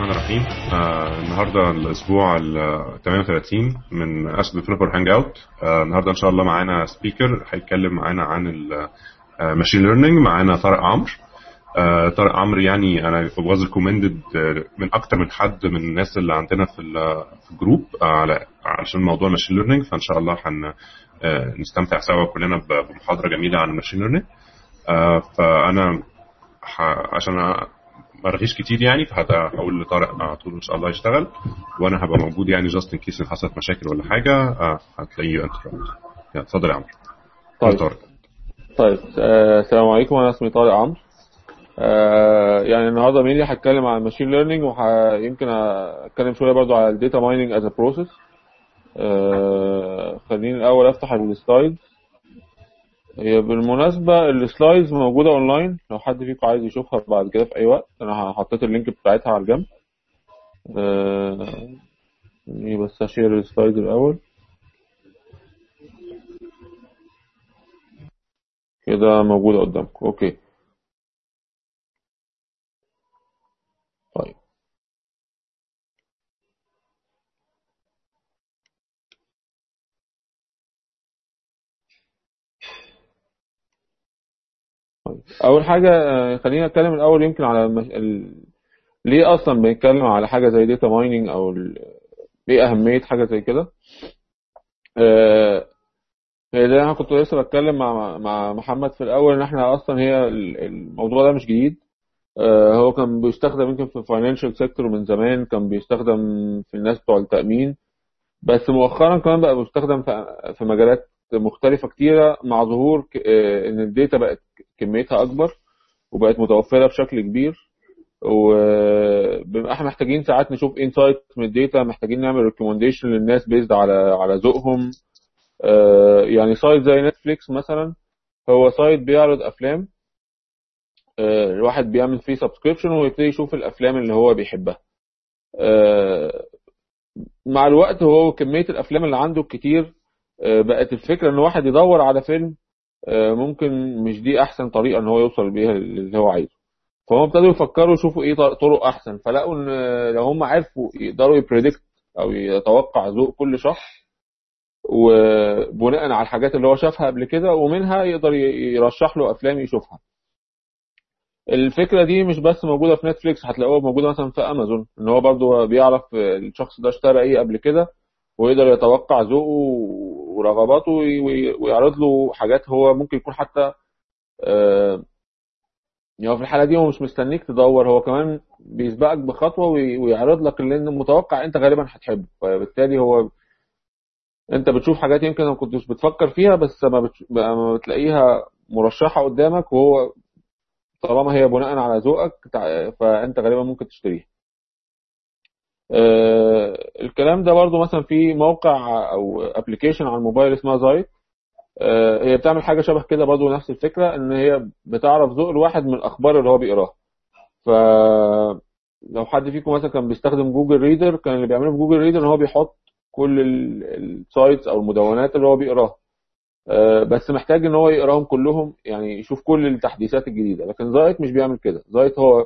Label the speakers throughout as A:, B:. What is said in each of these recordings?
A: الرحمن الرحيم. النهارده الاسبوع ال 38 من اسد ديفلوبر هانج اوت. النهارده ان شاء الله معانا سبيكر هيتكلم معانا عن الماشين ليرنينج. معانا طارق عمرو. طارق عمرو يعني انا واز ريكومندد من اكتر من حد من الناس اللي عندنا في الجروب علشان موضوع الماشين ليرنينج، فان شاء الله نستمتع سوا كلنا بمحاضره جميله عن الماشين ليرنينج. فانا عشان ما رغيش كتير يعني، فهقول لطارق على طول ان شاء الله يشتغل، وانا هبقى موجود يعني جاست ان كيس ان حصلت مشاكل ولا حاجه. هتلاقيه انت. اتفضل يا عمرو.
B: طيب. السلام عليكم، انا اسمي طارق عمرو. يعني النهارده مين اللي هتكلم عن الماشين ليرنينج، ويمكن اتكلم شويه برضو على الداتا مايننج از ا بروسيس. خليني الاول افتح السلايد. هي بالمناسبة السلايدز موجودة اونلاين، لو حد فيكم عايز يشوفها بعد كده في اي وقت. انا حطيت اللينك بتاعتها على الجنب. بس هشير السلايد الاول كده موجودة قدامكم. اوكي طيب. اول حاجة خلينا نتكلم الاول يمكن على ليه اصلا بنتكلم على حاجة زي داتا مايننج، او ليه اهمية حاجة زي كده. هي زي انا كنت لسه بتكلم مع محمد في الاول، ان احنا اصلا هي الموضوع ده مش جديد. هو كان بيستخدم يمكن في الفاينانشال سيكتور من زمان، كان بيستخدم في الناس بتوع التأمين، بس مؤخرا كمان بقى بيستخدم في مجالات مختلفة كتيرة، مع ظهور ان الداتا بقت كميتها اكبر وبقت متوفرة بشكل كبير، وبنبقى احنا محتاجين ساعات نشوف انسايت من الداتا، محتاجين نعمل ريكومنديشن للناس بيزد على ذوقهم. يعني سايت زي نتفليكس مثلا، هو سايت بيعرض افلام. الواحد بيعمل فيه سبسكريبشن ويبتدي يشوف الافلام اللي هو بيحبها. مع الوقت هو كمية الافلام اللي عنده كتير، بقت الفكرة ان واحد يدور على فيلم، ممكن مش دي احسن طريقة ان هو يوصل بيها اللي هو عايزه. فهم ابتدوا يفكروا يشوفوا ايه طرق احسن، فلقوا ان لو هم عرفوا يقدروا يبريدكت او يتوقع ذوق كل شخص، وبناء على الحاجات اللي هو شافها قبل كده، ومنها يقدر يرشح له افلام يشوفها. الفكرة دي مش بس موجودة في نتفليكس، هتلاقوها موجودة مثلا في امازون، ان هو برضو بيعرف الشخص ده اشترى ايه قبل كده، ويقدر يتوقع ذوقه ورغباته، ويعرض له حاجات هو ممكن يكون حتى يعني في الحالة دي هو مش مستنيك تدور، هو كمان بيسبقك بخطوة ويعرض لك اللي انت متوقع انت غالبا هتحبه. فبالتالي هو انت بتشوف حاجات يمكن ما كنتش بتفكر فيها، بس ما بتلاقيها مرشحة قدامك، وهو طالما هي بناء على ذوقك فانت غالبا ممكن تشتريها. الكلام ده برضو مثلا في موقع او ابلكيشن على الموبايل اسمها زايت. هي بتعمل حاجة شبه كده برضو، نفس الفكرة، ان هي بتعرف ذوق الواحد من الاخبار اللي هو بيقراها. لو حد فيكم مثلا كان بيستخدم جوجل ريدر، كان اللي بيعمله في جوجل ريدر ان هو بيحط كل السايتس او المدونات اللي هو بيقراها، بس محتاج ان هو يقراهم كلهم، يعني يشوف كل التحديثات الجديده. لكن زايت مش بيعمل كده. زايت هو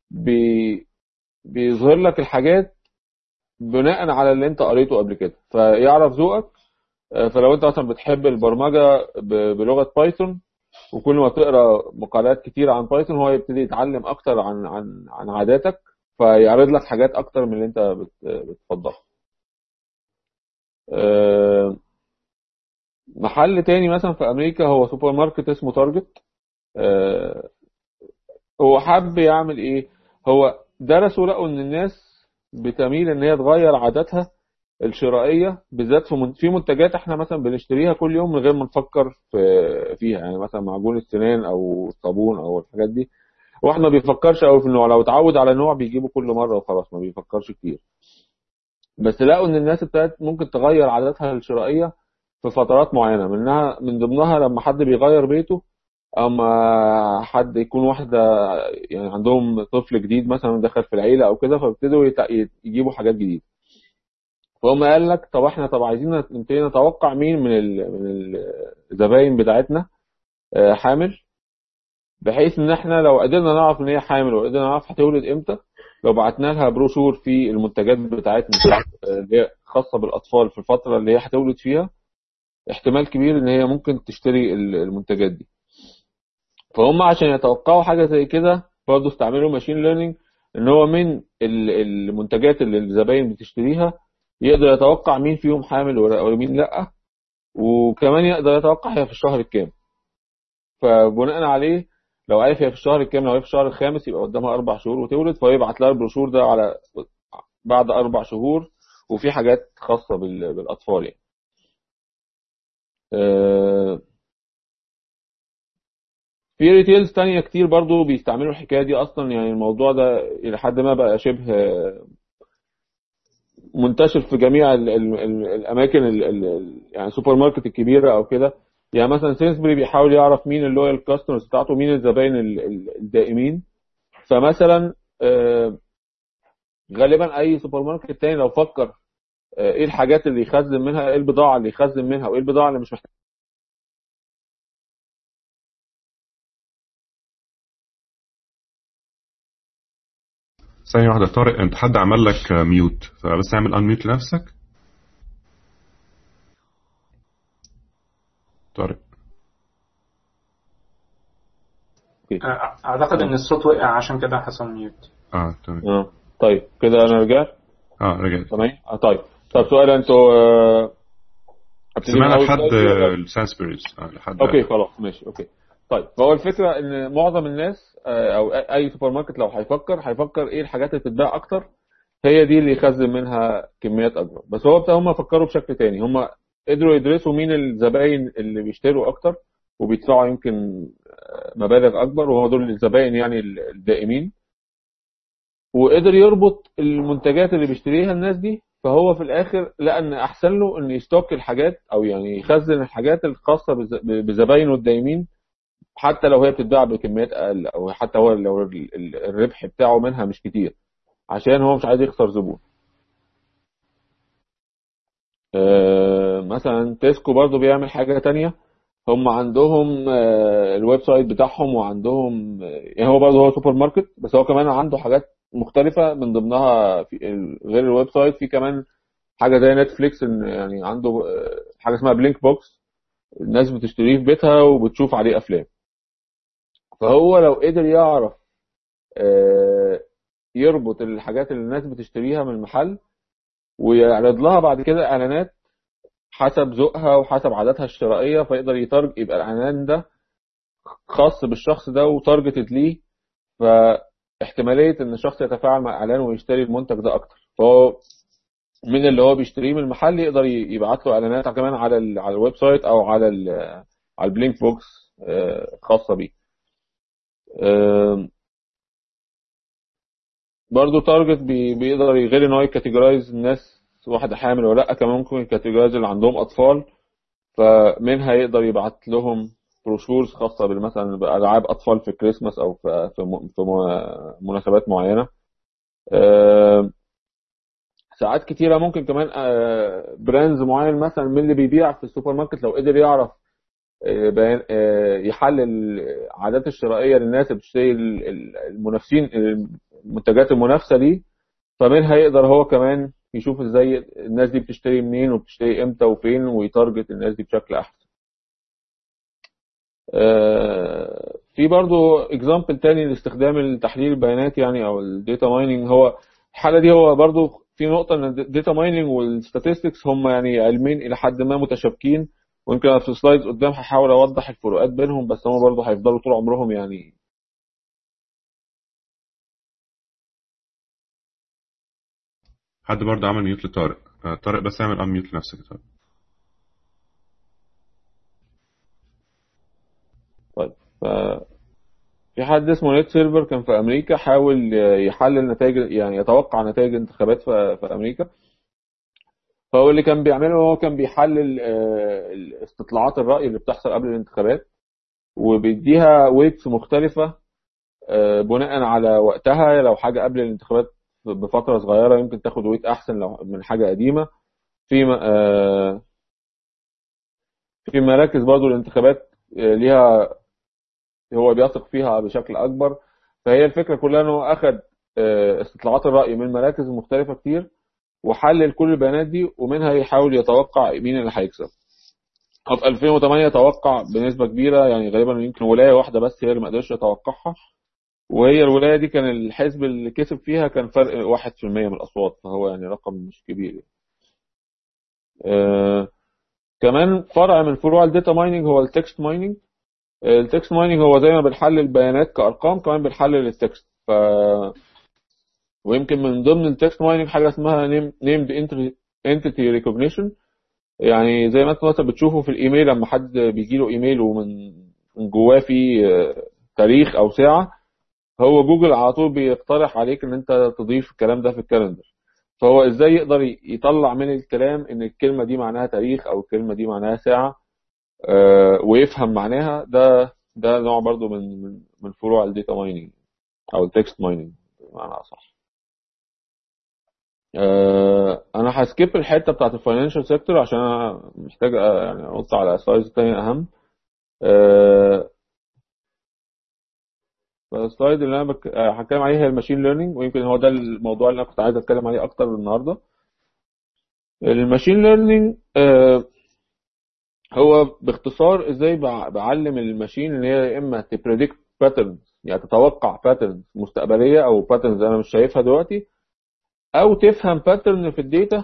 B: بيظهر لك الحاجات بناء على اللي انت قريته قبل كده، فيعرف ذوقك. فلو انت مثلا بتحب البرمجه بلغه بايثون، وكل ما تقرا مقالات كتير عن بايثون، هو يبتدي يتعلم اكتر عن عاداتك، فيعرض لك حاجات اكتر من اللي انت بتفضلها. محل تاني مثلا في امريكا هو سوبر ماركت اسمه تارجت. هو حب يعمل ايه؟ هو درسوا لقوا ان الناس بتميل ان هي تغير عاداتها الشرائيه، بالذات في منتجات احنا مثلا بنشتريها كل يوم من غير ما نفكر فيها، يعني مثلا معجون السنان او الصابون او الحاجات دي. واحد ما بيفكرش قوي في النوع، لو اتعود على نوع بيجيبه كل مره وخلاص، ما بيفكرش كتير. بس لقوا ان الناس ابتدت ممكن تغير عاداتها الشرائيه في فترات معينه، من ضمنها لما حد بيغير بيته، اما حد يكون واحده يعني عندهم طفل جديد مثلا دخل في العيله او كده، فابتدوا يجيبوا حاجات جديده. فهم قال لك طب عايزين نبتدي نتوقع مين من الزباين بتاعتنا حامل، بحيث ان احنا لو قدرنا نعرف ان هي حامل وقدرنا نعرف هتولد امتى، لو بعتنا لها بروشور في المنتجات بتاعتنا اللي هي خاصه بالاطفال في الفتره اللي هي هتولد فيها، احتمال كبير ان هي ممكن تشتري المنتجات دي. فهم عشان يتوقعوا حاجه زي كده برضه استعملوا ماشين ليرنينج، ان هو من المنتجات اللي الزباين بتشتريها يقدر يتوقع مين فيهم حامل ومين لا، وكمان يقدر يتوقع هي في الشهر الكام. فبناء عليه لو عارف هي في الشهر الكام، لو هي في الشهر الخامس يبقى قدامها 4 شهور وتولد، فيبعت لها البروشور ده على بعد 4 شهور. وفي حاجات خاصة بالأطفال يعني. في ريتيلز تانية كتير برضو بيستعملوا الحكاية دي أصلا، يعني الموضوع ده إلى حد ما بقى شبه منتشر في جميع الأماكن يعني سوبر ماركت الكبيرة أو كده. يعني مثلا سينسبري بيحاول يعرف مين اللويال كاستمرز بتاعته، مين الزباين الدائمين. فمثلا غالبا اي سوبر ماركت تاني لو فكر ايه الحاجات اللي يخزن منها، ايه البضاعه اللي يخزن منها، وايه البضاعه اللي مش محتاج.
A: ثانية واحدة طارق، انت حد عمل لك ميوت، فبس اعمل انميوت لنفسك. طارق.
B: اوكي.
C: اعتقد ان الصوت وقع عشان كده حصل ميوت.
A: تمام.
B: طيب كده انا رجعت.
A: رجعت.
B: تمام. طيب سؤال انتوا ابتدي من
A: سمعنا
B: اول
A: لحد
B: سلايد ولا؟
A: السانسبريز لحد.
B: اوكي خلاص ماشي. اوكي. طيب فهو الفكره ان معظم الناس او اي سوبر ماركت لو هيفكر ايه الحاجات اللي بتتباع اكتر، هي دي اللي يخزن منها كميات اكبر. بس هو هم فكروا بشكل تاني، هم قدروا يدرسوا مين الزباين اللي بيشتروا اكتر وبيدفعوا يمكن مبالغ اكبر، وهو دول الزباين يعني الدائمين. وقدر يربط المنتجات اللي بيشتريها الناس دي، فهو في الاخر لقى ان احسن له ان يستوك الحاجات او يعني يخزن الحاجات الخاصه بزباينه الدائمين، حتى لو هي بتتباع بكميات اقل، او حتى هو لو الربح بتاعه منها مش كتير، عشان هو مش عايز يخسر زبون. مثلا تيسكو برضو بيعمل حاجة تانية. هم عندهم الويب سايت بتاعهم، وعندهم يعني هو برضو هو سوبر ماركت، بس هو كمان عنده حاجات مختلفة من ضمنها في غير الويب سايت، في كمان حاجة زي نتفليكس، ان يعني عنده حاجة اسمها بلينك بوكس، الناس بتشتريه في بيتها وبتشوف عليه افلام. فهو لو قدر يعرف يربط الحاجات اللي الناس بتشتريها من المحل ويعرض لها بعد كده اعلانات حسب ذوقها وحسب عاداتها الشرائيه، فيقدر يبقى الاعلان ده خاص بالشخص ده وتارجتد ليه، فاحتماليه ان الشخص يتفاعل مع اعلان ويشتري المنتج ده اكتر. فهو من اللي هو بيشتريه من المحل يقدر يبعت له اعلانات كمان على على الويب سايت او على على البلينك بوكس خاصه بيه. برضه تارجت بيقدر غير ان هو يكاتيجورايز الناس واحده حامل ولا لا، كمان ممكن يكاتيجورايز اللي عندهم اطفال، فمنها يقدر يبعت لهم بروشورز خاصه مثلا بالعاب اطفال في كريسماس او في مناسبات معينه. ساعات كتيره ممكن كمان براندز معين مثلا من اللي بيبيع في السوبر ماركت لو قدر يعرف يحلل العادات الشرائيه للناس اللي بتشتري المنافسين المنتجات المنافسه دي، فمنها يقدر هو كمان يشوف ازاي الناس دي بتشتري منين وبتشتري امتى وفين، ويتارجت الناس دي بشكل احسن. في برضو اكزامبل تاني لاستخدام تحليل البيانات يعني او الداتا مايننج. هو الحاله دي هو برضو في نقطه ان الداتا مايننج والستاتستكس هم يعني علمين الى حد ما متشابكين، ويمكن في السلايدز قدام هحاول اوضح الفروقات بينهم، بس هم برضو هيفضلوا طول عمرهم يعني.
A: حد برضه عمل ميوت لطارق. طارق بس اعمل انميوت لنفسك يا طارق.
B: طيب في حد اسمه نيت سيرفر كان في امريكا، حاول يحلل نتائج يعني يتوقع نتائج انتخابات في امريكا. فهو اللي كان بيعمله هو كان بيحلل استطلاعات الرأي اللي بتحصل قبل الانتخابات، وبيديها ويتس مختلفة بناء على وقتها. لو حاجة قبل الانتخابات بفترة صغيرة يمكن تاخد ويت أحسن لو من حاجة قديمة. في في مراكز برضو الانتخابات ليها هو بيثق فيها بشكل أكبر. فهي الفكرة كلها إنه أخد استطلاعات الرأي من مراكز مختلفة كتير، وحلل كل البيانات دي، ومنها يحاول يتوقع مين اللي هيكسب. في 2008 توقع بنسبة كبيرة، يعني غالبا يمكن ولاية واحدة بس هي اللي ما قدرش يتوقعها، وهي الولاية دي كان الحزب اللي كسب فيها كان فرق 1% من الأصوات، فهو يعني رقم مش كبير يعني. كمان فرع من فروع الداتا مايننج هو التكست مايننج. التكست مايننج هو زي ما بنحلل بيانات كأرقام، كمان بنحلل التكست. ويمكن من ضمن التكست مايننج حاجة اسمها named entity recognition. يعني زي ما انت مثلا بتشوفه في الايميل لما حد بيجي له ايميل ومن جواه فيه تاريخ او ساعة، هو جوجل على طول بيقترح عليك ان انت تضيف الكلام ده في الكالندر. فهو ازاي يقدر يطلع من الكلام ان الكلمة دي معناها تاريخ او الكلمة دي معناها ساعة، ويفهم معناها. ده نوع برضو من فروع الداتا مايننج او التكست مايننج بمعنى اصح. انا هسكيب الحته بتاعت الفاينانشال سيكتور عشان انا محتاج يعني انط على سلايدز تانية اهم. السلايد اللي انا هتكلم عليه هي الماشين ليرنينج، ويمكن هو ده الموضوع اللي انا كنت عايز اتكلم عليه اكتر النهارده. الماشين ليرنينج هو باختصار ازاي بعلم الماشين ان هي اما تبريدكت باترنز، يعني تتوقع باترنز مستقبليه او باترنز انا مش شايفها دلوقتي، او تفهم باترن في الداتا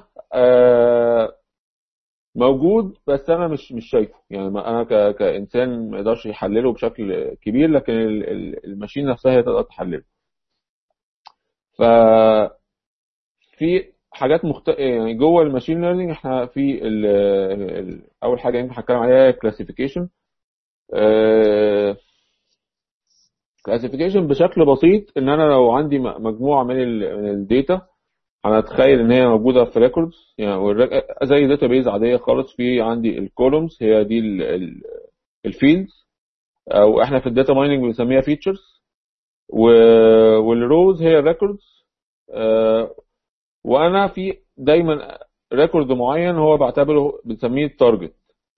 B: موجود بس انا مش شايفه. يعني انا كانسان ما يقدرش يحلله بشكل كبير، لكن الماشين نفسها هي تقدر تحلله. ف في حاجات يعني جوه الماشين ليرنينج احنا في اول حاجه يمكن هتكلم عليها كلاسيفيكيشن. كلاسيفيكيشن بشكل بسيط ان انا لو عندي مجموعه من الداتا، هنتخيل ان هي موجوده في ريكوردز، يعني زي داتا بيز عاديه خالص. في عندي الكولومز هي دي الفيلدز، او احنا في الداتا مايننج بنسميها فيتشرز، والروز هي الريكوردز. وانا في دايما ريكورد معين هو بعتبره بنسميه التارجت.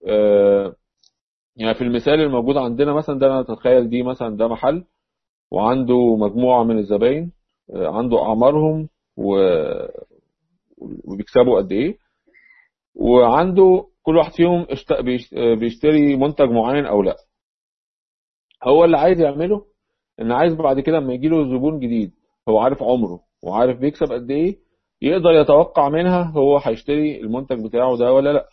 B: يعني في المثال الموجود عندنا مثلا ده، انا اتخيل دي مثلا ده محل وعنده مجموعه من الزباين، عنده اعمارهم وبيكسبوا قد ايه، وعنده كل واحد فيهم بيشتري منتج معين او لا. هو اللي عايز يعمله ان عايز بعد كده لما يجي له زبون جديد هو عارف عمره وعارف بيكسب قد ايه، يقدر يتوقع منها هو هيشتري المنتج بتاعه ده ولا لا.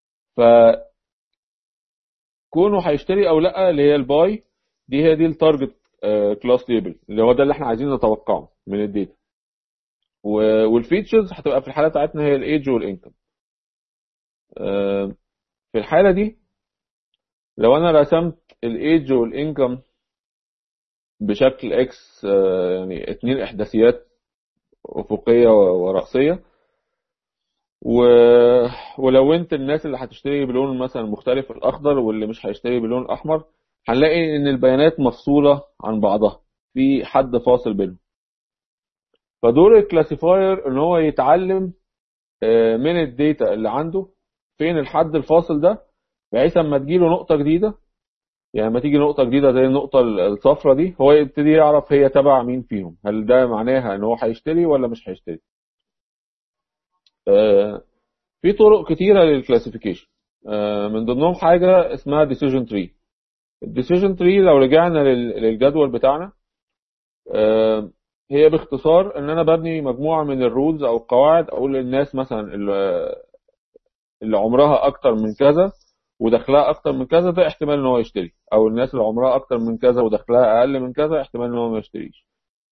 B: فكونه هيشتري او لا اللي هي الباي دي، هي دي التارجت كلاس ليبل، اللي هو ده اللي احنا عايزين نتوقعه من الداتا. والفيتشرز هتبقى في الحاله بتاعتنا هي الايدج والانكم. في الحاله دي لو انا رسمت الايدج والانكم بشكل اكس، يعني 2 احداثيات افقيه ورأسيه، ولونت الناس اللي هتشتري بلون مثلا مختلف الاخضر واللي مش هيشتري بلون الاحمر، هنلاقي ان البيانات مفصوله عن بعضها، في حد فاصل بينهم. فدور الكلاسيفاير ان هو يتعلم من الداتا اللي عنده فين الحد الفاصل ده، بحيث اما تجيله نقطه جديده، يعني لما تيجي نقطه جديده زي النقطه الصفراء دي، هو يبتدي يعرف هي تبع مين فيهم، هل ده معناها ان هو هيشتري ولا مش هيشتري. في طرق كتيرة للكلاسيفيكيشن، من ضمنهم حاجة اسمها decision tree. الديسيجن تري لو رجعنا للجدول بتاعنا، هي باختصار ان انا ببني مجموعة من الرولز او القواعد، اقول للناس مثلا اللي عمرها اكتر من كذا ودخلها اكتر من كذا ده احتمال ان هو يشتري، او الناس اللي عمرها اكتر من كذا ودخلها اقل من كذا احتمال ان هو ما يشتريش.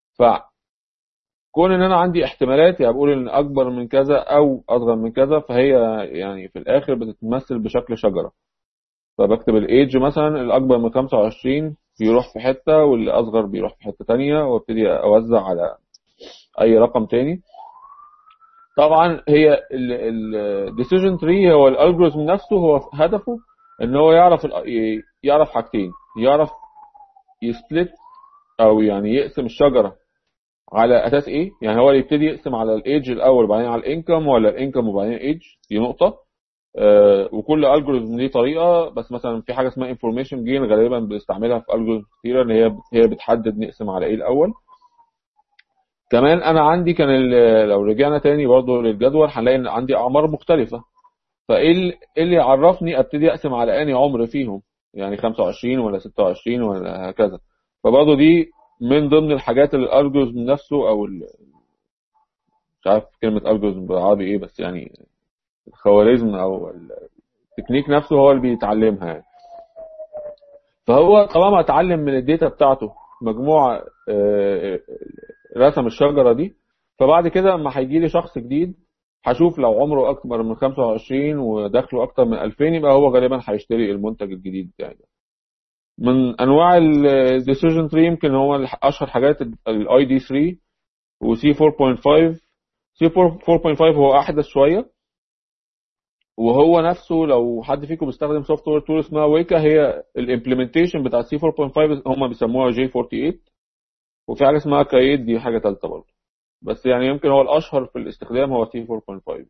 B: كون ان انا عندي احتمالات، يعني بقول ان اكبر من كذا او اصغر من كذا، فهي يعني في الاخر بتتمثل بشكل شجره. فبكتب الايدج مثلا الاكبر من 25 بيروح في حته، واللي اصغر بيروح في حته تانية، وابتدي اوزع على اي رقم تاني. طبعا هي الديسيجن تري هو الالجوريزم نفسه، هو هدفه ان هو يعرف حاجتين: يعرف يسبلت او يعني يقسم الشجره على اساس ايه. يعني هو يبتدي يقسم على الايدج الاول وبعدين على الانكم، ولا الانكم وبعدين ايدج، دي نقطه. وكل الجوريزم ليه طريقه، بس مثلا في حاجه اسمها انفورميشن جين غالبا بنستعملها في الجوريزم كتيره، ان هي بتحدد نقسم على ايه الاول. كمان انا عندي كان لو رجعنا تاني برضو للجدول هنلاقي ان عندي اعمار مختلفه. فايه إيه اللي يعرفني ابتدي اقسم على اني عمر فيهم، يعني 25 ولا 26 ولا هكذا. فبرضو دي من ضمن الحاجات اللي الالجوريزم نفسه او مش عارف كلمه الجوريزم بالعربي ايه، بس يعني الخوارزم او التكنيك نفسه هو اللي بيتعلمها يعني. فهو طالما اتعلم من الداتا بتاعته مجموعه رسم الشجره دي، فبعد كده لما هيجي لي شخص جديد هشوف لو عمره اكبر من 25 ودخله اكتر من 2000 يبقى هو غالبا هيشتري المنتج الجديد بتاعي. من انواع الديسيجن تري يمكن هو اشهر حاجات الاي دي 3 وسي 4.5. سي 4.5 هو احدث شويه، وهو نفسه لو حد فيكم بيستخدم سوفت وير تول اسمها ويكا، هي الامبلمنتيشن بتاع سي 4.5 هم بيسموها جي 48. وفي حاجه اسمها كايد، دي حاجه ثالثه برضه، بس يعني يمكن هو الاشهر في الاستخدام هو سي 4.5.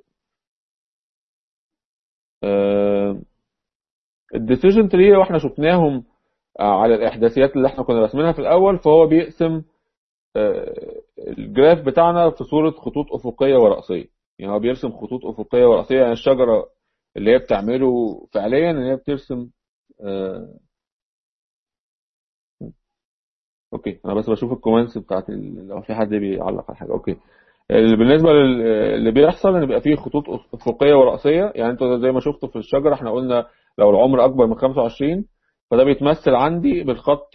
B: الديسيجن تري لو احنا شفناهم على الاحداثيات اللي احنا كنا راسمينها في الاول، فهو بيقسم الجراف بتاعنا في صوره خطوط افقيه ورأسيه. يعني هو بيرسم خطوط افقيه ورأسيه، يعني الشجره اللي هي بتعمله فعليا ان هي بترسم اوكي. انا بس بشوف الكومنتس بتاعت لو في حد بيعلق على حاجه. اوكي. بالنسبه اللي بيحصل ان بيبقى فيه خطوط افقيه ورأسيه. يعني انتوا زي ما شفتوا في الشجره احنا قلنا لو العمر اكبر من 25 فده بيتمثل عندي بالخط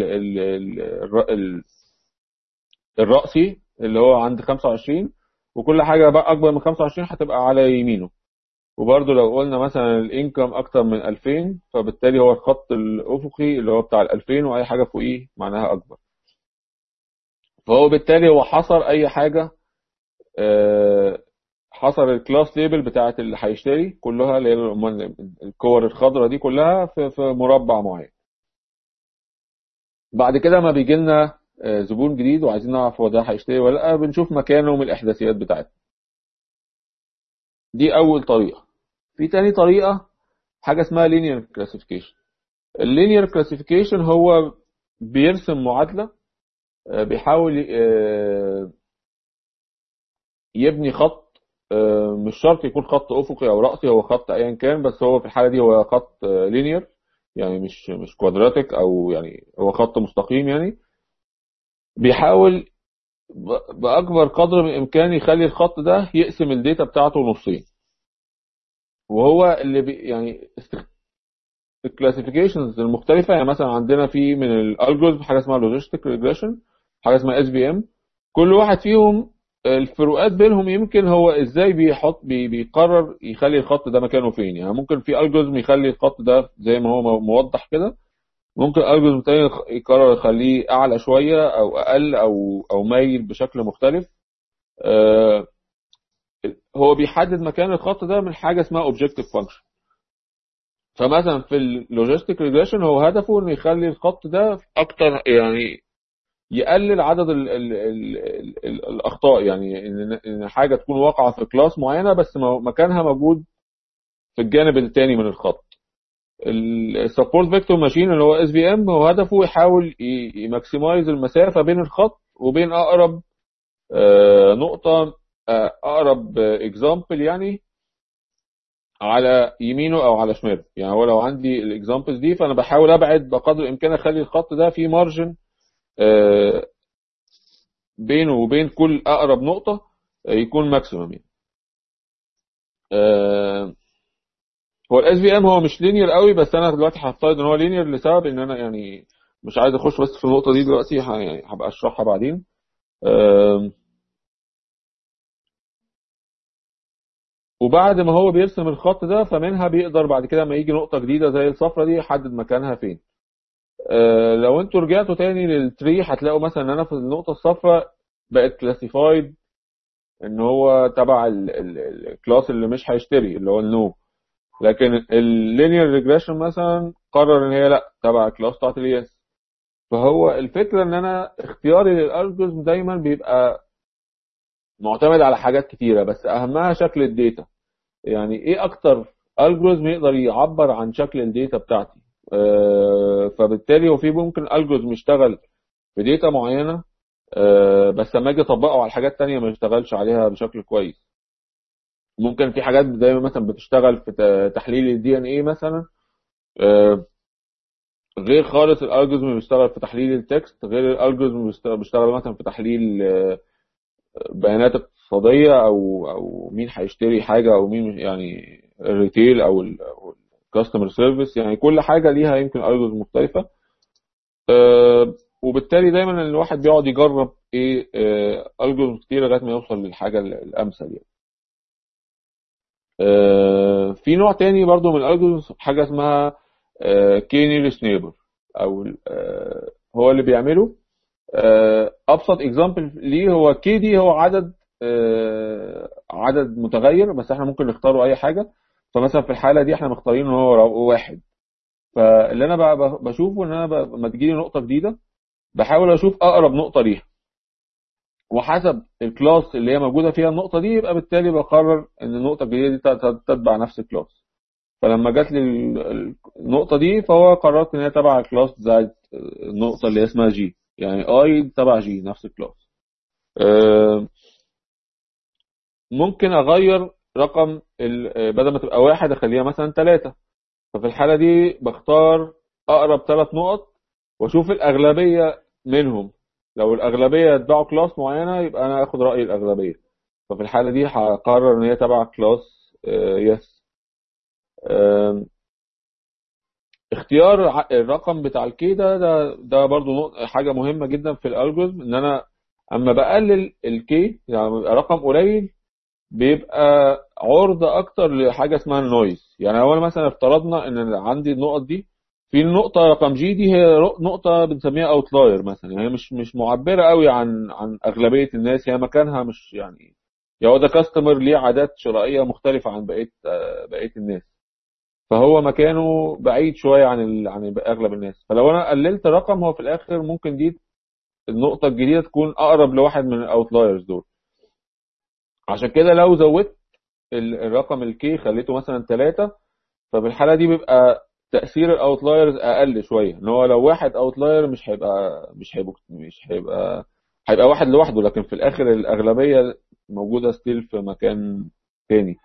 B: الرأسي اللي هو عند 25، وكل حاجه بقى اكبر من 25 هتبقى على يمينه. وبرده لو قلنا مثلا الانكم اكتر من 2000 فبالتالي هو الخط الافقي اللي هو بتاع ال 2000، واي حاجه فوقيه معناها اكبر. فهو بالتالي هو حصر اي حاجه، حصر الكلاس ليبل بتاعت اللي هيشتري كلها، اللي هي الكور الخضراء دي كلها في مربع معين. بعد كده ما بيجي لنا زبون جديد وعايزين نعرف هو ده هيشتري ولا لا، بنشوف مكانه من الاحداثيات بتاعته. دي اول طريقه. في تاني طريقه حاجه اسمها linear classification. اللينير كلاسيفيكيشن هو بيرسم معادله، بيحاول يبني خط، مش شرط يكون خط افقي او رأسي، هو خط ايا كان، بس هو في الحاله دي هو خط لينير، يعني مش كوادراتيك، او يعني هو خط مستقيم. يعني بيحاول باكبر قدر من الامكان يخلي الخط ده يقسم الداتا بتاعته نصين. وهو اللي يعني الكلاسيفيكيشنز المختلفه، يعني مثلا عندنا في من الالجوريزم حاجه اسمها لوجيستيك ريجريشن، حاجه اسمها اس بي ام. كل واحد فيهم الفروقات بينهم يمكن هو ازاي بيقرر يخلي الخط ده مكانه فين. يعني ممكن في الجوريزم يخلي الخط ده زي ما هو موضح كده، ممكن الجوريزم تاني يقرر يخليه اعلى شويه او اقل او مايل بشكل مختلف. هو بيحدد مكان الخط ده من حاجه اسمها اوبجكتيف فانكشن. فمثلا في اللوجيستيك ريجريشن هو هدفه انه يخلي الخط ده اكتر، يعني يقلل عدد ال الاخطاء، يعني ان حاجه تكون واقعه في كلاس معينه بس مكانها موجود في الجانب الثاني من الخط. السبورت فيكتور ماشين اللي هو اس بي ام هو هدفه يحاول يماكسمايز المسافه بين الخط وبين اقرب نقطه، اقرب اكزامبل يعني على يمينه او على شماله. يعني هو لو عندي الاكزامبلز دي فانا بحاول ابعد بقدر الامكان اخلي الخط ده فيه مارجن بينه وبين كل اقرب نقطه يكون ماكسيمم. يعني هو الاس بي ام هو مش لينير قوي، بس انا دلوقتي هفترض ان هو لينير لسبب ان انا يعني مش عايز اخش بس في النقطه دي دلوقتي، يعني هبقى اشرحها بعدين. وبعد ما هو بيرسم الخط ده فمنها بيقدر بعد كده لما يجي نقطه جديده زي الصفرة دي يحدد مكانها فين. لو انتوا رجعتوا تاني للتري هتلاقوا مثلا ان انا في النقطه الصفراء بقت كلاسيفايد ان هو تبع الكلاس اللي مش هيشتري اللي هو النو. لكن اللينير ريجريشن مثلا قرر ان هي لا، تبع الكلاس بتاعت اليس. فهو الفكره ان انا اختياري للالجوريزم دايما بيبقى معتمد على حاجات كتيره، بس اهمها شكل الداتا. يعني ايه اكتر الجوريزم يقدر يعبر عن شكل الداتا بتاعتي. فبالتالي هو في ممكن الجوريزم يشتغل في داتا معينه بس لما اجي اطبقه على حاجات تانية ما يشتغلش عليها بشكل كويس. ممكن في حاجات دايما مثلا بتشتغل في تحليل الدي ان ايه مثلا، غير خالص الالجوريزم اللي بيشتغل في تحليل التكست، غير الالجوريزم اللي بيشتغل مثلا في تحليل بيانات اقتصاديه، او مين هيشتري حاجه، او مين يعني الريتيل او الكاستمر سيرفيس. يعني كل حاجه ليها يمكن الجوريزم مختلفه. وبالتالي دايما الواحد بيقعد يجرب ايه الجوريزم كتير لغايه ما يوصل للحاجه الامثل يعني. في نوع تاني برضو من الالجوريزم، حاجه اسمها كي نيرست نيبر، او هو اللي بيعمله ابسط اكزامبل ليه هو كي دي، هو عدد متغير، بس احنا ممكن نختاره اي حاجه. فمثلا في الحاله دي احنا مختارين ان هو واحد. فاللي انا بقى بشوفه ان انا لما تجيلي نقطه جديده بحاول اشوف اقرب نقطه ليها، وحسب الكلاس اللي هي موجوده فيها النقطه دي يبقى بالتالي بقرر ان النقطه الجديده دي تتبع نفس الكلاس. فلما جات لي النقطه دي فهو قررت ان هي تبع الكلاس بتاعت النقطه اللي اسمها جي، يعني اي تبع جي نفس الكلاس. ممكن اغير رقم بدل ما تبقى واحد اخليها مثلا 3. ففي الحاله دي بختار اقرب 3 نقط واشوف الاغلبيه منهم. لو الاغلبيه يتبعوا كلاس معينه يبقى انا اخد راي الاغلبيه. ففي الحاله دي هقرر ان هي تبع كلاس يس. اختيار الرقم بتاع الكي ده برضو حاجه مهمه جدا في الالجوريزم، ان انا اما بقلل الكي يعني بيبقى رقم قليل بيبقى عرضة اكتر لحاجه اسمها النويز. يعني اول مثلا افترضنا ان عندي النقط دي، في النقطه رقم جي دي هي نقطه بنسميها اوتلاير مثلا، يعني هي مش معبره قوي عن اغلبيه الناس، هي مكانها مش يعني هو ده كاستمر ليه عادات شرائيه مختلفه عن بقيه الناس، فهو مكانه بعيد شويه عن اغلب الناس. فلو انا قللت رقم هو في الاخر ممكن دي النقطه الجديده تكون اقرب لواحد من الاوتلايرز دول. عشان كده لو زودت الرقم الكي خليته مثلا 3، ففي الحاله دي بيبقى تاثير الاوتلايرز اقل شويه، ان هو لو واحد اوتلاير مش هيبقى واحد لوحده، لكن في الاخر الاغلبيه موجوده ستيل في مكان تاني.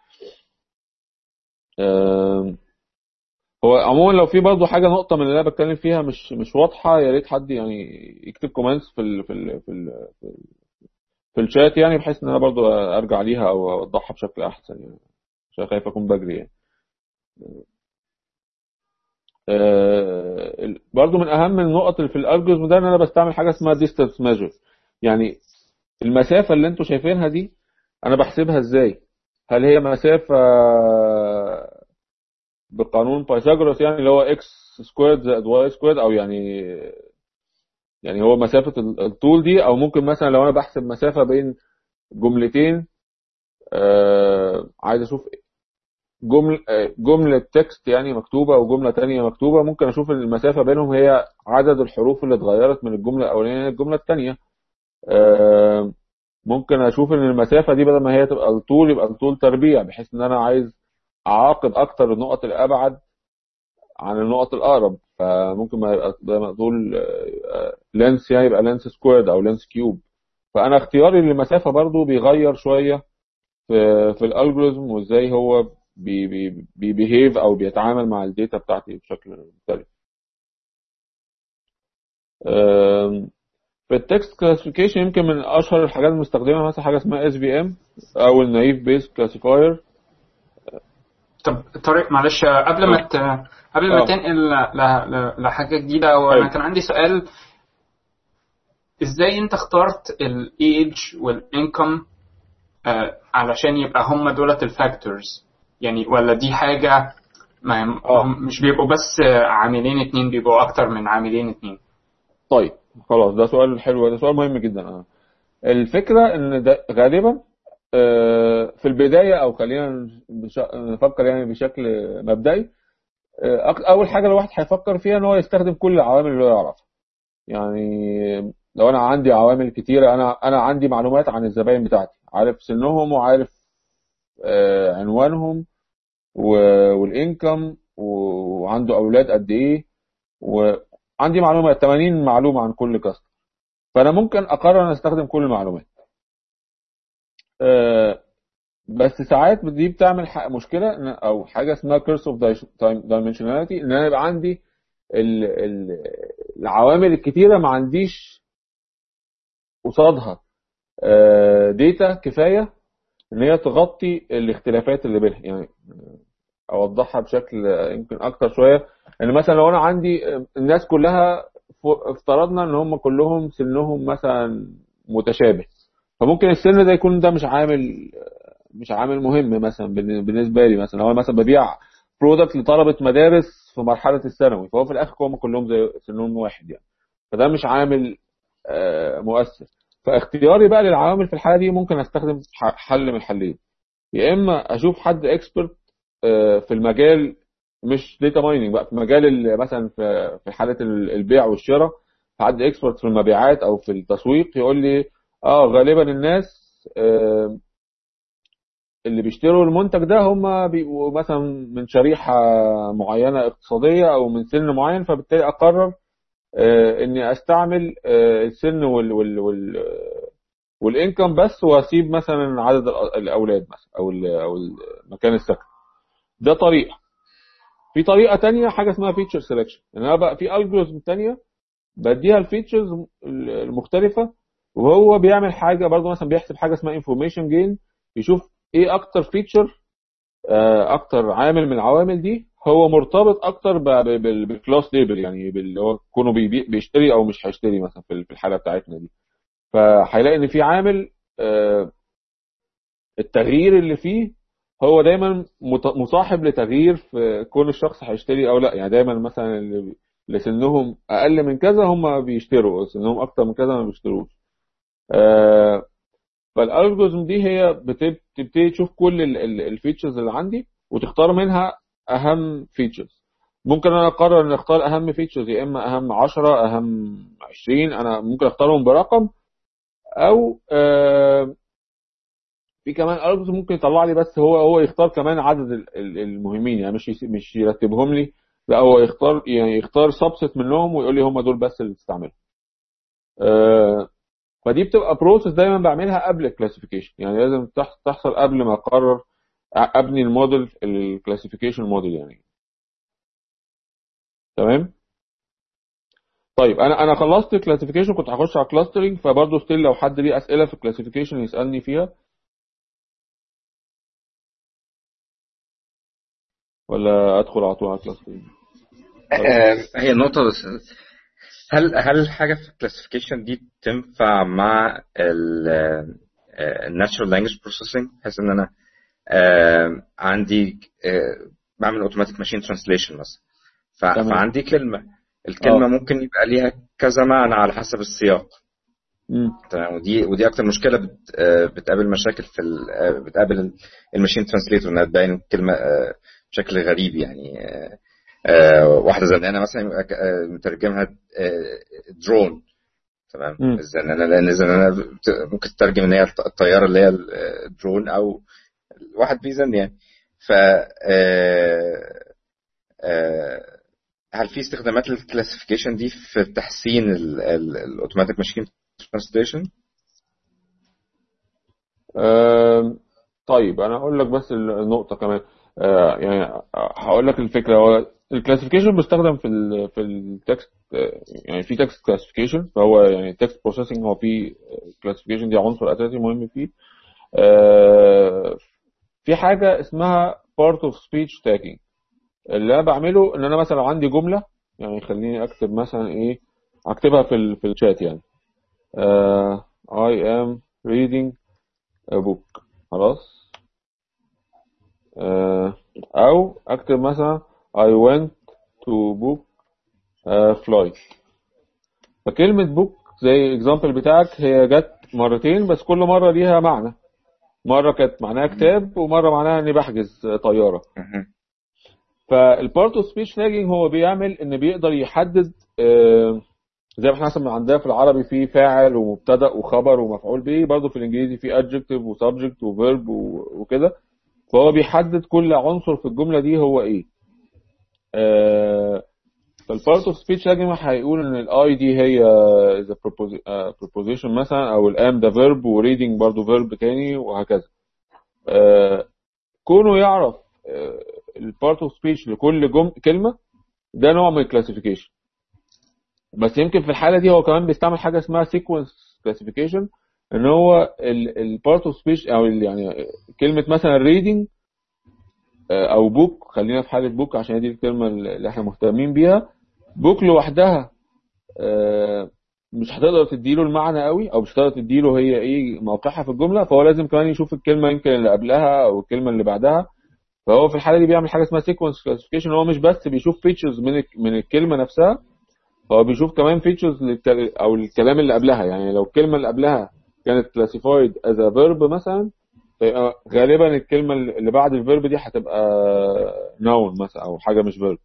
B: هو عموما لو في برضه حاجه نقطه من اللي انا بتكلم فيها مش واضحه، يا ريت حد يعني يكتب كومنتس في الشات، يعني بحيث ان انا برضه ارجع ليها او اوضحها بشكل احسن، يعني عشان خايف اكون بجري يعني. برضو من اهم النقط اللي في الالجوريزم ده ان انا بستعمل حاجه اسمها ديستانس ميجر. يعني المسافه اللي انتوا شايفينها دي انا بحسبها ازاي؟ هل هي مسافه بقانون بايثاغورس، يعني اللي هو اكس سكويرد زائد واي سكويرد، او يعني هو مسافه الطول دي، او ممكن مثلا لو انا بحسب مسافه بين جملتين، عايز اشوف جملة تكست يعني مكتوبة وجملة تانية مكتوبة، ممكن أشوف المسافة بينهم هي عدد الحروف اللي اتغيرت من الجملة الأولانية للجملة التانية. ممكن أشوف إن المسافة دي بدل ما هي تبقى الطول يبقى الطول تربيع، بحيث إن أنا عايز أعاقب أكتر النقط الأبعد عن النقط الأقرب. فممكن ما يبقى بدل ما طول لينس يعني يبقى لينس سكويرد أو لينس كيوب. فأنا اختياري للمسافة برضو بيغير شوية في الالجوريزم، وازاي هو بيبيهيف او بيتعامل مع الداتا بتاعتي بشكل مختلف. في التكست كلاسيفيكيشن يمكن من اشهر الحاجات المستخدمه مثلا حاجه اسمها اس في ام او النايف بيس كلاسيفاير.
C: طب طارق معلش، قبل ما تنقل لحاجه جديده، وانا كان عندي سؤال. ازاي انت اخترت الايج والانكم علشان يبقى هم دولت الفاكتورز؟ يعني ولا دي حاجه مش بيبقوا بس عاملين اتنين، بيبقوا اكتر من عاملين اتنين؟
B: طيب خلاص، ده سؤال حلو، ده سؤال مهم جدا. الفكره ان ده غالبا في البدايه، او خلينا نفكر يعني بشكل مبدئي، اول حاجه الواحد هيفكر فيها ان هو يستخدم كل العوامل اللي هو يعرفها. يعني لو انا عندي عوامل كتيره، انا عندي معلومات عن الزباين بتاعتي، عارف سنهم وعارف عنوانهم والانكم وعنده اولاد قد ايه، وعندي معلومات 80 معلومه عن كل كاستمر. فانا ممكن اقرر ان استخدم كل المعلومات. بس ساعات دي بتعمل مشكله او حاجه اسمها كيرس اوف دايمنشناليتي، ان انا يبقى عندي العوامل الكتيره ما عنديش قصادها داتا كفايه ان هي تغطي الاختلافات اللي بينها. يعني اوضحها بشكل يمكن اكتر شويه، ان مثلا لو انا عندي الناس كلها افترضنا ان هم كلهم سنهم مثلا متشابه، فممكن السن ده يكون ده مش عامل مهم مثلا بالنسبه لي. مثلا لو انا مثلا ببيع برودكت لطلبه مدارس في مرحله الثانوي، فهو في الاخر هم كلهم زي سنهم واحد يعني، فده مش عامل مؤثر. فاختياري بقى للعوامل في الحاله دي ممكن استخدم حل من الحلين. يا اما اشوف حد اكسبرت في المجال، مش داتا مايننج بقى، في مجال مثلا في حاله البيع والشراء، حد اكسبرت في المبيعات او في التسويق يقول لي غالبا الناس اللي بيشتروا المنتج ده هم بيبقوا مثلا من شريحه معينه اقتصاديه او من سن معين، فبالتالي اقرر اني استعمل السن والانكم بس، واسيب مثلا عدد الاولاد مثلا او مكان السكن. ده طريقه. في طريقه تانية حاجه اسمها فيتشر سelection، ان انا بقى في الجوريزم تانية بديها الفيتشرز المختلفه، وهو بيعمل حاجه برضه، مثلا بيحسب حاجه اسمها انفورميشن جين، يشوف ايه اكتر فيتشر، اكتر عامل من العوامل دي هو مرتبط اكتر بالكلاس ليبل، يعني اللي هو كونه بيشتري او مش هيشتري مثلا في الحاله بتاعتنا دي. فهيلاقي ان في عامل التغيير اللي فيه هو دايما مصاحب لتغيير في كون الشخص هيشتري او لا. يعني دايما مثلا اللي سنهم اقل من كذا هم بيشتروا، سنهم اكتر من كذا ما بيشتروش. فالالجوريزم دي هي بتبتدي تشوف كل الفيتشرز اللي عندي وتختار منها اهم فيتشرز. ممكن انا اقرر ان اختار اهم فيتشرز، يا اما اهم 10 اهم 20، انا ممكن اختارهم برقم، او في كمان الجوريزم ممكن يطلع لي بس هو يختار كمان عدد المهمين، يعني مش يرتبهم لي، لا هو يختار سبست منهم ويقول لي هم دول بس اللي تستعملهم. فدي بتبقى بروسيس دايما بعملها قبل الكلاسيفيكيشن، يعني لازم تحصل قبل ما اقرر ابني الموديل، الكلاسيفيكيشن موديل يعني. تمام. طيب انا خلصت الكلاسيفيكيشن، كنت هخش على كلاسترنج، فبرضه ستيل لو حد ليه اسئله في الكلاسيفيكيشن يسالني فيها، ولا ادخل على طول على كلاسترنج؟
D: هي نقطة بس، هل حاجة في الكلاسيفيكيشن دي تنفع مع الناتشورال لانجويج بروسيسنج، بحيث ان انا عندي بعمل اوتوماتيك ماشين ترانسليشن مثلا، فعندي الكلمة ممكن يبقى ليها كذا معنى على حسب السياق. تمام. ودي اكتر مشكلة بتقابل مشاكل بتقابل الماشين ترانسليتور، انها تبين الكلمة بشكل غريب. يعني واحدة زنانة مثلا مترجمها درون، تمام. الزنانة ممكن تترجم ان هي الطيارة اللي هي الدرون، او واحد بيزن يعني. ف هل في استخدامات للكلاسيفيكيشن دي في تحسين الاوتوماتيك ماشين ترانسليشن؟
B: طيب انا اقول لك بس النقطه كمان، يعني هقول لك الفكره. هو الكلاسيفيكيشن بيستخدم في التكست، يعني في تكست كلاسيفيكيشن، فهو يعني تكست بروسيسنج هو في كلاسيفيكيشن، دي عنصر اساسي مهم فيه. في حاجه اسمها part of speech tagging. اللي انا بعمله ان انا مثلا عندي جمله، يعني خليني اكتب مثلا ايه، اكتبها في الشات يعني I am reading a book، خلاص. او اكتب مثلا I went to book a flight. فكلمة book زي الاكزامبل بتاعك هي جت مرتين، بس كل مرة ليها معنى. مرة كانت معناها كتاب، ومرة معناها اني بحجز طيارة. فالبارت اوف سبيتش تاجينج هو بيعمل ان بيقدر يحدد، زي ما احنا مثلا عندنا في العربي في فاعل ومبتدا وخبر ومفعول به، برضه في الانجليزي في adjective وسبجكت وفيرب وكده. فهو بيحدد كل عنصر في الجمله دي هو ايه. فالبارت اوف سبيتش لاجن هيقول ان الاي دي هي ذا preposition مثلا، او الام ده فيرب، وريدنج برضو فيرب تاني، وهكذا. كونه يعرف البارت اوف سبيتش لكل كلمه، ده نوع من الكلاسيفيكيشن. بس يمكن في الحاله دي هو كمان بيستعمل حاجه اسمها سيكونس كلاسيفيكيشن، ان هو البارت اوف سبيتش، او يعني كلمه مثلا ريدنج او بوك، خلينا في حاله بوك عشان دي الكلمه اللي احنا مهتمين بيها. بوك لوحدها مش هتقدر تديله المعنى قوي، او مش هتقدر تديله هي ايه موقعها في الجمله، فهو لازم كمان يشوف الكلمه يمكن اللي قبلها او الكلمه اللي بعدها. فهو في الحاله دي بيعمل حاجه اسمها سيكونس كلاسيفيكيشن. هو مش بس بيشوف فيتشرز من الكلمه نفسها، هو بيشوف كمان فيتشرز او الكلام اللي قبلها. يعني لو الكلمه اللي قبلها كانت كلاسيفايد از ا فيرب مثلا، فيبقى غالبا الكلمه اللي بعد الفيرب دي هتبقى نون مثلا، او حاجه مش فيرب.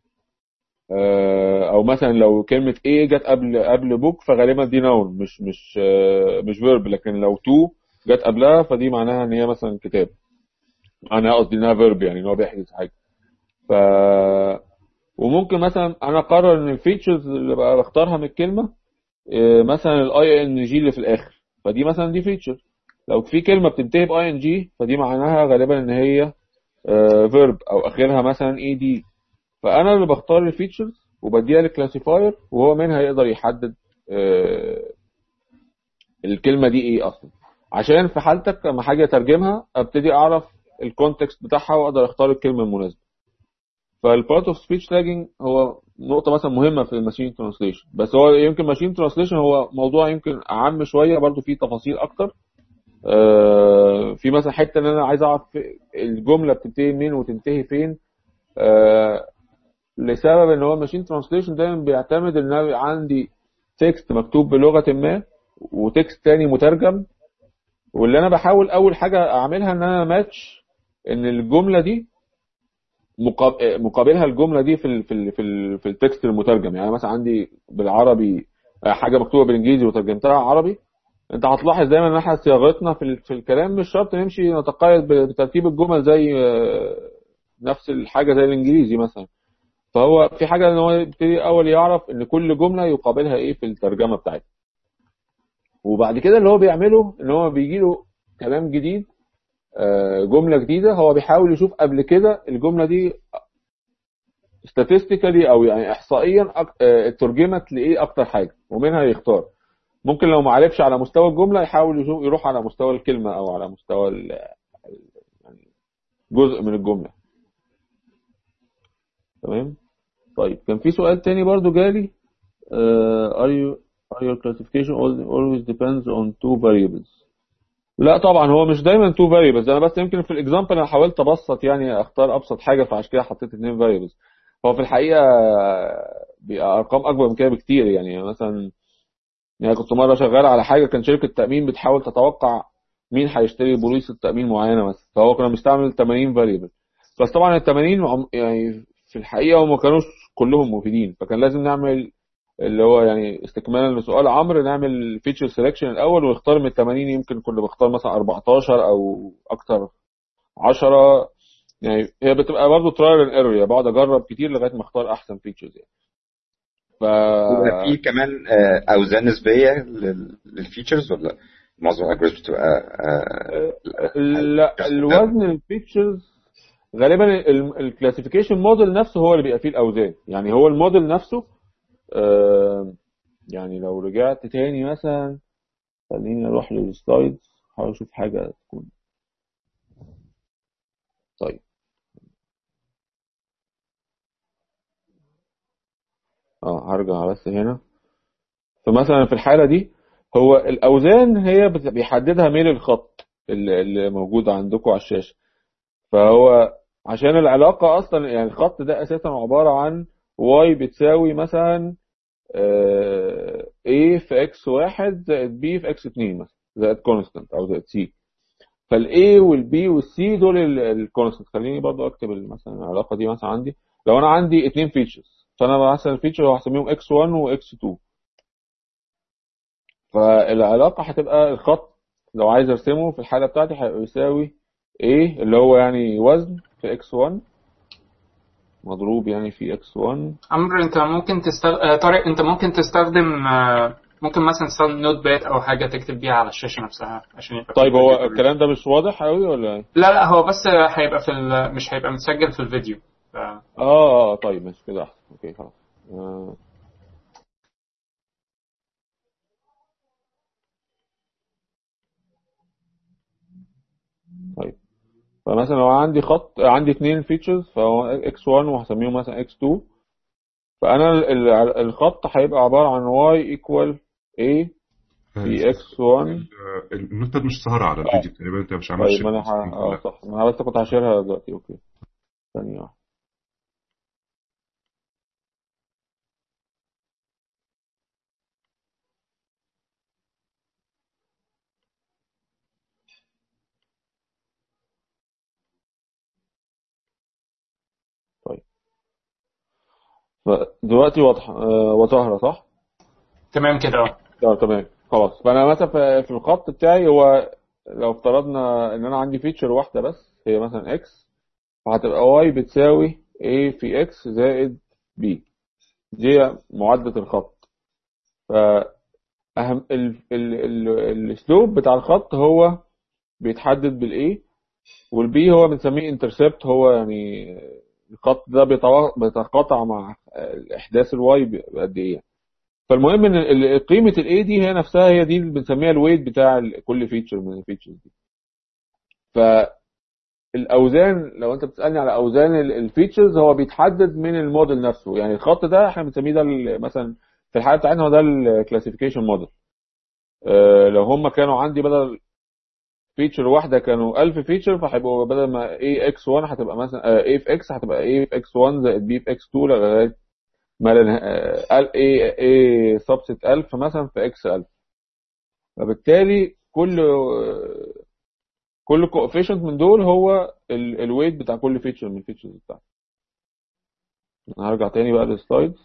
B: او مثلا لو كلمه ايه جت قبل بوك، فغالبا دي نون مش فيرب. لكن لو تو جت قبلها، فدي معناها ان هي مثلا كتاب. انا قصدي انها فيرب، يعني ان هو بيحدث حاجه. ف وممكن مثلا انا اقرر ان الفيتشرز اللي بقى بختارها من الكلمه مثلا الاي ان جي اللي في الاخر، فدي مثلا دي فيتشر. لو في كلمه بتنتهي باي ان جي، فدي معناها غالبا ان هي فيرب، او اخرها مثلا اي دي. فانا اللي بختار الفيتشرز وبديها للكلاسيفاير، وهو منها يقدر يحدد الكلمه دي ايه اصلا، عشان في حالتك لما حاجه اترجمها ابتدي اعرف الكونتكست بتاعها واقدر اختار الكلمه المناسبه. فالبارت اوف سبيتش تاجنج هو نقطه مثلا مهمه في الماشين ترانسليشن. بس هو يمكن ماشين ترانسليشن هو موضوع يمكن اعم شويه، برضو فيه تفاصيل اكتر. في مثلا حته ان انا عايز اعرف الجمله بتبتدي منين وتنتهي فين، لسبب ان هو الماشين ترانسليشن دايما بيعتمد ان انا عندي تكست مكتوب بلغه ما، وتكست تاني مترجم. واللي انا بحاول اول حاجه اعملها ان انا ماتش ان الجمله دي مقابلها الجمله دي في التكست المترجم. يعني مثلا عندي بالعربي حاجه مكتوبه بالانجليزي وترجمتها عربي، انت هتلاحظ دايما ان احنا صياغتنا في الكلام مش شرط نمشي نتقيد بترتيب الجمل زي نفس الحاجه زي الانجليزي مثلا. فهو في حاجه ان هو يبتدي اول يعرف ان كل جمله يقابلها ايه في الترجمه بتاعتها. وبعد كده اللي هو بيعمله ان هو بيجي له كلام جديد، جمله جديده، هو بيحاول يشوف قبل كده الجمله دي statistically او يعني احصائيا ترجمت لايه اكتر حاجه، ومنها يختار. ممكن لو ما عرفش على مستوى الجمله يحاول يروح على مستوى الكلمه، او على مستوى يعني جزء من الجمله. تمام. طيب كان في سؤال تاني برضو جالي. are your classification always depends on two variables؟ لا طبعا هو مش دايما two variables. انا بس يمكن في الاكزامبل انا حاولت ابسط، يعني اختار ابسط حاجه، فعشان كده حطيت 2 variables. هو في الحقيقه بيبقى ارقام اكبر من كده بكتير. يعني مثلا يعني كنت مره شغال على حاجه، كان شركه تامين بتحاول تتوقع مين هيشتري بوليصه تامين معينه مثلا، فهو كنا بنستعمل 80 variable. بس طبعا ال 80 يعني في الحقيقه هم ما كانوش كلهم مفيدين، فكان لازم نعمل اللي هو يعني استكمالا لسؤال عمرو، نعمل فيتشر سelection الاول ونختار من ال 80. يمكن كنا بختار مثلا 14 او اكتر 10. يعني هي بتبقى برضه ترايل اند ايرور، بقعد اجرب كتير لغايه ما اختار احسن فيتشرز يعني. ف
D: بيبقى في كمان اوزان نسبيه للفيتشرز، ولا معظم الالجوريزمز بتبقى
B: لا، الوزن الفيتشرز غالبا الكلاسيفيكيشن موديل نفسه هو اللي بيبقى فيه الاوزان. يعني هو الموديل نفسه. يعني لو رجعت تاني مثلا، خليني اروح للسلايدز احاول اشوف حاجه تكون. طيب هرجع بس هنا. فمثلا في الحاله دي هو الاوزان هي بيحددها ميل الخط اللي موجود عندكم على الشاشه. فهو عشان العلاقه اصلا، يعني الخط ده اساسا عباره عن y بتساوي مثلا a في x1 زائد b في x2 مثلا، زائد كونستانت او زائد c. فالاي والبي والسي دول الكونستنت. خليني برضو اكتب مثلا العلاقه دي مثلا عندي. لو انا عندي 2 فيتشرز، فانا مثلا الفيتشر هسميهم x1 وx2. فالعلاقه هتبقى الخط لو عايز ارسمه في الحاله بتاعتي هيساوي a اللي هو يعني وزن في x1 مضروب يعني في x1.
C: عمرو انت ممكن طارق انت ممكن تستخدم ممكن مثلا تستخدم نوت باد او حاجه تكتب بيها على الشاشه نفسها عشان يبقى
B: طيب هو الكلام ده مش واضح قوي ولا ايه؟
C: لا هو بس هيبقى مش هيبقى متسجل في الفيديو
B: طيب ماشي كده احسن. اوكي خلاص. طيب فمثلا لو عندي خط، عندي 2 فيتشرز، فهو x1 وهسميهم مثلا x2. فانا الخط هيبقى عباره عن y equal a في x1.
A: النوت باد مش ظاهره على الفيديو تقريبا، انت مش عامل
B: طيب
A: شير
B: انا صح، انا بس كنت هشيرها دلوقتي. اوكي ثانيه واحده. طيب فدلوقتي واضحه وظاهره صح؟
C: تمام كده.
B: تمام خلاص. فانا مثلا في الخط بتاعي، هو لو افترضنا ان انا عندي فيتشر واحده بس هي مثلا x، فهتبقى y بتساوي a في x زائد b. دي معادله الخط. فاهم الاسلوب بتاع الخط هو بيتحدد بالايه، والبي هو بنسميه انترسبت. هو يعني الخط ده بيتقاطع مع احداث الواي بقد ايه. فالمهم ان قيمه الاي دي هي نفسها، هي دي اللي بنسميها الويت بتاع كل فيتشر من الفيتشرز دي. فالاوزان، لو انت بتسالني على اوزان الفيتشرز، هو بيتحدد من الموديل نفسه. يعني الخط ده احنا بنسميه ده مثلا في الحاله بتاعتنا هو ده الكلاسيفيكيشن موديل. لو هم كانوا عندي بدل فيتشر واحده كانوا 1000 فيتشر، فهيبقوا بدل ما a x1 هتبقى مثلا a في x هتبقى a في x1 زائد b في x2 لغايه ما a subset 1000 مثلا في x 1000. فبالتالي كل كوفيشنت من دول هو الويت بتاع كل فيتشر من الفيتشرز بتاعته. هرجع تاني بقى للسلايدز.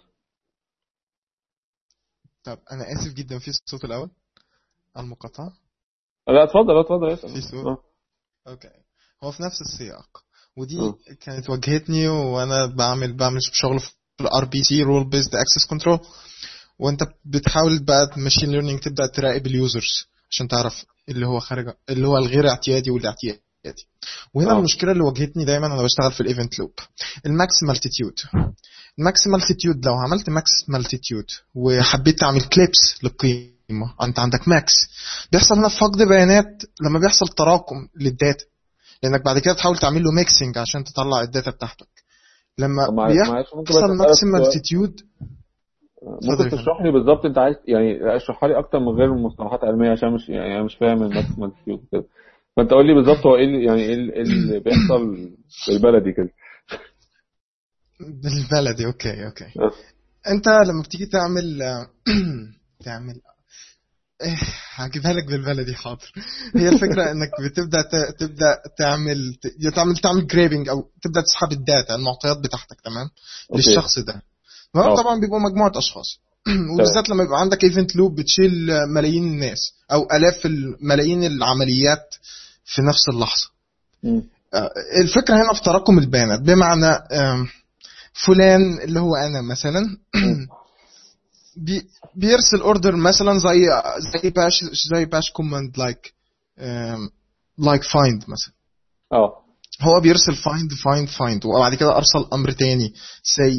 E: طب انا اسف جدا في الصوت الاول على المقاطعه.
B: لا اتفضل اسال.
E: في صوت. اوكي. هو في نفس السياق، ودي كانت واجهتني وانا بعمل شغل في الار بي سي رول بيزد اكسس كنترول، وانت بتحاول بقى ماشين ليرنينج تبدا تراقب اليوزرز عشان تعرف اللي هو خارج، اللي هو الغير اعتيادي والاعتيادي. وهنا المشكله اللي واجهتني دايما انا بشتغل في الايفنت لوب، الماكس مالتيتيود. الماكس مالتيتيود لو عملت ماكس مالتيتيود وحبيت تعمل كليبس للقيمه، انت عندك ماكس، بيحصل هنا فقد بيانات لما بيحصل تراكم للداتا، لانك بعد كده تحاول تعمل له ميكسنج عشان تطلع الداتا بتاعتك. لما بيحصل ماكس مالتيتيود،
B: ممكن تشرح لي بالظبط انت عايز يعني اشرحها لي اكتر من غير مصطلحات علميه، عشان مش يعني مش فاهم الماكس مالتيتيود كده. فانت قول لي بالظبط هو ايه يعني ايه اللي بيحصل بالبلدي كده.
E: بالبلدي اوكي. انت لما بتيجي تعمل هجيبها لك بالبلدي حاضر. هي الفكره انك تبدا تعمل جريبنج، او تبدا تسحب الداتا المعطيات بتاعتك تمام للشخص ده. طبعا بيبقوا مجموعه اشخاص وبالذات لما يبقى عندك ايفنت لوب بتشيل ملايين الناس او الاف الملايين العمليات في نفس اللحظه. الفكره هنا في تراكم البيانات، بمعنى فلان اللي هو انا مثلا بيرسل اوردر مثلا زي باش كوماند لايك فايند مثلا. هو بيرسل فايند وبعد كده ارسل امر تاني سي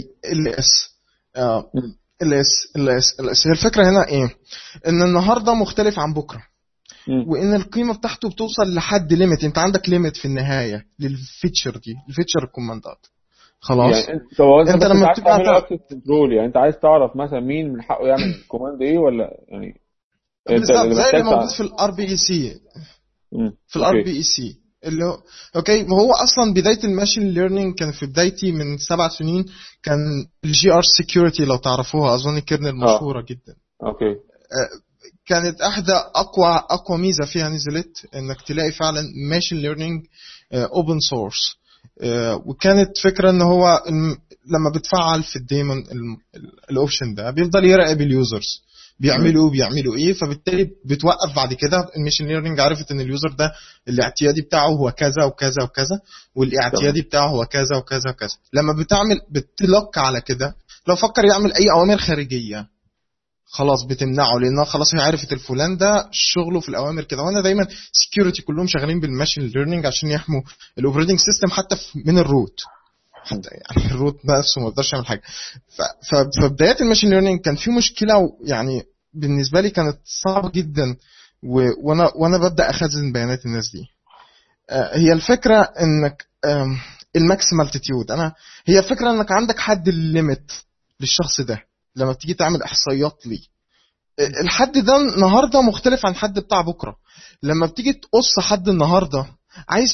E: ls. الفكره هنا ايه؟ ان النهارده مختلف عن بكره، وان القيمه بتاعته بتوصل لحد ليميت. انت عندك ليميت في النهايه للفيتشر دي، الفيتشر الكوماندات خلاص.
B: يعني انت لما بتبقى اكسس كنترول، يعني انت عايز تعرف مثلا مين من حقه يعمل كوماند ايه، ولا يعني
E: بالظبط زي اللي موجود في الار بي اي سي. في الار بي اي سي اللي هو اوكي. وهو اصلا بدايه الماشين ليرنينج كان في بدايتي من 7 سنين، كان الجي ار سيكيورتي لو تعرفوها، اظن كيرنل مشهوره جدا.
B: اوكي.
E: كانت احدى اقوى ميزه فيها نزلت انك تلاقي فعلا ماشين ليرنينج اوبن سورس. وكانت فكره ان هو لما بتفعل في الديمون الاوبشن ده بيفضل يراقب اليوزرز، بيعملوا ايه. فبالتالي بتوقف بعد كده. الماشين ليرنينج عرفت ان اليوزر ده الاعتيادي بتاعه هو كذا وكذا وكذا، والاعتيادي بتاعه هو كذا وكذا وكذا. لما بتلق على كده، لو فكر يعمل اي اوامر خارجيه خلاص بتمنعه، لانها خلاص هي عرفت الفلان ده شغله في الاوامر كده. وانا دايما سكيورتي كلهم شغالين بالماشين ليرنينج عشان يحموا الاوبريتنج سيستم حتى من الروت، حتى يعني الروت نفسه ما يقدرش يعمل حاجه. فبدايه الماشين ليرنينج كان في مشكله، يعني بالنسبه لي كانت صعبه جدا. وانا ببدا اخزن بيانات الناس دي. هي الفكره انك الماكسيمال تيتيود، هي الفكره انك عندك حد الليميت للشخص ده لما بتيجي تعمل احصائيات ليه. الحد ده النهارده مختلف عن حد بتاع بكره. لما بتيجي تقص حد النهارده عايز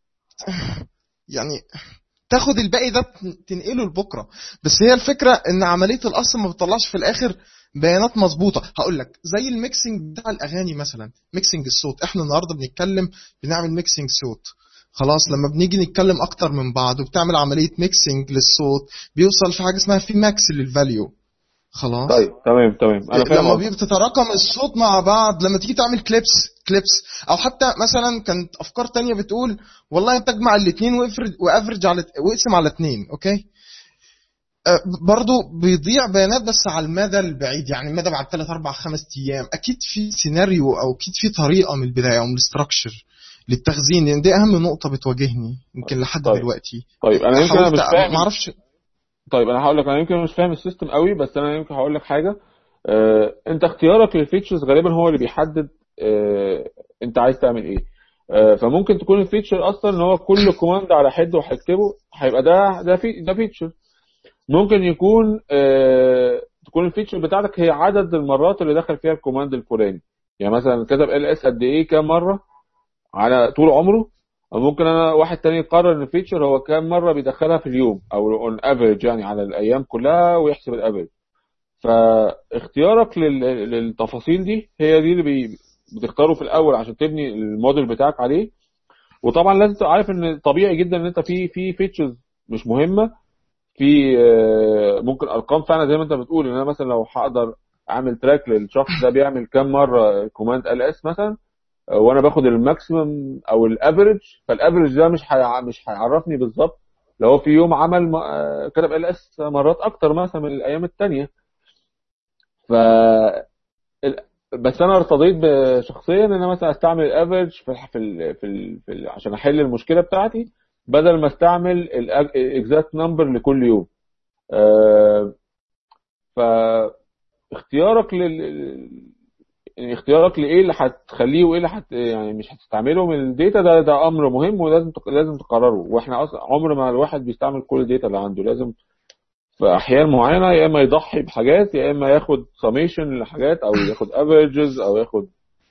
E: يعني تاخد الباقي ده تنقله لبكره. بس هي الفكره ان عمليه القص ما بتطلعش في الاخر بيانات مظبوطه. هقول لك زي الميكسنج بتاع الاغاني مثلا، ميكسنج الصوت. احنا النهارده بنعمل ميكسنج صوت. خلاص لما بنيجي نتكلم اكتر من بعض وبتعمل عمليه ميكسنج للصوت، بيوصل في حاجه اسمها في ماكس للفاليو. خلاص
B: طيب تمام انا فاهم.
E: لما بتتراكم الصوت مع بعض، لما تيجي تعمل كليبس او حتى مثلا كانت افكار تانية بتقول والله تجمع الاثنين وافرج على واقسم على 2. اوكي برضو بيضيع بيانات بس على المدى البعيد، يعني المدى بعد 3 4 5 ايام. اكيد في سيناريو او اكيد في طريقه من البدايه او من الاستراكشر للتخزين، لان دي اهم نقطه بتواجهني يمكن لحد دلوقتي.
B: طيب انا يمكن مش فاهم،
E: ما اعرفش.
B: طيب انا هقول لك، انا يمكن مش فاهم السيستم قوي، بس انا يمكن هقول لك حاجه. انت اختيارك للفيتشرز غالبا هو اللي بيحدد انت عايز تعمل ايه. فممكن تكون الفيتشر اصلا ان هو كل كوماند على حد وهكتبه هيبقى ده فيتشر. ممكن يكون تكون الفيتشر بتاعتك هي عدد المرات اللي دخل فيها الكوماند الفلاني. يعني مثلا كتب ls قد ايه كام مره على طول عمره. او ممكن انا واحد تاني يقرر ان الفيتشر هو كام مره بيدخلها في اليوم او اون افريج، يعني على الايام كلها ويحسب الافريج. فاختيارك للتفاصيل دي هي دي اللي بتختاره في الاول عشان تبني الموديل بتاعك عليه. وطبعا لازم تبقى عارف ان طبيعي جدا ان انت في فيتشرز مش مهمه، في ممكن ارقام فعلا زي ما انت بتقول، ان انا مثلا لو هقدر اعمل تراك للشخص ده بيعمل كام مره كوماند ls مثلا، وانا باخد الماكسيمم او الافريج، فالافريج ده مش هيعرفني بالظبط لو هو في يوم عمل كتب ls مرات اكتر مثلا من الايام التانية. ف بس انا ارتضيت شخصيا ان انا مثلا استعمل الافريج عشان احل المشكله بتاعتي، بدل ما استعمل الاكزاكت نمبر لكل يوم. فاختيارك يعني اختيارك لايه اللي هتخليه وايه اللي يعني مش هتستعمله من الداتا ده امر مهم ولازم تقرره. واحنا اصلا عمر ما الواحد بيستعمل كل الداتا اللي عنده، لازم في احيان معينه يا اما يضحي بحاجات يا اما ياخد سميشن لحاجات او ياخد افريجز او ياخد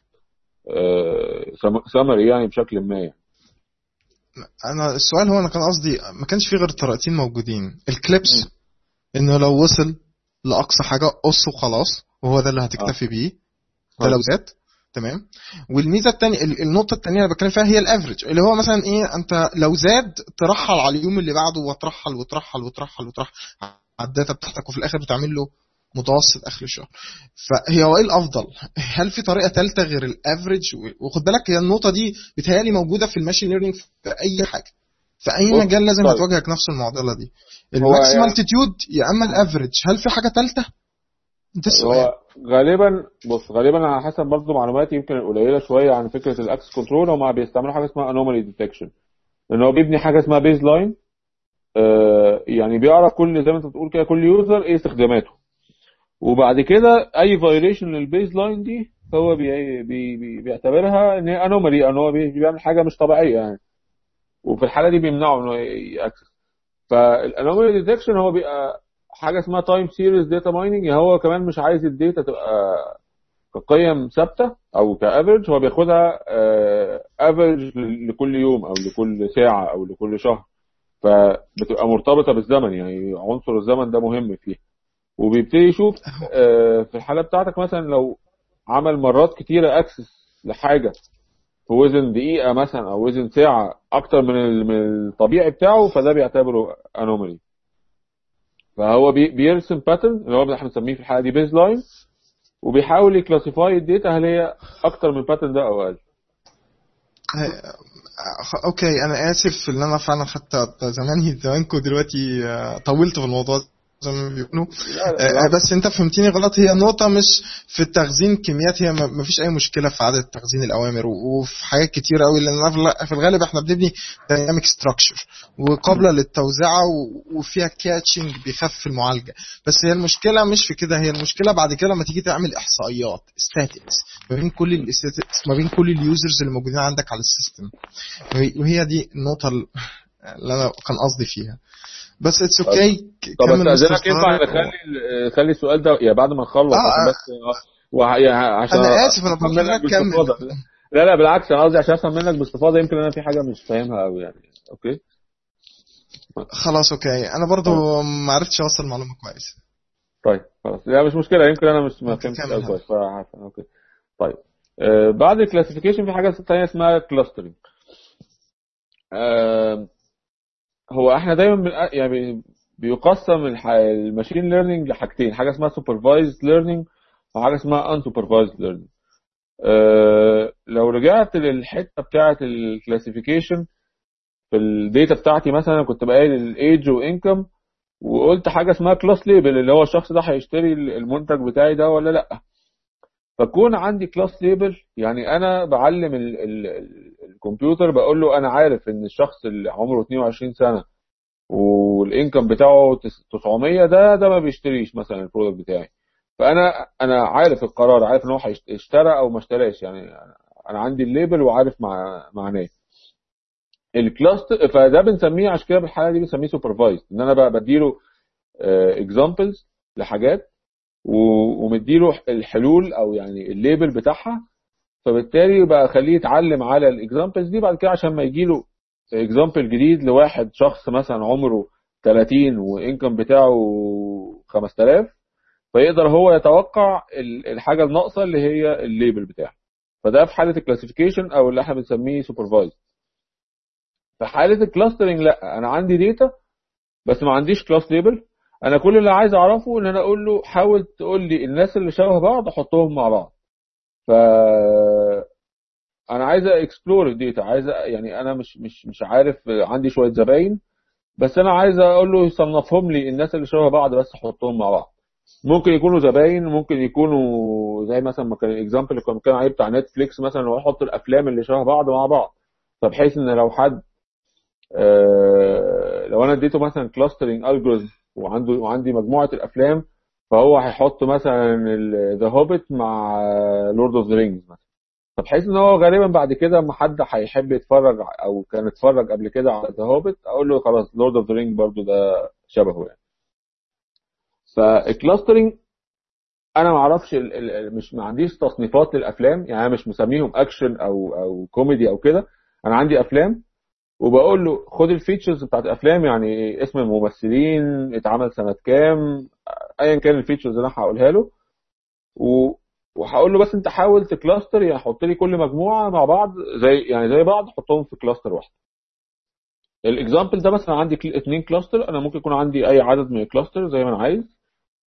B: سمري يعني بشكل ما يعني.
E: انا السؤال هو انا كان قصدي ما كانش في غير طريقتين موجودين. الكليبس انه لو وصل لاقصى حاجه قص وخلاص وهو ده اللي هتكتفي بيه، ده لو زاد تمام. والميزه الثانيه النقطه الثانيه اللي بتكلم فيها هي الافريج، اللي هو مثلا ايه، انت لو زاد ترحل على اليوم اللي بعده وترحل على الداتا بتاعتك، وفي الاخر بتعمل له متوسط اخر الشهر. فهي ايه الافضل؟ هل في طريقه ثالثه غير الافريج؟ وخد بالك هي النقطه دي بتهيالي موجوده في الماشين ليرنينج في اي حاجه، في اي مجال لازم هتواجهك نفس المعضله دي، الماكسيمال التيتيود يا اما الافريج. هل في حاجه ثالثه؟
B: هو غالبا على حسب برضه معلوماتي يمكن القليله شويه عن فكره الاكسس كنترول، هم بيستعملوا حاجه اسمها انومالي ديتكشن، ان هو بيبني حاجه اسمها بيز لاين. يعني بيعرف كل زي ما انت بتقول كده كل يوزر ايه استخداماته، وبعد كده اي فايوليشن للبيز لاين دي هو بيعتبرها ان هي انومالي، ان هو بيعمل حاجه مش طبيعيه يعني، وفي الحاله دي بيمنعه انه ياكسس. فالانومالي ديتكشن هو بيبقى حاجه اسمها تايم سيريز داتا مايننج. هو كمان مش عايز الداتا تبقى كقيم ثابته او كافريج، هو بياخدها افريج لكل يوم او لكل ساعه او لكل شهر، فبتبقى مرتبطه بالزمن، يعني عنصر الزمن ده مهم فيه. وبيبتدي يشوف في الحاله بتاعتك مثلا لو عمل مرات كتيره اكسس لحاجه في وزن دقيقه مثلا او وزن ساعه اكتر من الطبيعي بتاعه، فده بيعتبره انومالي. فهو بيرسم باترن اللي هو احنا بنسميه في الحاله دي بيز لاين، وبيحاول يكلاسيفاي الداتا هل هي اكتر من باترن ده او اقل.
E: اوكي انا اسف ان انا فعلا خدت زمانكم دلوقتي طولت في الموضوع زي ما بيقولوا. بس انت فهمتني غلط. هي النقطه مش في التخزين كميات، هي ما فيش اي مشكله في عدد تخزين الاوامر وفي حاجات كتير قوي، لان في الغالب احنا بنبني دايناميك ستراكشر وقابله للتوزيع وفيها كاتشنج بيخفف المعالجه. بس هي المشكله مش في كده، هي المشكله بعد كده لما تيجي تعمل احصائيات ستاتيكس ما بين كل اليوزرز اللي موجودين عندك على السيستم، وهي دي النقطه اللي انا كان قصدي فيها. بس اتس اوكي.
B: طب استاذنك ينفع نخلي السؤال ده يا بعد ما نخلص عشان بس عشان
E: انا اسف انا بطلع كمل.
B: لا بالعكس انا قصدي عشان افهم منك باستفاضه، يمكن انا في حاجه مش فاهمها قوي يعني. اوكي
E: خلاص اوكي انا برضو ما عرفتش اوصل المعلومه كويس.
B: طيب خلاص لا مش مشكله، يمكن انا مش ما فهمتش كويس فعارف. اوكي طيب بعد الكلاسيفيكيشن في حاجه ثانيه اسمها كلاسترنج. هو احنا دايما يعني بيقسم الماشين ليرنينج لحاجتين، حاجه اسمها سوبرفايزد ليرنينج وحاجه اسمها ان سوبرفايزد ليرنينج. لو رجعت للحته بتاعه الكلاسيفيكيشن في الداتا بتاعتي، مثلا كنت بقايل الايدج وانكم وقلت حاجه اسمها كلاس ليبل اللي هو الشخص ده هيشتري المنتج بتاعي ده ولا لا. فكون عندي كلاس ليبل يعني انا بعلم الكمبيوتر بقول له انا عارف ان الشخص اللي عمره 22 سنه والانكم بتاعه 900 ده ما بيشتريش مثلا البرودكت بتاعي. فانا عارف القرار، عارف ان هو اشترى او ما اشتراش، يعني انا عندي الليبل وعارف معناه. الكلاس فده بنسميه عشان كده بالحاله دي بنسميه سوبرفايزد، ان انا بقى بديله اكزامبلز لحاجات ومديله الحلول او يعني الليبل بتاعها، فبالتالي بقى اخليه يتعلم على الاكزامبلز دي. بعد كده عشان ما يجي له اكزامبل جديد لواحد شخص مثلا عمره 30 وانكم بتاعه 5000، فيقدر هو يتوقع الحاجه الناقصه اللي هي الليبل بتاعه. فده في حاله الكلاسيفيكيشن او اللي احنا بنسميه سوبرفايزد. في حاله الكلاسترنج لا، انا عندي داتا بس ما عنديش كلاس ليبل. انا كل اللي عايز اعرفه ان انا اقول له حاول تقول لي الناس اللي شبه بعض احطهم مع بعض. ف انا عايز اكسبلور الداتا، عايز يعني انا مش عارف، عندي شويه زباين بس انا عايز اقول له يصنفهم لي الناس اللي شبه بعض بس احطهم مع بعض. ممكن يكونوا زباين، ممكن يكونوا زي مثلا ما كان الاكزامبل اللي كان عليه بتاع نتفليكس مثلا، لو احط الافلام اللي شبه بعض مع بعض، فبحيث ان لو حد لو انا اديته مثلا كلاسترنج الجوريزم وعندي مجموعه الافلام، فهو هيحط مثلا ذا هوبيت مع لورد اوف ذا رينجز مثلا، فبحيث ان هو غالبا بعد كده اما حد هيحب يتفرج او كان اتفرج قبل كده على ذا هوبيت اقول له خلاص لورد اوف ذا رينج برضو ده شبهه يعني. فالكلاسترنج انا ما اعرفش ما عنديش تصنيفات للافلام، يعني انا مش مسميهم اكشن او كوميدي او كده. انا عندي افلام وبقول له خد الفيتشرز بتاعت الافلام، يعني اسم الممثلين، اتعمل سنه كام، ايا كان الفيتشرز اللي انا هقولها له، وهقول له بس انت حاول تكلاستر، يعني حط لي كل مجموعه مع بعض زي بعض، حطهم في كلاستر واحد. الاكزامبل ده مثلا عندي 2 كلاستر، انا ممكن يكون عندي اي عدد من الكلاستر زي ما انا عايز.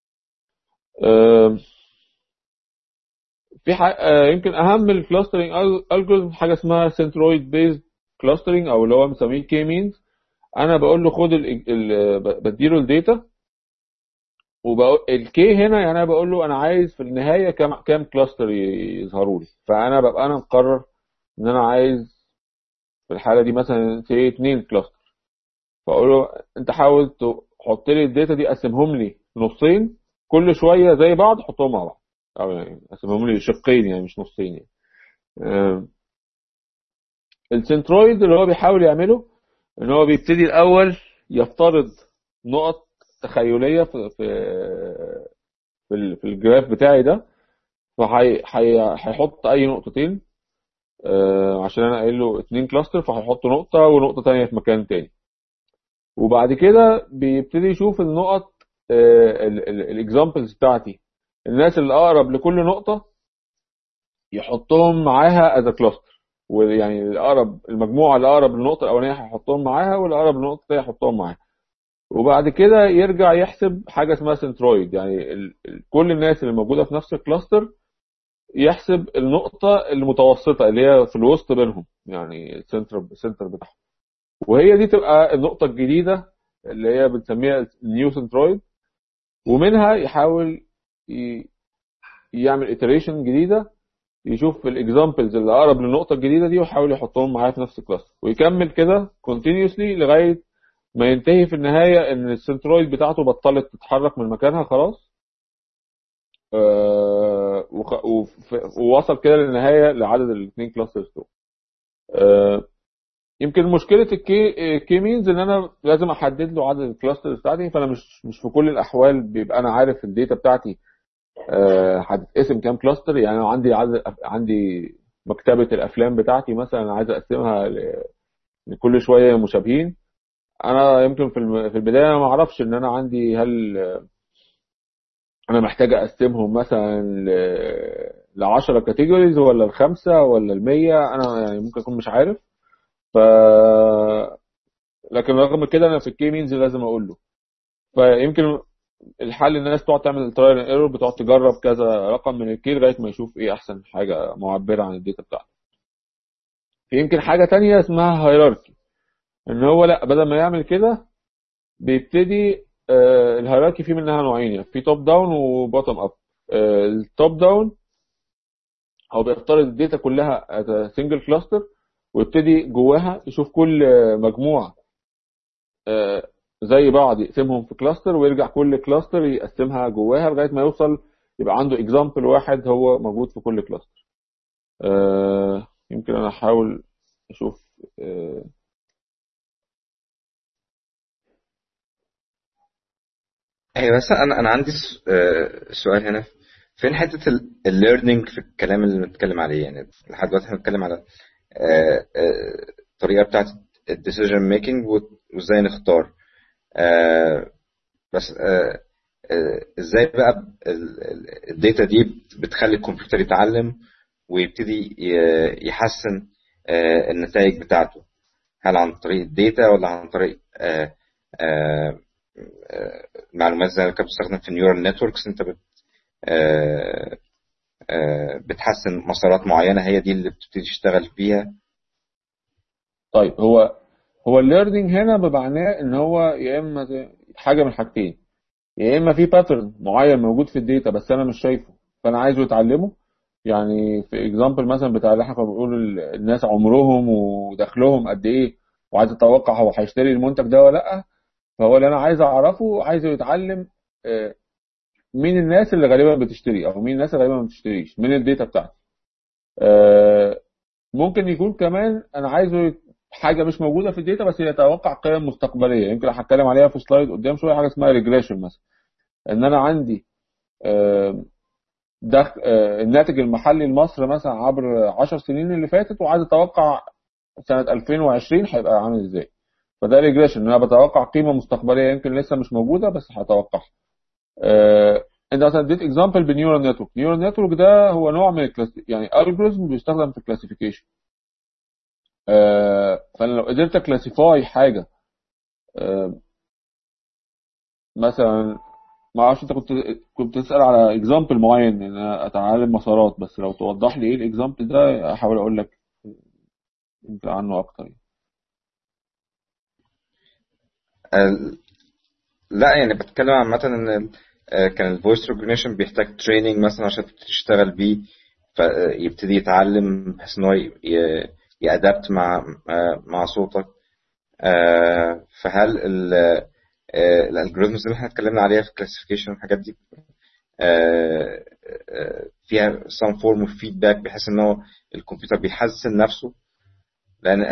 B: في يمكن اهم الكلاسترنج الجوريزم حاجه اسمها سنترويد بيزد كلاسترنج او اللي هو بنسميه كي مينز. انا بقول له خد بديله الداتا وبقول الكي هنا، يعني انا بقول له انا عايز في النهايه كام كلاستر يظهروا لي، فانا ببقى انا مقرر ان انا عايز في الحاله دي مثلا 2 كلاستر، فاقول له انت حاول تحط لي الداتا دي قسمهم لي نصين كل شويه زي بعض حطهم مع بعض، او يعني قسمهم لي شقين يعني مش نصين يعني. السنترويد اللي هو بيحاول يعمله ان هو بيبتدي الاول يفترض نقط تخيليه في الجراف بتاعي ده، فهيحط اي نقطتين عشان انا قايل له 2 كلاستر، فهيحط نقطه ونقطه ثانيه في مكان تاني. وبعد كده بيبتدي يشوف النقط الاكزامبلز بتاعتي، الناس اللي اقرب لكل نقطه يحطهم معاها از كلاستر، ويعني المجموعه اللي اقرب للنقطه الاولانيه هيحطهم معاها، واللي اقرب للنقطه الثانيه هيحطهم معاها. وبعد كده يرجع يحسب حاجه اسمها سنترويد، يعني كل الناس اللي موجوده في نفس الكلاستر يحسب النقطه المتوسطه اللي هي في الوسط بينهم، يعني السنتر بتاعهم، وهي دي تبقى النقطه الجديده اللي هي بنسميها نيو سنترويد. ومنها يحاول يعمل iteration جديده، يشوف الاكزامبلز اللي اقرب للنقطه الجديده دي ويحاول يحطهم معايا في نفس الكلاس، ويكمل كده continuously لغايه ما ينتهي في النهايه ان السنترويد بتاعته بطلت تتحرك من مكانها خلاص. ووصل كده للنهايه لعدد الاثنين كلاسترز دول. يمكن مشكله الكي مينز ان انا لازم احدد له عدد الكلاسترز بتاعتي، فانا مش في كل الاحوال بيبقى انا عارف الداتا بتاعتي هتتقسم كام كلاستر. يعني انا عندي مكتبه الافلام بتاعتي مثلا عايز اقسمها لكل شويه مشابهين. انا يمكن في البدايه ما اعرفش ان انا عندي هل انا محتاج اقسمهم مثلا ل 10 كاتيجوريز ولا الخمسه ولا ال100. انا يعني ممكن اكون مش عارف. ف لكن رغم كده انا في الكي مينز لازم اقول له. فيمكن الحل الناس تقعد تعمل ترايل اند ايرور، بتقعد تجرب كذا رقم من الكي لغايه ما يشوف ايه احسن حاجه معبره عن الداتا بتاعته. يمكن حاجه تانية اسمها هيراركي، ان هو لا بدل ما يعمل كده بيبتدي الهيراركي فيه منها نوعين، يعني في توب داون وبوتوم اب. التوب داون هو بيفترض الداتا كلها سنجل كلاستر ويبتدي جواها يشوف كل مجموعه زي بعض يقسمهم في كلاستر، ويرجع كل كلاستر يقسمها جواها لغايه ما يوصل يبقى عنده اكزامبل واحد هو موجود في كل كلاستر. يمكن انا احاول اشوف.
D: ايوه، بس انا عندي سؤال هنا. فين حته الليرنينج في الكلام اللي بنتكلم عليه؟ يعني لحد دلوقتي احنا بنتكلم على الطريقه بتاعت الديسيجن ميكنج وازاي نختار. بس ازاي بقى الداتا دي بتخلي الكمبيوتر يتعلم ويبتدي يحسن النتائج بتاعته؟ هل عن طريق الداتا ولا عن طريق معلومات زي اللي كانت بتستخدم في النيورال نتوركس؟ انت بتحسن مسارات معينة هي دي اللي بتبتدي تشتغل فيها.
B: طيب هو الليرنينج هنا بمعناه ان هو يا اما حاجه من حاجتين، يا اما في باترن معين موجود في الداتا بس انا مش شايفه فانا عايزه يتعلمه. يعني في اكزامبل مثلا بتاع اللي احنا كنا بنقول الناس عمرهم ودخلهم قد ايه، وعايز اتوقع هو هيشتري المنتج ده ولا لا. فهو اللي انا عايز اعرفه، عايزه يتعلم مين الناس اللي غالبا بتشتري او مين الناس اللي غالبا ما بتشتريش من الداتا بتاعتي. ممكن يكون كمان انا عايزه حاجه مش موجوده في الداتا بس يتوقع قيم مستقبليه. يمكن هتكلم عليها في سلايد قدام شويه، حاجه اسمها ريجريشن مثلا، ان انا عندي الناتج المحلي لمصر مثلا عبر 10 سنين اللي فاتت، وعايز اتوقع سنه 2020 هيبقى عامل ازاي. فده ريجريشن، ان انا بتوقع قيمه مستقبليه يمكن لسه مش موجوده بس هتوقعها. انت مثلا اديت اكزامبل بنيورال نتورك. نيورال نتورك ده هو نوع من يعني الجوريزم بيستخدم في الكلاسيفيكيشن. فانا لو قدرت اكلاسيفاي حاجه مثلا، ما اعرفش انت كنت تسال على اكزامبل معين ان انا اتعلم مسارات، بس لو توضح لي ايه الاكزامبل ده احاول اقول لك يمكن عنه اكتر يعني.
D: لا يعني بتكلم عامة ان كان الفويس ريكوجنيشن بيحتاج تريننج مثلا عشان تشتغل بيه، فيبتدي يتعلم بحيث ان هو يأدابت مع صوتك. فهل الالجوريزمز اللي احنا اتكلمنا عليها في الكلاسيفيكيشن والحاجات دي فيها some form of feedback بحيث ان هو الكمبيوتر بيحسن نفسه؟ لان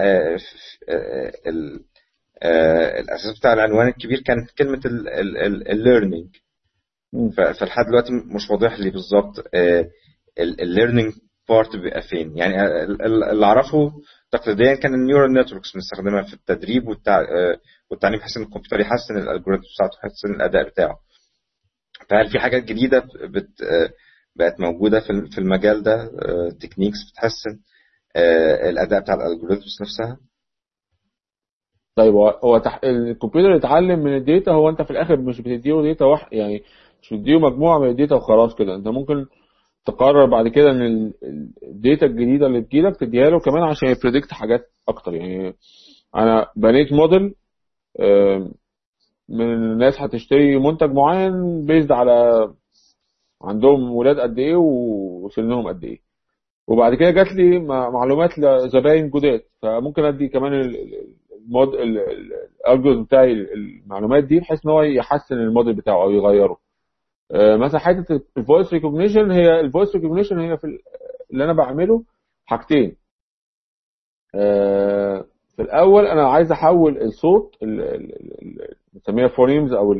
D: الاساس بتاع العنوان الكبير كان كلمه الليرنينج، فلحد دلوقتي مش واضح لي بالظبط الليرنينج بارت بيبقى فين. يعني اللي اعرفه تقليديا كان النيورال نتوركس بنستخدمها في التدريب والتعليم بحيث ان الكمبيوتر يحسن الالجوريثم بتاعته يحسن الاداء بتاعه. فهل في حاجات جديده بقت موجوده في المجال ده، تكنيكس بتحسن الاداء بتاع الالجوريثمز نفسها؟
B: طيب هو الكمبيوتر يتعلم من الداتا. هو انت في الاخر مش بتديله داتا واحد، يعني مش بتديله مجموعه من الداتا وخلاص كده. انت ممكن تقرر بعد كده ان الداتا الجديده اللي تجيلك تديها له كمان عشان يبريدكت حاجات اكتر. يعني انا بنيت موديل من الناس هتشتري منتج معين بيزد على عندهم ولاد قد ايه وسنهم قد ايه، وبعد كده جات لي معلومات لزباين جداد، فممكن ادي كمان الالجوريزم بتاعي المعلومات دي بحيث ان هو يحسن الموديل بتاعه او يغيره. مثلا حته الفويس ريكوجنيشن، هي الفويس ريكوجنيشن هي اللي انا بعمله حاجتين. في الاول انا عايز احول الصوت بنسميها فونيمز او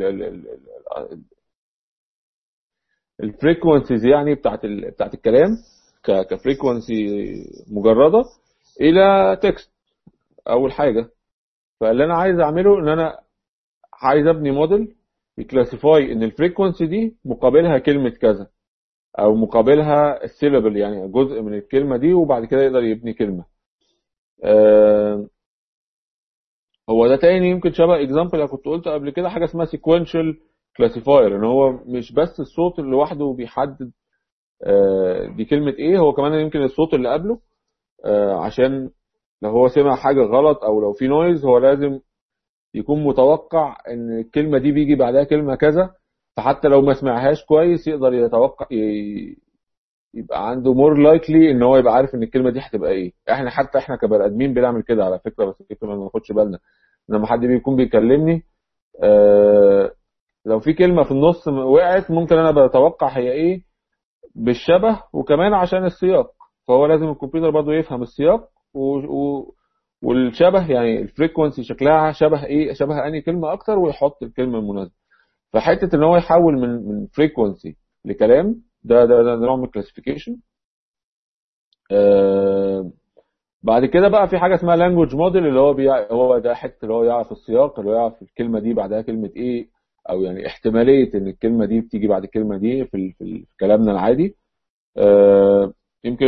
B: الفريكونسيز يعني بتاعت الكلام كفريكونسي مجرده الى تكست اول حاجه. فاللي انا عايز اعمله ان انا عايز ابني موديل يكلاسيفاي ان الفريكونسي دي مقابلها كلمه كذا او مقابلها السيلابل يعني جزء من الكلمه دي، وبعد كده يقدر يبني كلمه. هو ده تاني يمكن شبه اكزامبل اللي كنت قلت قبل كده، حاجه اسمها سيكوينشال كلاسيفاير، ان هو مش بس الصوت اللي لوحده بيحدد دي كلمه ايه، هو كمان يمكن الصوت اللي قبله عشان لو هو سمع حاجه غلط او لو في نويز هو لازم يكون متوقع ان الكلمه دي بيجي بعدها كلمه كذا، فحتى لو ما سمعهاش كويس يقدر يتوقع يبقى عنده مور لايكلي ان هو يبقى عارف ان الكلمه دي هتبقى ايه. احنا كبني ادمين بنعمل كده على فكره، بس ما ناخدش بالنا. لما حد بيكون بيكلمني لو في كلمه في النص وقعت ممكن انا بتوقع هي ايه بالشبه وكمان عشان السياق، فهو لازم الكمبيوتر برضو يفهم السياق والشبه، يعني الفريكونسي شكلها شبه ايه، شبه انهي كلمه اكتر ويحط الكلمه المناسبه. فحته ان هو يحول من فريكونسي لكلام ده نوع من الكلاسيفيكيشن. بعد كده بقى في حاجه اسمها لانجوج موديل، اللي هو ده حته اللي هو يعرف السياق، اللي هو يعرف الكلمه دي بعدها كلمه ايه، او يعني احتماليه ان الكلمه دي بتيجي بعد الكلمه دي في كلامنا العادي. يمكن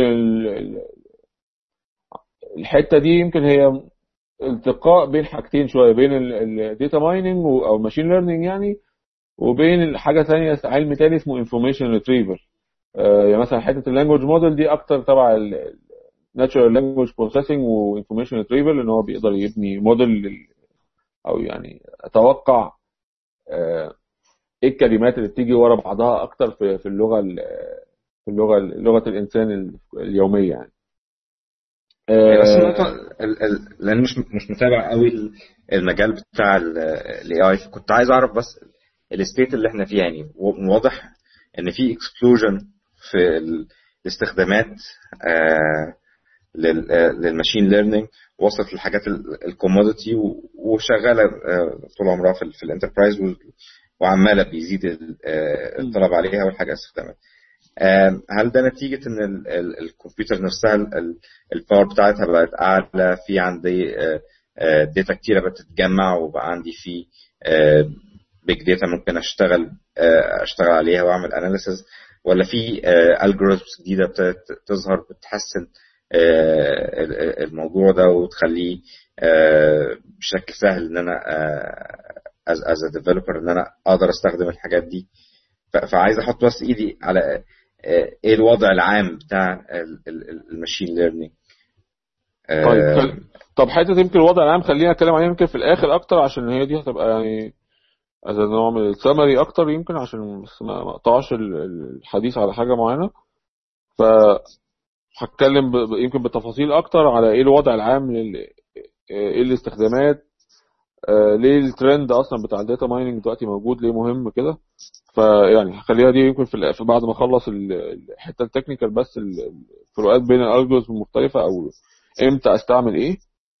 B: الحته دي يمكن هي التقاء بين حاجتين شويه، بين الداتا مايننج او ماشين ليرنينج يعني، وبين حاجه ثانيه علم تاني اسمه انفورميشن ريتريفل. يعني مثلا حته اللانجوج موديل دي اكتر تبع الناتشورال لانجوج بروسيسنج وانفورميشن ريتريفل، ان هو بيقدر يبني موديل او يعني اتوقع ايه الكلمات اللي بتيجي ورا بعضها اكتر في لغه الانسان اليوميه يعني.
D: بس النقطة لأن مش متابع قوي المجال بتاع الاي اي، كنت عايز أعرف بس الستيت اللي احنا فيها. يعني واضح إن في اكسبلوجن في الاستخدامات للماشين ليرنينج، وصلت للحاجات الكوموديتي وشغالة طول عمرها في الانتربرايز، وعمالة بيزيد الطلب عليها والحاجة استخدامات. هل ده نتيجة ان الكمبيوتر نفسها الباور بتاعتها بقت اعلى، في عندي داتا كتيرة بتتجمع وبقى عندي في بيج داتا ممكن اشتغل عليها واعمل اناليسز، ولا في الجوريثمز جديدة بتظهر بتحسن الموضوع ده وتخليه بشكل سهل ان انا as a developer ان انا اقدر استخدم الحاجات دي؟ فعايز احط بس ايدي على ايه الوضع العام بتاع الماشين ليرنينج.
B: طب حته يمكن الوضع العام خلينا نتكلم عليها يمكن في الاخر اكتر، عشان هي دي هتبقى يعني از نوع من السمري اكتر، يمكن عشان بس ما اقطعش الحديث على حاجه معينه. فهتكلم يمكن بتفاصيل اكتر على ايه الوضع العام ايه الاستخدامات، ليه الترند اصلا بتاع الداتا مايننج دلوقتي موجود، ليه مهم كده. فيعني هخليها دي يمكن في بعد ما اخلص الحته التكنيكال، بس الفروقات بين الالجوريزم المختلفه او امتى استعمل ايه.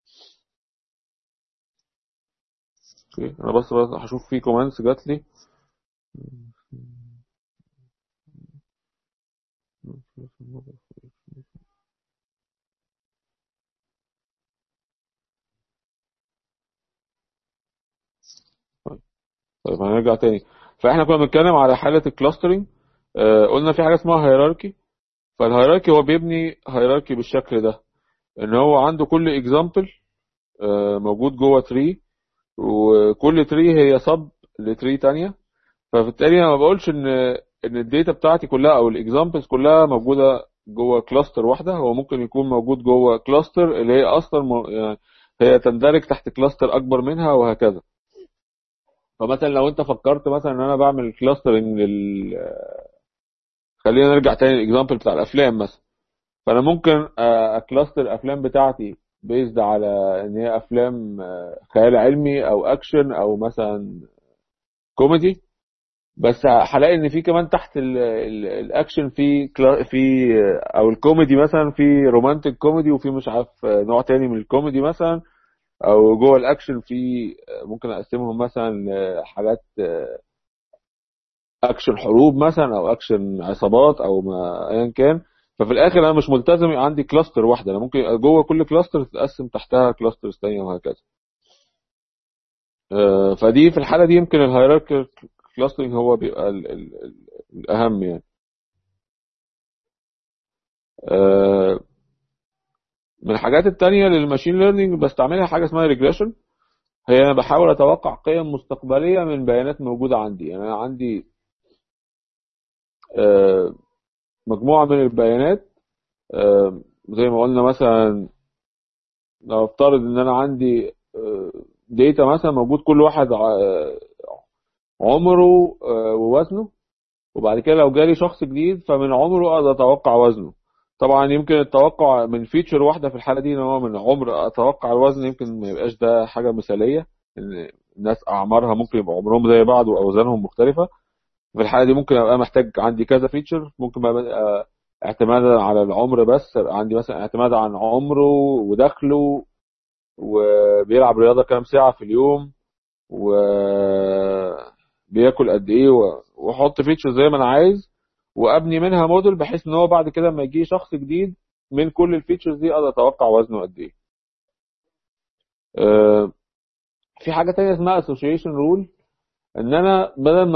B: اوكي انا بس هشوف في كومنتس جات لي. طيب هنرجع تاني. فاحنا كنا بنتكلم على حاله الكلاسترنج. قلنا في حاجه اسمها هيراركي. فالهيراركي هو بيبني هيراركي بالشكل ده، ان هو عنده كل اكزامبل موجود جوه تري وكل تري هي سب لتري تانية. فبالتالي انا ما بقولش ان الداتا بتاعتي كلها او الاكزامبلز كلها موجوده جوه كلاستر واحده. هو ممكن يكون موجود جوه كلاستر اللي هي اصلا يعني هي تندرج تحت كلاستر اكبر منها وهكذا. فمثلا لو انت فكرت مثلا ان انا بعمل كلاسترنج خلينا نرجع تاني للاكزامبل بتاع الافلام مثلا. فانا ممكن اكلاستر الافلام بتاعتي بيزد على ان هي افلام خيال علمي او اكشن او مثلا كوميدي. بس هلاقي ان في كمان تحت الاكشن في او الكوميدي مثلا في رومانتك كوميدي وفي مش عارف نوع تاني من الكوميدي مثلا. او جوه الاكشن في ممكن اقسمهم مثلا حاجات اكشن حروب مثلا او اكشن عصابات او ما ايا كان. ففي الاخر انا مش ملتزم يبقى عندي كلاستر واحده. انا ممكن جوه كل كلاستر تتقسم تحتها كلاسترز ثانيه وهكذا. فدي في الحاله دي يمكن الهيراركي كلاسترنج هو بيبقى الاهم يعني. من الحاجات التانية للماشين ليرنينج بستعملها حاجة اسمها ريجريشن. هي أنا بحاول أتوقع قيم مستقبلية من بيانات موجودة عندي. يعني أنا عندي مجموعة من البيانات زي ما قلنا مثلا لو افترض ان انا عندي ديتا مثلا موجود كل واحد عمره ووزنه. وبعد كده لو جالي شخص جديد فمن عمره اقدر اتوقع وزنه. طبعا يمكن التوقع من فيتشر واحده في الحاله دي ان هو من عمر اتوقع الوزن يمكن ما يبقاش ده حاجه مثاليه. ان الناس اعمارها ممكن يبقى عمرهم زي بعض واوزانهم مختلفه. في الحاله دي ممكن ابقى محتاج عندي كذا فيتشر. ممكن بقى اعتمادا على العمر بس يبقى عندي مثلا اعتماد عن عمره ودخله وبيلعب رياضه كام ساعه في اليوم وبياكل قد ايه واحط فيتشر زي ما انا عايز وابني منها موديل بحيث ان هو بعد كده لما يجي شخص جديد من كل الفيتشرز دي اقدر اتوقع وزنه قد ايه. في حاجه تانية اسمها association rule. ان انا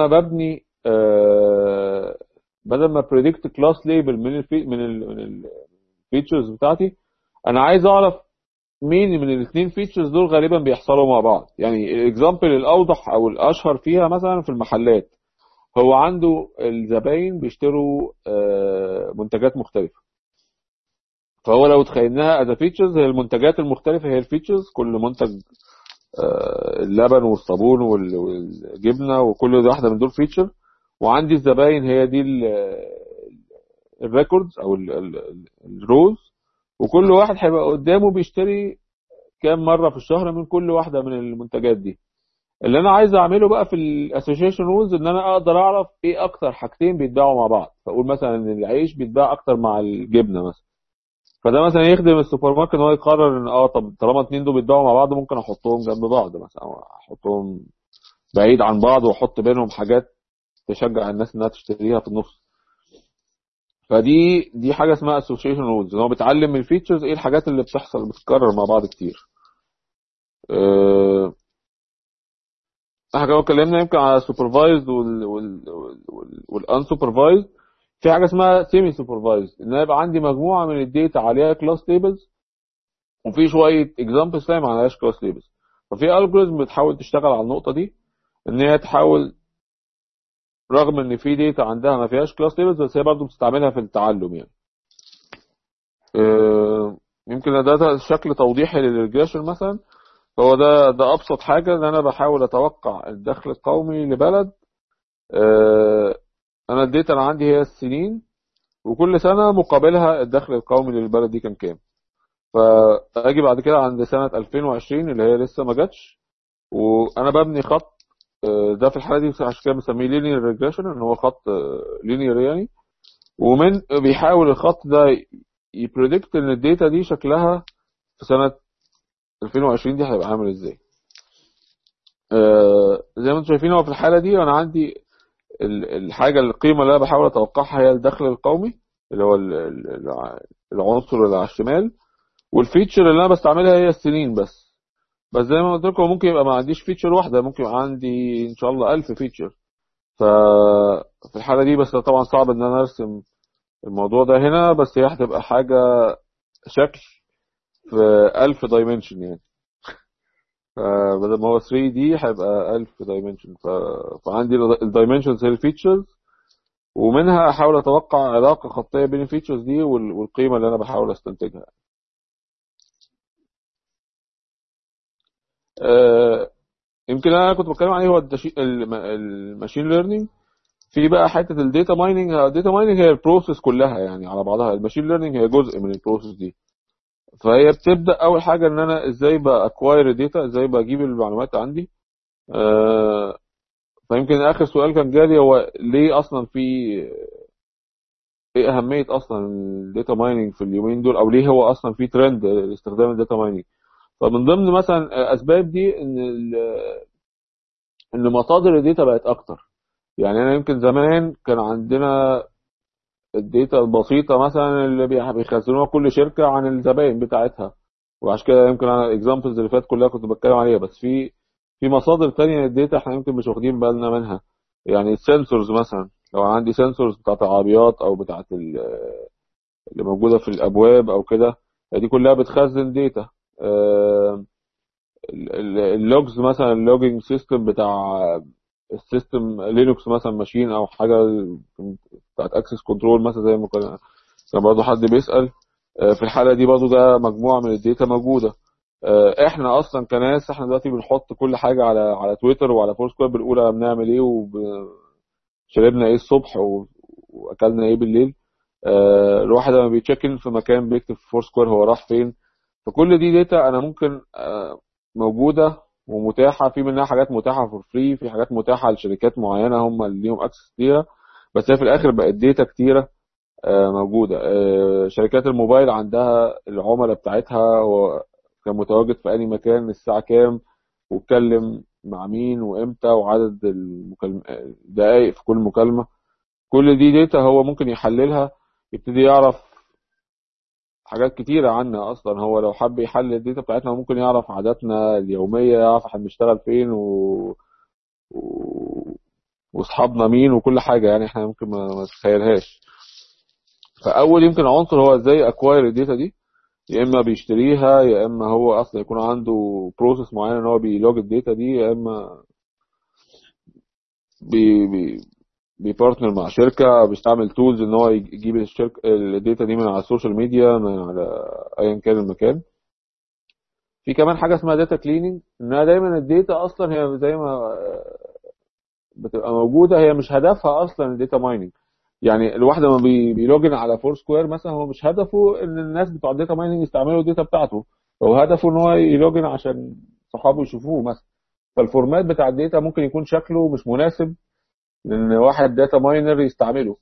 B: بدل ما predict class label من الفيتشرز بتاعتي انا عايز اعرف مين من الاثنين فيتشرز دول غالبا بيحصلوا مع بعض. يعني الاكزامبل الاوضح او الاشهر فيها مثلا في المحلات هو عنده الزباين بيشتروا منتجات مختلفه. فهو لو تخيلناها از فيتشرز هي المنتجات المختلفه هي الفيتشرز. كل منتج اللبن والصابون والجبنه وكل واحده من دول فيتشر. وعندي الزباين هي دي الريكوردز او الروز. وكل واحد هيبقى قدامه بيشتري كام مره في الشهر من كل واحده من المنتجات دي. اللي انا عايز اعمله بقى في الاسوشيشن رولز ان انا اقدر اعرف ايه اكتر حاجتين بيتباعوا مع بعض. فاقول مثلا ان العيش بيتباع اكتر مع الجبنه مثلا. فده مثلا يخدم السوبر ماركت ان هو يقرر ان طب طالما اتنين دول بيتباعوا مع بعض ممكن احطهم جنب بعض مثلا او احطهم بعيد عن بعض واحط بينهم حاجات تشجع الناس انها تشتريها في النص. فدي حاجه اسمها اسوشيشن رولز. ان هو بيتعلم من الفيتشرز ايه الحاجات اللي بتحصل بتتكرر مع بعض كتير. احنا كنا اتكلمنا يمكن على السوبرفايزد والانسوبرفايزد. في حاجه اسمها سيمي سوبرفايزد ان انا يبقى عندي مجموعه من الداتا عليها كلاس تيبلز وفي شويه اكزامبلز ثانيه ما عليهاش كلاس تيبلز. ففي الجوريزم بتحاول تشتغل على النقطه دي ان هي تحاول رغم ان في داتا عندها ما فيهاش كلاس تيبلز بس هي برضه بتستعملها في التعلم يعني. يمكن ده شكل توضيحي للريجريشن مثلا. هو ده ابسط حاجه ان انا بحاول اتوقع الدخل القومي لبلد. انا الداتا اللي عندي هي السنين وكل سنه مقابلها الدخل القومي للبلد دي كان كام. فاجي بعد كده عند سنه 2020 اللي هي لسه ما جاتش وانا ببني خط. ده في الحاله دي عشان كده بنسميه لينير ريجريشن ان هو خط لينير يعني. ومن بيحاول الخط ده يبريدكت ان الداتا دي شكلها في سنه 2020 دي هيبقى عامل ازاي. زي ما انتم شايفين هو في الحاله دي انا عندي الحاجه القيمه اللي انا بحاول اتوقعها هي الدخل القومي اللي هو العنصر اللي على الشمال. والفيتشر اللي انا بستعملها هي السنين بس زي ما قلت لكم ممكن يبقى ما عنديش فيتشر واحده ممكن يبقى عندي ان شاء الله 1000 فيتشر. ففي الحاله دي بس طبعا صعب ان انا ارسم الموضوع ده هنا بس هي هتبقى حاجه شكل في 1000 دايمنشن يعني. بدل ما هو 3 دي هيبقى 1000 دايمنشن. فعندي الدايمنشنز هي الفيتشرز، ومنها احاول اتوقع علاقه خطيه بين الفيتشرز دي والقيمه اللي انا بحاول استنتجها. يمكن انا كنت بتكلم عليه هو الماشين ليرنينج. في بقى حته الداتا مايننج. الداتا مايننج هي البروسيس كلها يعني على بعضها، الماشين ليرنينج هي جزء من البروسيس دي. فهي بتبدا اول حاجه ان انا ازاي باكواير الداتا، ازاي بجيب المعلومات عندي. فيمكن اخر سؤال كان جالي هو ليه اصلا ايه اهميه اصلا الداتا مايننج في اليومين دول، او ليه هو اصلا في ترند لاستخدام الداتا مايننج. فمن ضمن مثلا اسباب دي ان مصادر الداتا بقت اكتر. يعني انا يمكن زمان كان عندنا الداتا البسيطه مثلا اللي بيخزنوها كل شركه عن الزبائن بتاعتها، وعشان كده يمكن انا الاكزامبلز اللي فاتت كلها كنت بتكلم عليها. بس في مصادر تانية للداتا احنا يمكن مش واخدين بالنا منها. يعني السنسورز مثلا، لو عندي سنسورز بتاعت العربيات او بتاعت اللي موجوده في الابواب او كده، دي كلها بتخزن داتا. اللوجز مثلا، اللوجينج سيستم بتاع السيستم لينكس مثلا ماشين او حاجه بتاعت اكسس كنترول مثلا، زي ما كان برضه حد بيسال. في الحاله دي برضه ده مجموعه من الداتا موجوده. احنا اصلا كناس احنا دلوقتي بنحط كل حاجه على تويتر وعلى فور سكوير، بنقول بنعمل ايه وشربنا ايه الصبح واكلنا ايه بالليل. الواحد لما بيتشيكن في مكان بيكتب في فور سكوير هو راح فين. فكل دي داتا انا ممكن موجوده ومتاحه، في منها حاجات متاحه فور فري، في حاجات متاحه لشركات معينه هم اللي ليهم اكسس ليها. بس هي في الاخر بقت داتا كتيره موجوده. شركات الموبايل عندها العملاء بتاعتها، هو كان متواجد في اي مكان الساعه كام، واتكلم مع مين وامتى، وعدد الدقائق في كل مكالمه. كل دي داتا هو ممكن يحللها، يبتدي يعرف حاجات كتيرة عنا. أصلا هو لو حب يحلل الداتا بتاعتنا ممكن يعرف عاداتنا اليومية، يعرف احنا بنشتغل فين واصحابنا مين وكل حاجة، يعني احنا ممكن ما نتخيلهاش. فأول يمكن عنصر هو ازاي اكواير الداتا دي، يا اما بيشتريها، يا اما هو اصلا يكون عنده بروسيس معين ان هو بيلوج الداتا دي، يا اما بي بيبارتنر مع شركة، بيستعمل تولز ان هو يجيب الداتا دي من على السوشيال ميديا، من على ايا كان المكان. في كمان حاجه اسمها داتا كليننج، انها دايما الداتا اصلا هي زي ما بتبقى موجوده، هي مش هدفها اصلا الداتا مايننج. يعني الواحد لما بيلوجن على فور سكوير مثلا، هو مش هدفه ان الناس بتوع الداتا مايننج يستعملوا الداتا بتاعته، هو هدفه ان هو يلوجن عشان صحابه يشوفوه مثلا. فالفورمات بتاع الداتا ممكن يكون شكله مش مناسب لان واحد داتا ماينر يستعمله.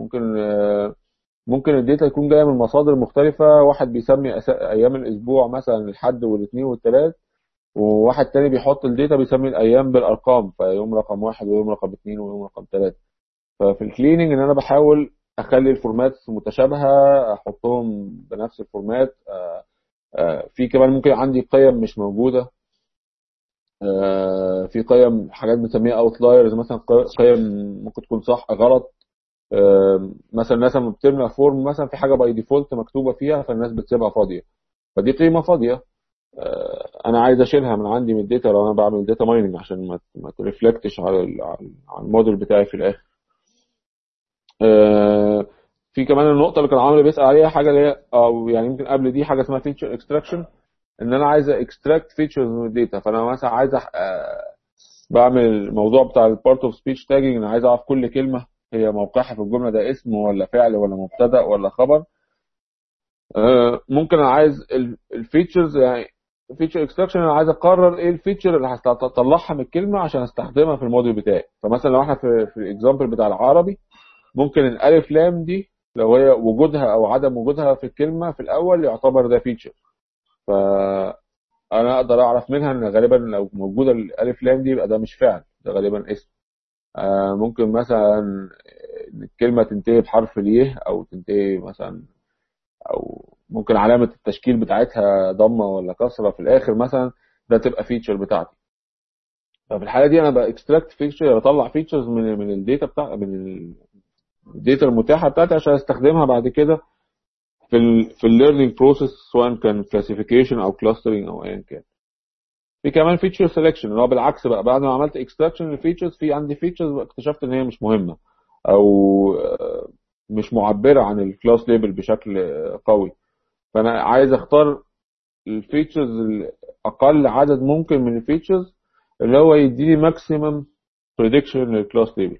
B: ممكن الداتا يكون جايه من مصادر مختلفه، واحد بيسمي ايام الاسبوع مثلا الحد والاثنين والثلاث، وواحد تاني بيحط الداتا بيسمي الايام بالارقام، فيوم رقم 1 ويوم رقم 2 ويوم رقم 3. ففي الكليننج ان انا بحاول اخلي الفورمات متشابهه، احطهم بنفس الفورمات. في كمان ممكن عندي قيم مش موجوده، في قيم حاجات بنسميها اوتلايرز مثلا، قيم ممكن تكون صح غلط. مثلا الناس لما بتملى فورم مثلا في حاجه باي ديفولت مكتوبه فيها، فالناس بتسيبها فاضيه، فدي قيمه فاضيه. انا عايز اشيلها من عندي من الداتا لو انا بعمل داتا مايننج عشان ما ترفلكتش على الموديل بتاعي في الاخر. في كمان النقطه اللي كان عامل بيسال عليها حاجه اللي هي، او يعني يمكن قبل دي، حاجه اسمها فيتشر اكستراكشن، ان انا عايز اكستراكت فيتشرز من الداتا. فانا مثلا عايز بعمل الموضوع بتاع البارت اوف سبيتش تاجنج، انا عايز اعرف كل كلمه هي موقعها في الجمله ده اسم ولا فعل ولا مبتدا ولا خبر. ممكن انا عايز الفيتشرز، يعني فيتشر اكستراكشن، انا عايز اقرر ايه الفيتشر اللي هطلعها من الكلمه عشان استخدمها في الموديل بتاعي. فمثلا لو احنا في الاكزامبل بتاع العربي، ممكن الالف لام دي لو هي وجودها او عدم وجودها في الكلمه في الاول يعتبر ده فيتشر. فانا اقدر اعرف منها ان غالبا لو موجوده الالف لام دي يبقى ده مش فعل، ده غالبا اسم. ممكن مثلا الكلمه تنتهي بحرف اليه، او تنتهي مثلا، او ممكن علامه التشكيل بتاعتها ضمه ولا كسره في الاخر مثلا، ده تبقى فيتشر بتاعتي. ففي الحاله دي انا باكستراكت فيتشر، بطلع فيتشرز من الداتا من الداتا المتاحه بتاعتي عشان استخدمها بعد كده في الليرنينج بروسيس، سواء كان كلاسيفيكيشن او كلاسترنج او ايا كان. في كمان فيتشر سelection اللي هو بالعكس بقى، بعد ما عملت اكستراكشن للفيتشرز في عندي فيتشرز اكتشفت ان هي مش مهمه او مش معبره عن الكلاس ليبل بشكل قوي، فانا عايز اختار الفيتشرز اقل عدد ممكن من الفيتشرز اللي هو يديني ماكسيمم بريدكشن للكلاس ليبل.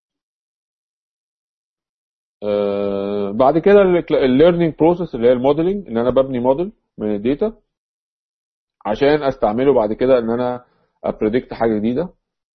B: بعد كده الليرنينج بروسيس اللي هي الموديلنج، ان انا ببني موديل من الداتا عشان استعمله بعد كده ان انا ابريدكت حاجه جديده.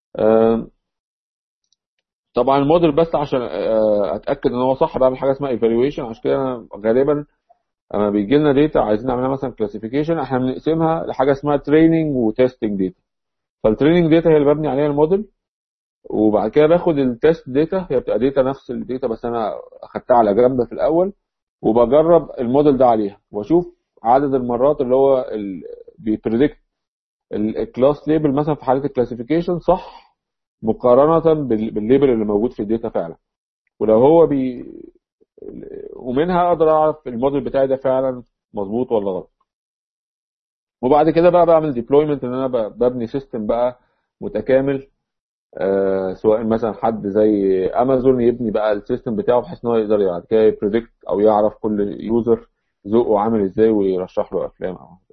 B: طبعا الموديل بس عشان اتاكد ان هو صح بعمل حاجه اسمها ايفالويشن. عشان كده انا غالبا اما بيجي لنا داتا عايزين نعملها مثلا كلاسيفيكيشن، احنا بنقسمها لحاجه اسمها تريننج وتيستنج داتا. فالتريننج داتا هي اللي ببني عليها الموديل، وبعد كده باخد التيست داتا، هي بتبقى داتا نفس الداتا بس انا اخدتها على جنب في الاول، وبجرب الموديل ده عليها واشوف عدد المرات اللي هو بيبريدكت الكلاس ليبل مثلا في حاله الكلاسيفيكيشن صح مقارنه بالليبل اللي موجود في الداتا فعلا. ولو هو ومنها اقدر اعرف الموديل بتاعي ده فعلا مظبوط ولا غلط. وبعد كده بقى بعمل ديبلويمنت ان انا ببني سيستم بقى متكامل، سواء مثلا حد زي امازون يبني بقى السيستم بتاعه بحيث ان هو يقدر بعد كده يبريدكت او يعرف كل يوزر ذوقه عامل ازاي ويرشح له افلام او كده.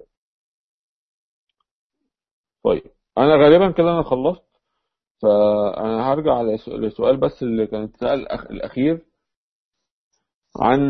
B: طيب انا غالبا كده انا خلصت، فانا هرجع للسؤال بس اللي كان اتسال الاخير عن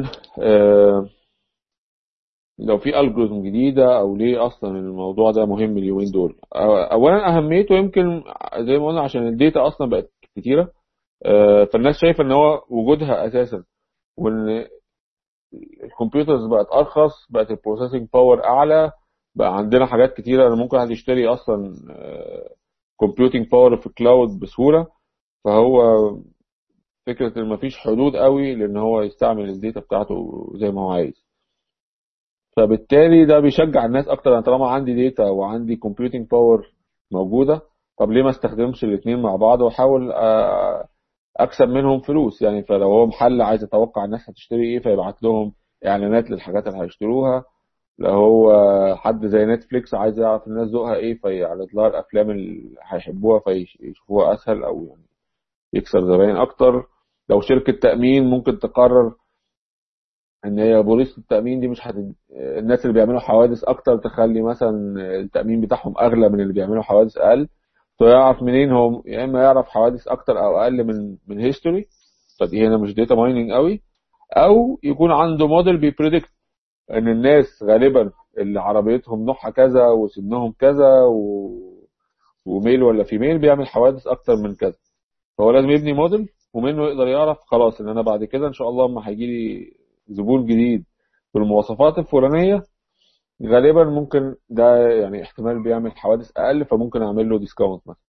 B: لو في الجوريزم جديده او ليه اصلا الموضوع ده مهم اليومين دول. اولا اهميته يمكن زي ما قلنا عشان الداتا اصلا بقت كتيره، فالناس شايفه ان هو وجودها اساسا، وان الكمبيوترز بقت ارخص، بقت البروسيسنج باور اعلى، بقى عندنا حاجات كتيره انا ممكن حد يشتري اصلا كومبيوتنج باور في الكلاود بسهوله. فهو فكره ان مفيش حدود قوي لان هو يستعمل الداتا بتاعته زي ما هو عايز. فبالتالي ده بيشجع الناس اكتر، انا طالما عندي داتا وعندي كومبيوتنج باور موجوده، طب ليه ما استخدمش الاثنين مع بعض واحاول اكسب منهم فلوس يعني. فلو هو محل عايز يتوقع الناس هتشتري ايه فيبعت لهم اعلانات للحاجات اللي هيشتروها. لو هو حد زي نتفليكس عايز يعرف الناس ذوقها ايه فيعرض لها الافلام اللي هيحبوها فيشوفوها اسهل او يعني يكسب زباين اكتر. لو شركه تامين ممكن تقرر ان هي بوليصه التامين دي مش الناس اللي بيعملوا حوادث اكتر تخلي مثلا التامين بتاعهم اغلى من اللي بيعملوا حوادث اقل. فيعرف منين هو؟ يا اما يعرف حوادث اكتر او اقل من هيستوري، فدي هنا مش داتا مايننج قوي، او يكون عنده موديل بيبريدكت ان الناس غالبا اللي عربيتهم نوعها كذا وسنهم كذا وميل ولا فيميل بيعمل حوادث اكتر من كذا. فهو لازم يبني موديل ومنه يقدر يعرف خلاص ان انا بعد كده ان شاء الله لما هيجي لي زبون جديد بالمواصفات الفلانيه غالبا ممكن ده يعني احتمال بيعمل حوادث اقل فممكن اعمل له ديسكاونت مثلا.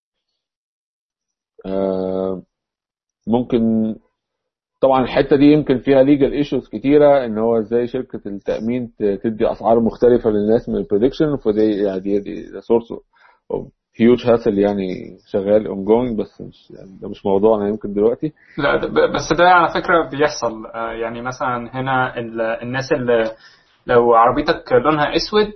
B: ممكن طبعا الحته دي يمكن فيها ليجل ايشوز كتيره، ان هو ازاي شركه التامين تدي اسعار مختلفه للناس من البريدكشن، فدي يعني دي سورس اوف هيوج هاسل يعني شغال اون جوينج، بس مش يعني ده مش موضوعنا يمكن دلوقتي.
C: لا بس ده على فكره بيحصل. يعني مثلا هنا الناس اللي لو عربيتك لونها اسود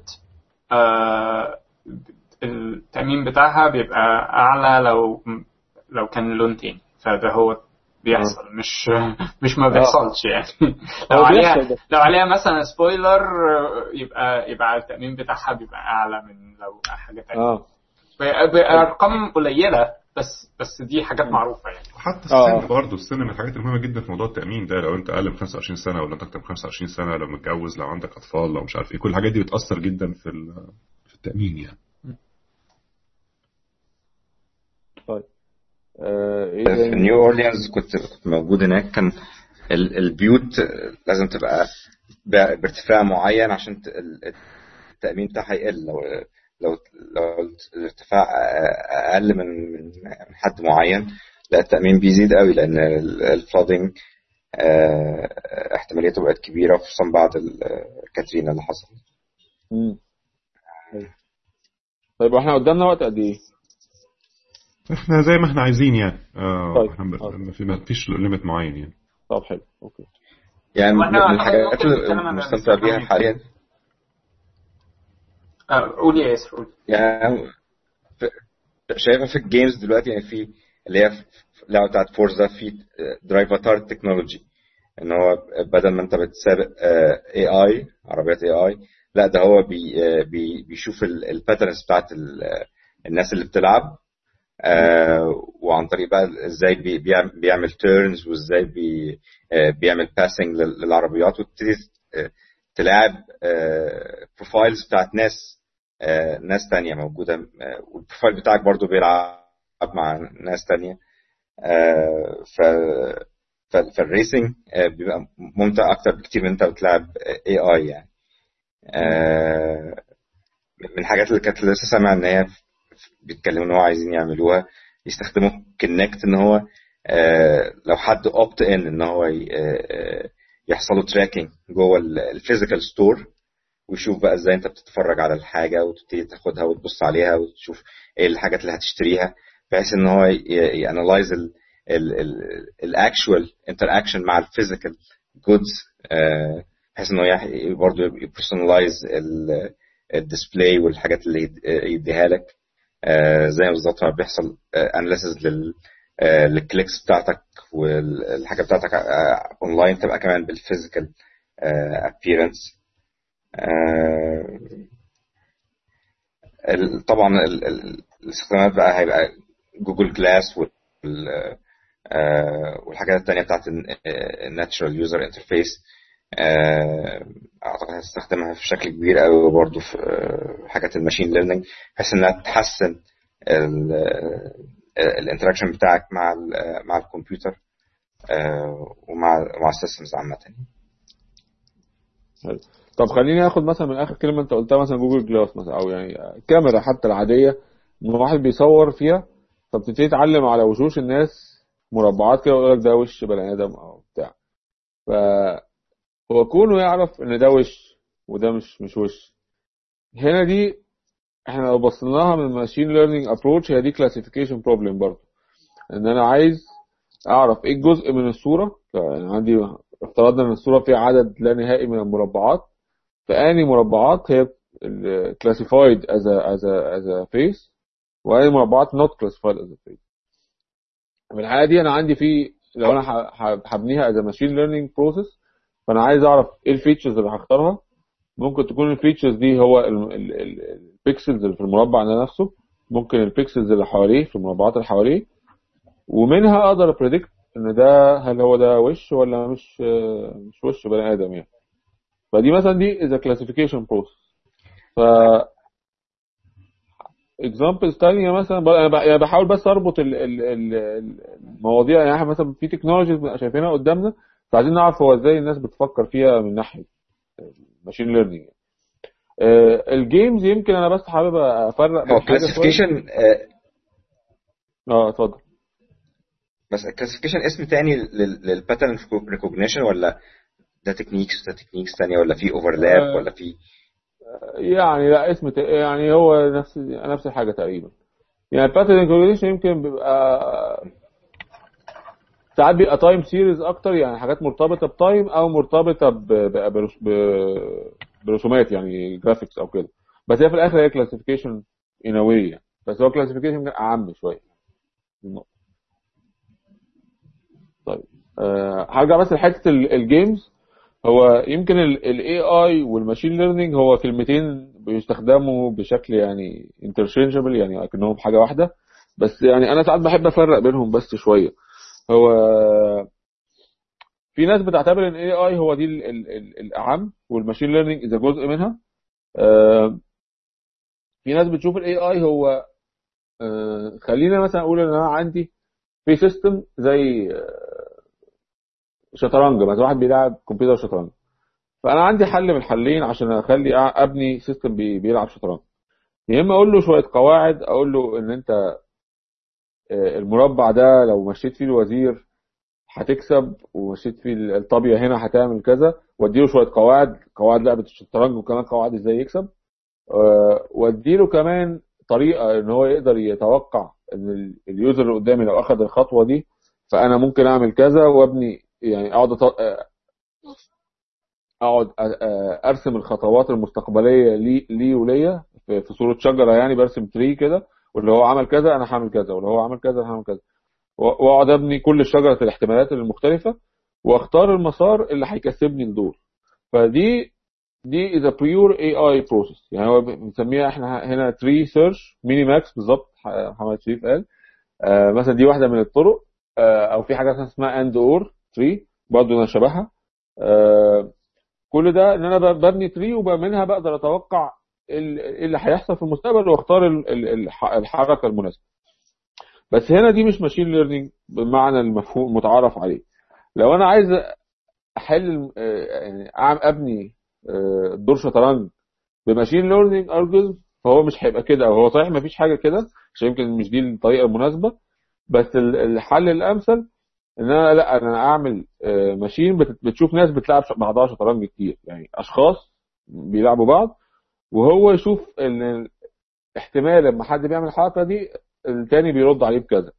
C: التامين بتاعها بيبقى اعلى لو كان لون تاني. فده هو بيحصل مش ما بيحصلش يعني. لو عليها مثلا سبويلر يبقى التأمين بتاعها بيبقى اعلى من لو حاجه ثانيه. بارقام قليله بس دي حاجات معروفه يعني.
A: حتى السن برضه، السن من الحاجات المهمه جدا في موضوع التامين ده. لو انت اقل من 25 سنه ولا انت اكتر من 25 سنه، لو متجوز، لو عندك اطفال، لو مش عارف ايه، كل الحاجات دي بتاثر جدا في التامين يعني.
D: طيب في نيو اورليانز كنت موجود هناك، كان البيوت لازم تبقى بارتفاع معين عشان التأمين بتاعها يقل. لو الارتفاع اقل من حد معين لا التأمين بيزيد قوي، لان الفلودنج احتماليته بقت كبيرة، خصوصا بعد كاترينا اللي حصل.
B: طيب واحنا قدامنا وقت قد ايه؟
A: احنا زي ما احنا عايزين يعني. ما فيش ليميت معين يعني.
B: طب حلو اوكي.
D: يعني من الحاجات اللي مستمتع بيها حاليا
C: قول يا ياسر.
D: يعني شايفها في الجيمز دلوقتي، يعني في اللي هي اللعبه بتاعت فورزا في درايفاتار تكنولوجي، ان هو بدل ما انت بتسابق اي عربيات اي، لا ده هو بيشوف الباترنز بتاعت الناس اللي بتلعب، وعن طريق بقى ازاي بيعمل تيرنز، وازاي بيعمل باسنج للعربيات، وتبتدي تلاعب بروفايلز بتاعت ناس تانية موجودة، والبروفايل بتاعك برضو بيلعب مع ناس تانية. فالريسنج بيبقى ممتع اكتر بكتير من انت بتلعب اي يعني. من الحاجات اللي كانت لسه سامع ان هي بيتكلموا ان هو عايزين يعملوها، يستخدموا كونكت، ان هو لو حد اوبت ان هو يحصل له تراكنج جوه الفيزيكال ستور، ويشوف بقى ازاي انت بتتفرج على الحاجه، وتبتدي تاخدها وتبص عليها وتشوف ايه الحاجات اللي هتشتريها، بحيث ان هو يانلايز الاكشوال انتراكشن مع الفيزيكال جودز، بحيث انه برضه يبرسونلايز الديسبلاي والحاجات اللي يديها لك، زي بالظبط ما بيحصل اناليسز للكليكس بتاعتك، والحاجه بتاعتك اونلاين تبقى كمان بالفيزيكال ابييرنس. طبعا الاستخدامات بقى هيبقى جوجل جلاس والحاجات التانية بتاعت الناتشرال يوزر انترفيس، اعتقد هتستخدمها في شكل كبير قوي برضو في حاجات الماشين ليرنينج، بحيث انها تحسن الانتراكشن بتاعك مع الكمبيوتر ومع السيستمز عامه.
B: طب خليني اخد مثلا من اخر كلمه انت قلتها، مثلا جوجل جلاس مثلا، او يعني الكاميرا حتى العاديه، ان واحد بيصور فيها، فبتبتدي تعلم على وشوش الناس مربعات كده، ويقول لك ده وش بني ادم او بتاع، فهو كونه يعرف ان ده وش وده مش وش. هنا دي احنا لو بصينا لها من ماشين ليرنينج ابروتش، هي دي كلاسيفيكيشن بروبلم برضه، ان انا عايز اعرف ايه الجزء من الصوره. يعني عندي افترضنا ان الصوره فيها عدد لا نهائي من المربعات، فاني مربعات هي كلاسيفايد از فيس، واني مربعات not classified as a face. في الحاله دي انا عندي لو انا هبنيها از ماشين ليرنينج بروسيس، فانا عايز اعرف ايه الفيتشرز اللي هختارها. ممكن تكون الفيتشرز دي هو البيكسلز اللي في المربع ده نفسه، ممكن البيكسلز اللي حواليه في المربعات اللي حواليه، ومنها اقدر ابريدكت ان ده هل هو ده وش ولا مش وش بني ادم يعني. فدي مثلا دي از كلاسيفيكيشن بروسيس. ف اكزامبلز ثانيه مثلا انا بحاول بس اربط المواضيع. يعني احنا مثلا في تكنولوجيز شايفينها قدامنا، فعايزين نعرف هو ازاي الناس بتفكر فيها من ناحيه ماشين ليرنينج. الجيمز يمكن انا بس حابب افرق
D: بين حاجه كلاسيفيكيشن.
B: اتفضل.
D: بس الكلاسيفيكيشن اسم تاني للباترن ريكوجنيشن، ولا ده تكنيكس ثانيه، ولا في اوفرلاب، ولا في
B: يعني لا اسم يعني هو نفس الحاجه تقريبا. يعني الباترن ريكوجنيشن يمكن بيبقى ساعات بيبقى تايم سيريز اكتر، يعني حاجات مرتبطه بتايم او مرتبطه برسومات يعني جرافيكس او كده، بس هي في الاخر هي كلاسيفيكيشن ان ا واي يعني، بس هو كلاسيفيكيشن اعم شويه. طيب هرجع بس لحته الجيمز. هو يمكن الاي اي والماشين ليرنينج هو كلمتين بيستخدموا بشكل يعني انترشينجبل، يعني اكنهم حاجه واحده، بس يعني انا ساعات بحب افرق بينهم بس شويه. هو في ناس بتعتبر ان الاي اي هو دي الاعم، والماشين ليرنينج اذا جزء منها. في ناس بتشوف الاي اي هو خلينا مثلا اقول ان انا عندي في سيستم زي شطرنج مثلا، واحد بيلعب كمبيوتر شطرنج، فانا عندي حل من الحلين عشان اخلي ابني سيستم بيلعب شطرنج. يا اما اقول له شويه قواعد، اقول له ان انت المربع ده لو مشيت فيه الوزير هتكسب، ومشيت فيه الطابيه هنا هتعمل كذا، واديله شويه قواعد لعبه الشطرنج، وكمان قواعد ازاي يكسب، واديله كمان طريقه ان هو يقدر يتوقع ان اليوزر اللي قدامي لو اخذ الخطوه دي فانا ممكن اعمل كذا، وابني يعني اقعد ارسم الخطوات المستقبليه لي وليا في صوره شجره، يعني برسم تري كده، واللي هو عمل كذا انا هعمل كذا، واللي هو عمل كذا انا هعمل كذا، واقعد ابني كل شجره الاحتمالات المختلفه واختار المسار اللي هيكسبني الدور. فدي is a pure AI process. يعني هو بنسميها احنا هنا tree search mini max بالظبط، محمد شريف قال. مثلا دي واحده من الطرق. او في حاجه اسمها and or tree برضه انا شبهها. كل ده ان انا ببني تري ومنها بقدر اتوقع ايه اللي هيحصل في المستقبل واختار الحركه المناسبه. بس هنا دي مش ماشين ليرنينج بالمعنى المفهوم المتعارف عليه. لو انا عايز احل يعني ابني دور شطرنج بماشين ليرنينج الجوريزم، فهو مش هيبقى كده، او هو صحيح ما فيش حاجه كده عشان يمكن مش دي الطريقه المناسبه، بس الحل الامثل ان انا لا انا اعمل ماشين بتشوف ناس بتلعب بعضها شطرنج كتير، يعني اشخاص بيلعبوا بعض، وهو يشوف ان احتمال لما حد بيعمل الحركه دي التاني بيرد عليه بكذا،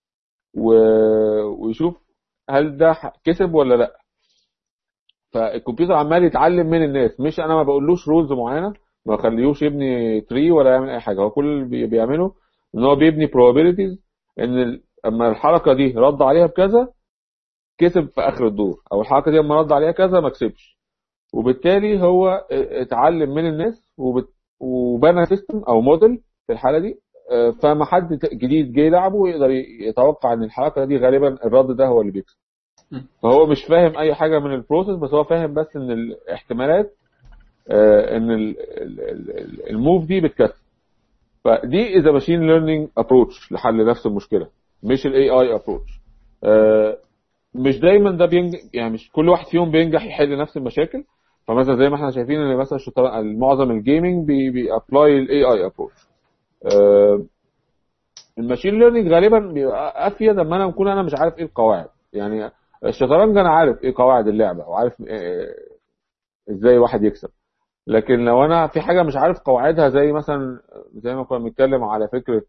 B: ويشوف هل ده كسب ولا لا. فالكمبيوتر عمال يتعلم من الناس، مش انا ما بقولوش رولز معينه، ما بخليهوش يبني تري ولا يعمل اي حاجه. هو كل اللي بيعمله ان هو بيبني probabilities ان اما الحركه دي رد عليها بكذا كسب في اخر الدور، او الحركه دي اما رد عليها كذا ما كسبش. وبالتالي هو اتعلم من الناس وبنى سيستم او موديل في الحاله دي. فما حد جديد جه يلعبه يقدر يتوقع ان الحركه دي غالبا الرد ده هو اللي بيكسب. فهو مش فاهم اي حاجه من البروسيس، بس هو فاهم بس ان الاحتمالات ان الموف دي بتكسب. فدي اذا ماشين ليرنينج ابروتش لحل نفس المشكله، مش الاي اي ابروتش. مش دايما ده بينجح، يعني مش كل واحد فيهم بينجح يحل نفس المشاكل. فمثلا زي ما احنا شايفين ان مثلا معظم الجيمنج بيابلاي الاي اي ابروتش. الماشين ليرنينج غالبا بيبقى افيد لما انا اكون انا مش عارف ايه القواعد. يعني الشطرنج انا عارف ايه قواعد اللعبه وعارف ازاي واحد يكسب، لكن لو انا في حاجه مش عارف قواعدها، زي مثلا زي ما كنا بنتكلم على فكره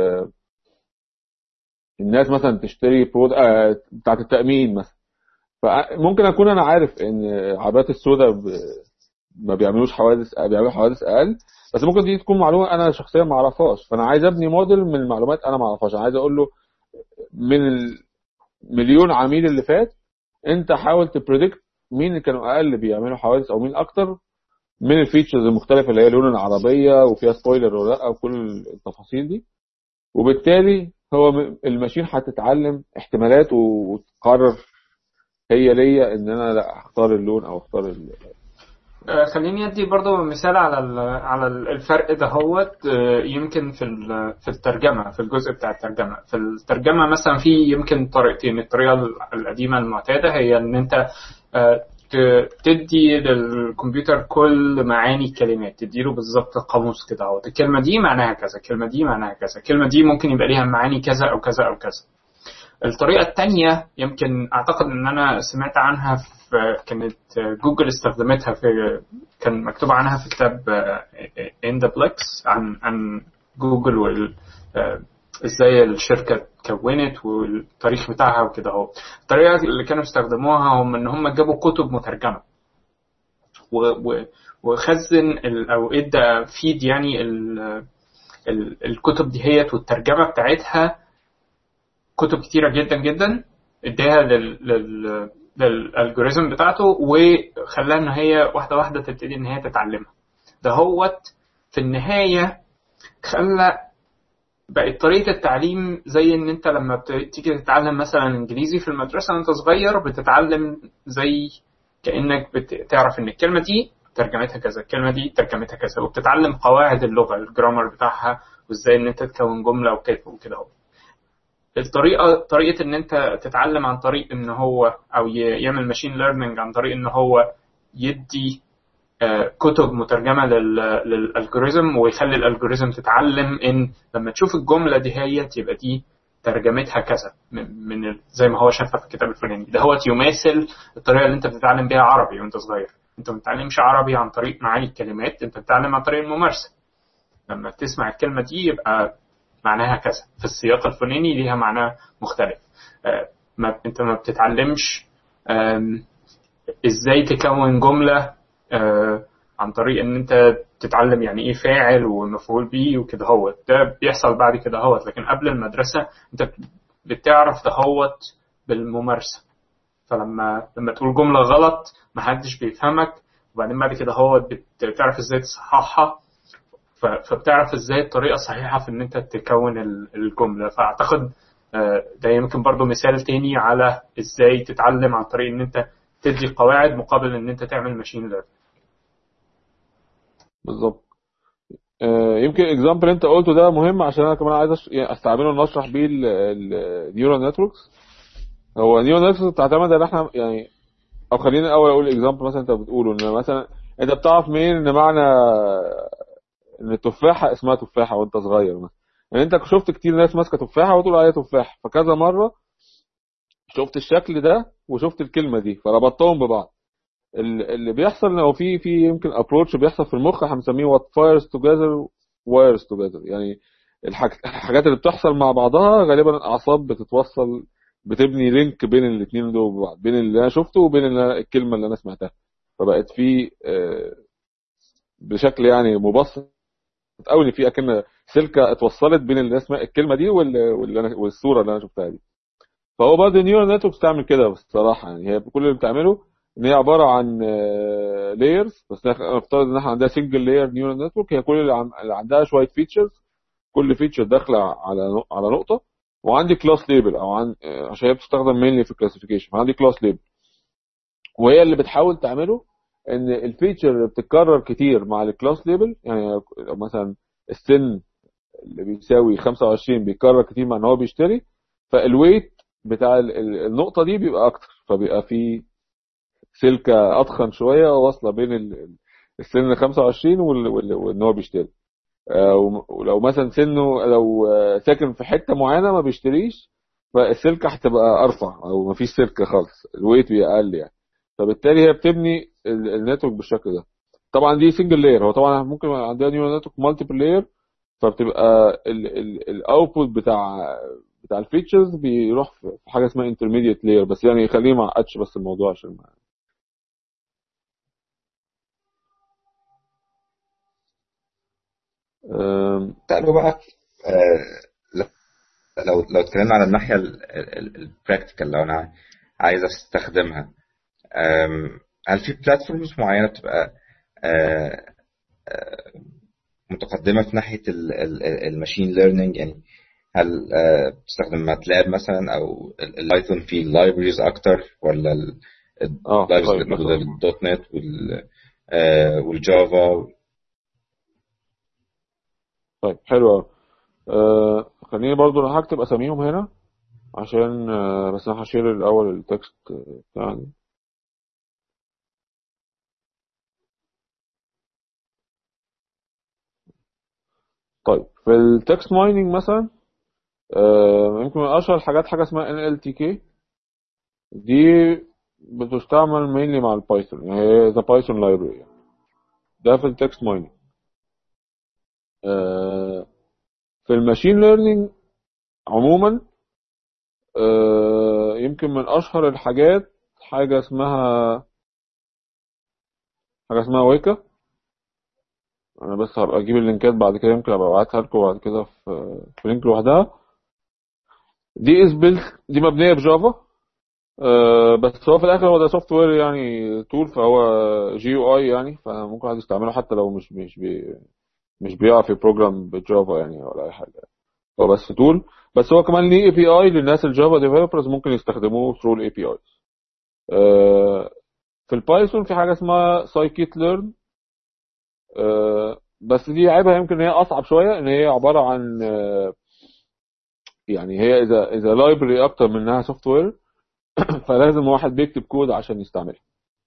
B: الناس مثلا تشتري بتاعه التامين مثلا، فممكن اكون انا عارف ان عربيات السوداء ما بيعملوش حوادث، بيعملوا حوادث اقل، بس ممكن دي تكون معلومه انا شخصيا ما اعرفهاش. فانا عايز ابني موديل من المعلومات انا ما اعرفهاش. انا عايز اقول له من المليون عميل اللي فات انت حاول تبريدكت مين اللي كانوا اقل بيعملوا حوادث او مين اكتر، من الفيتشرز المختلفه اللي هي لون العربيه وفيها سبويلر ولا لا وكل التفاصيل دي. وبالتالي هو الماشين هتتعلم احتمالات وتقرر هي ليا ان انا لا اختار اللون او اختار
C: خليني ادي برضو مثال على الفرق ده. هوت يمكن في الترجمه، في الجزء بتاع الترجمه. في الترجمه مثلا في يمكن طريقتين. الطريقه القديمه المعتاده هي ان انت تدي للكمبيوتر كل معاني الكلمات، تديله بالظبط قاموس كده اهو، الكلمه دي معناها كذا، الكلمه دي معناها كذا، الكلمه دي ممكن يبقى ليها معاني كذا او كذا او كذا. الطريقة الثانية يمكن أعتقد أن أنا سمعت عنها كانت جوجل استخدمتها كان مكتوب عنها في كتاب In the Plex عن جوجل إزاي الشركة كونت والتاريخ بتاعها وكده اهو. الطريقة اللي كانوا استخدموها هم إن هم جابوا كتب مترجمة وخزن أو إدى فيد يعني الكتب دي هيت والترجمة بتاعتها، كتب كتيرة جدا جدا، اداها للالجوريزم بتاعته وخلاها ان هي واحدة واحدة تبتدي ان هي تتعلمها. ده هوت في النهاية خلى بقت طريقة التعليم زي ان انت لما تيجي تتعلم مثلا انجليزي في المدرسة وانت صغير بتتعلم زي كأنك بتعرف ان الكلمة دي ترجمتها كذا، الكلمة دي ترجمتها كذا، وبتتعلم قواعد اللغة الجرامر بتاعها وازاي ان انت تكون جملة وكده اهو. طريقة ان انت تتعلم عن طريق ان هو او يعمل ماشين ليرنينج عن طريق ان هو يدي كتب مترجمة للالجوريزم ويخلي الالجوريزم تتعلم ان لما تشوف الجملة دي هي تبقى دي ترجمتها كذا من زي ما هو شافها في الكتاب الفلاني. ده هو يماثل الطريقة اللي انت بتتعلم بيها عربي وانت صغير. انت ما بتتعلمش عربي عن طريق معاني الكلمات، انت بتتعلم عن طريق الممارسة. لما تسمع الكلمة دي يبقى معناها كذا، في السياق الفلاني ليها معنى مختلف. انت ما بتتعلمش ازاي تكون جملة عن طريق ان انت تتعلم يعني ايه فاعل ومفعول به وكده. هو ده بيحصل بعد كده هو، لكن قبل المدرسة انت بتعرف تهوت بالممارسة. فلما تقول جملة غلط محدش بيفهمك، وبعدين بعد كده هو بتعرف ازاي تصححها، فبتعرف ازاي الطريقة الصحيحة في ان انت تكون الجملة. فاعتقد ده يمكن برضو مثال تاني على ازاي تتعلم عن طريق ان انت تدي قواعد مقابل ان انت تعمل ماشين ليرنينج.
B: بالظبط. يمكن اكزامبل انت قلته ده مهم، عشان انا كمان عايز يعني استعمله ان اشرح بيه النيورال نتوركس. هو النيورال نتوركس بتعتمد ان احنا يعني، او خلينا الاول اقول اكزامبل مثلا انت بتقوله ان مثلا انت بتعرف منين ان معنى ان التفاحه اسمها تفاحه وانت صغير مثلا، يعني انت شفت كتير ناس ماسكه تفاحه وتقول عليها تفاح، فكذا مره شفت الشكل ده وشفت الكلمه دي فربطتهم ببعض. اللي بيحصل ان هو في يمكن ابروتش بيحصل في المخ احنا بنسميه وات فايرز توجذر وايرز توجذر، يعني الحاجات اللي بتحصل مع بعضها غالبا الاعصاب بتتوصل، بتبني لينك بين الاثنين دول وبعض، بين اللي انا شفته وبين الكلمه اللي انا سمعتها، فبقت في بشكل يعني مبسط قوي ان في اكن سلكه اتوصلت بين اللي اسمها الكلمه دي والصوره اللي انا شفتها دي. فهو برضه النيورال نتوركس بتعمل كده بصراحه، يعني هي كل اللي بتعمله ان هي عباره عن لايرز، بس نفترض ان احنا عندها سنجل لاير نيورال نتورك، هي كل اللي عندها شويه فيتشرز، كل فيتشر داخله على نقطه، وعندي كلاس ليبل او عشان هي بتستخدم مينلي في الكلاسيفيكيشن، عندي كلاس ليبل، وهي اللي بتحاول تعمله ان الفيتشر اللي بتتكرر كتير مع الكلاس ليبل، يعني مثلا السن اللي بيساوي 25 بيتكرر كتير مع ان هو بيشتري، فالويت بتاع النقطه دي بيبقى اكتر، فبيبقى في سلكه اضخم شويه واصله بين السن 25 وان هو بيشتري. ولو مثلا سنه لو ساكن في حته معينه ما بيشتريش، فالسلكه هتبقى ارفع او مفيش سلكه خالص، الويت بيبقى اقل يعني. فبالتالي هي بتبني النتورك بالشكل ده. طبعا دي سنجل لاير، هو طبعا ممكن عندنا نيورال نتورك مالتيبل لاير، فبتبقى الاوتبوت بتاع الفيتشرز بيروح في حاجه اسمها انترميديت لاير، بس يعني خليه ما عقدش بس الموضوع عشان ما
D: تعالوا بقى لو اتكلمنا على الناحية البراكتيكال، لو أنا عايز أستخدمها، هل في بلاتفورمز معينة بتبقى متقدمة في ناحية الماشين ليرنينج؟ يعني هل بتستخدم ماتلاب مثلا أو البايثون في اللايبريز أكتر، ولا اللايبريز اللي موجودة الدوت نت والجافا؟
B: طيب حلو. خليني برضو انا هكتب اساميهم هنا عشان بس انا هشير الاول التكست بتاعي. طيب في التكست مايننج مثلا يمكن من اشهر الحاجات حاجه اسمها NLTK، دي بتستعمل mainly مع البايثون، يعني هي the Python library يعني. ده في التكست مايننج. في الماشين ليرنينج عموما يمكن من اشهر الحاجات حاجه اسمها ويكا. انا بس هبقى اجيب اللينكات بعد كده، يمكن ابقى ابعتها لكم بعد كده في لينك لوحدها. دي مبنيه بجافا، بس هو في الاخر هو ده سوفت وير يعني تول، فهو GUI يعني، فممكن حد يستعمله حتى لو مش بيعرف يبروجرام بالجافا يعني ولا اي حاجه، هو بس تول. بس هو كمان ليه API للناس الجافا ديفلوبرز ممكن يستخدموه through ال APIs. في البايثون في حاجه اسمها scikit learn، بس دي عيبها يمكن هي اصعب شويه، ان هي عباره عن يعني هي اذا لايبرري اكتر من انها سوفت وير فلازم واحد بيكتب كود عشان يستعملها.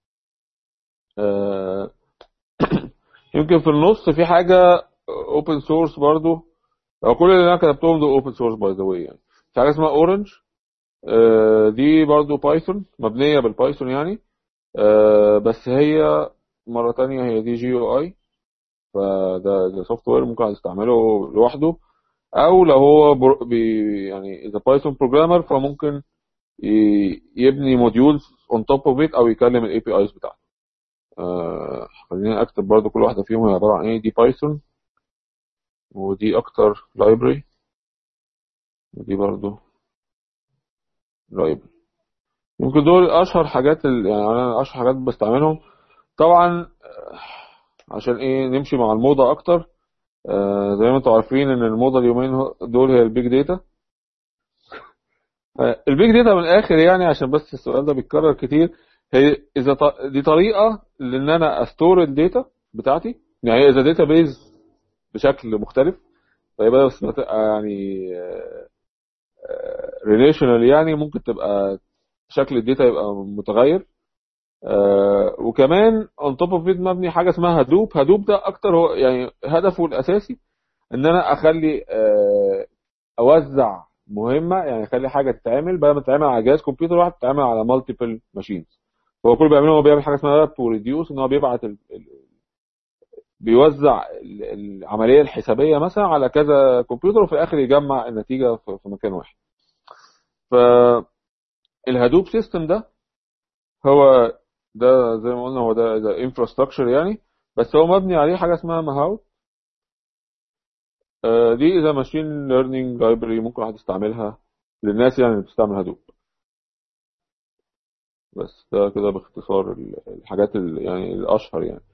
B: يمكن في النص في حاجه اوبن سورس برضو، او كل اللي انا كتبتهم دول اوبن سورس باي ذا واي يعني. في حاجه اسمها اورنج، دي برضو بايثون، مبنيه بالبايثون يعني، بس هي مره تانية هي دي GUI، فده سوفت وير ممكن تستعمله لوحده، او لو هو يعني اذا بايثون بروجرامر فممكن يبني موديولز اون توب اوف ات، او يكلم الاي بي ايز بتاعته. خليني اكتب برضو كل واحده فيهم هي عباره عن ايه. دي بايثون، ودي اكتر لايبرري، ودي برضو لايبرري. يمكن دول اشهر حاجات يعني انا اشهر حاجات بستعملهم طبعا. عشان ايه نمشي مع الموضه اكتر. زي ما انتم عارفين ان الموضه اليومين دول هي البيج داتا. البيج داتا من الاخر يعني، عشان بس السؤال ده بيتكرر كتير، هي اذا دي طريقه لان انا استور الداتا بتاعتي. يعني اذا داتا بيز بشكل مختلف، فيبقى بس يعني ريليشنال، يعني ممكن تبقى شكل الداتا يبقى متغير. وكمان on top of it مبني حاجه اسمها هدوب. هدوب ده اكتر هو يعني هدفه الاساسي ان انا اخلي اوزع مهمه، يعني اخلي حاجه تتعمل بدل ما تتعمل على جهاز كمبيوتر واحد تتعمل على مالتيبل ماشينز. هو كل اللي بيعمله هو بيعمل حاجه اسمها راب وريديوس، ان هو بيبعت بيوزع العمليه الحسابيه مثلا على كذا كمبيوتر، وفي الاخر يجمع النتيجه في مكان واحد. فالهدوب سيستم ده هو ده زي ما قلنا هو ده انفراستراكشر يعني، بس هو مبني عليه حاجه اسمها مهاو. دي اذا ماشين ليرنينج لايبرري ممكن واحد يستعملها للناس يعني اللي بتستعمل هدوب. بس ده كده باختصار الحاجات يعني الاشهر يعني.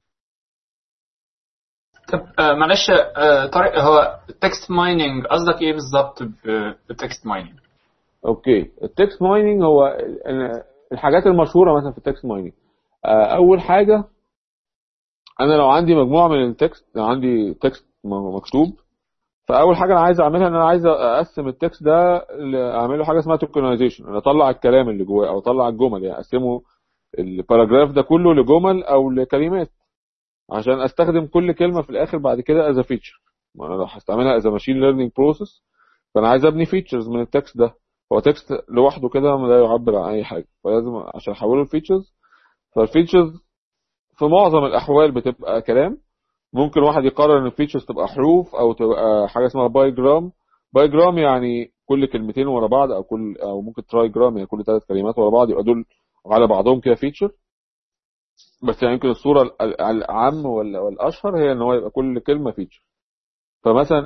C: طب معلش طارق، هو التكست مايننج قصدك ايه بالظبط بالتكست مايننج؟
B: اوكي، التكست مايننج هو الحاجات المشهوره مثلا في التكست مايننج. اول حاجه، انا لو عندي مجموعه من التكست، لو عندي تكست مكتوب، فاول حاجه انا عايز اعملها ان انا عايز اقسم التكست ده، اعمل له حاجه اسمها توكنايزيشن. انا اطلع الكلام اللي جواه او اطلع الجمل، يعني اقسمه الباراجراف ده كله لجمل او لكلمات، عشان استخدم كل كلمه في الاخر بعد كده از فيتشر. ما انا لو هستعملها از ماشين ليرنينج بروسيس، فانا عايز ابني فيتشرز من التكست ده. هو تكست لوحده كده لا يعبر عن اي حاجه، فلازم عشان احوله لفيتشرز. فالفيتشرز في معظم الاحوال بتبقى كلام. ممكن واحد يقرر ان الفيتشرز تبقى حروف او تبقى حاجه اسمها باي جرام. باي جرام يعني كل كلمتين ورا بعض، او ممكن تراي جرام يعني كل 3 كلمات ورا بعض، يبقى دول على بعضهم كده فيتشر. بس يعني يمكن الصوره الاعم والاشهر هي ان هو يبقى كل كلمه فيتشر. فمثلا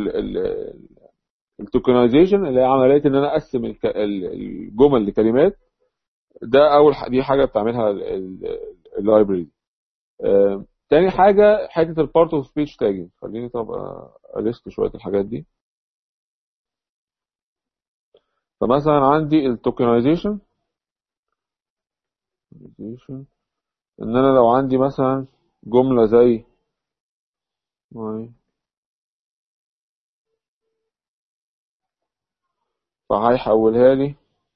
B: التوكنايزيشن اللي هي عمليه ان انا اقسم الجمل لكلمات، ده دي حاجه بتعملها اللايبرري. تاني حاجه حته البارت اوف سبيتش تاجنج. خليني طب اليست شويه الحاجات دي. فمثلا عندي التوكنايزيشن، ان انا لو عندي مثلا جمله زي فهيحولها لي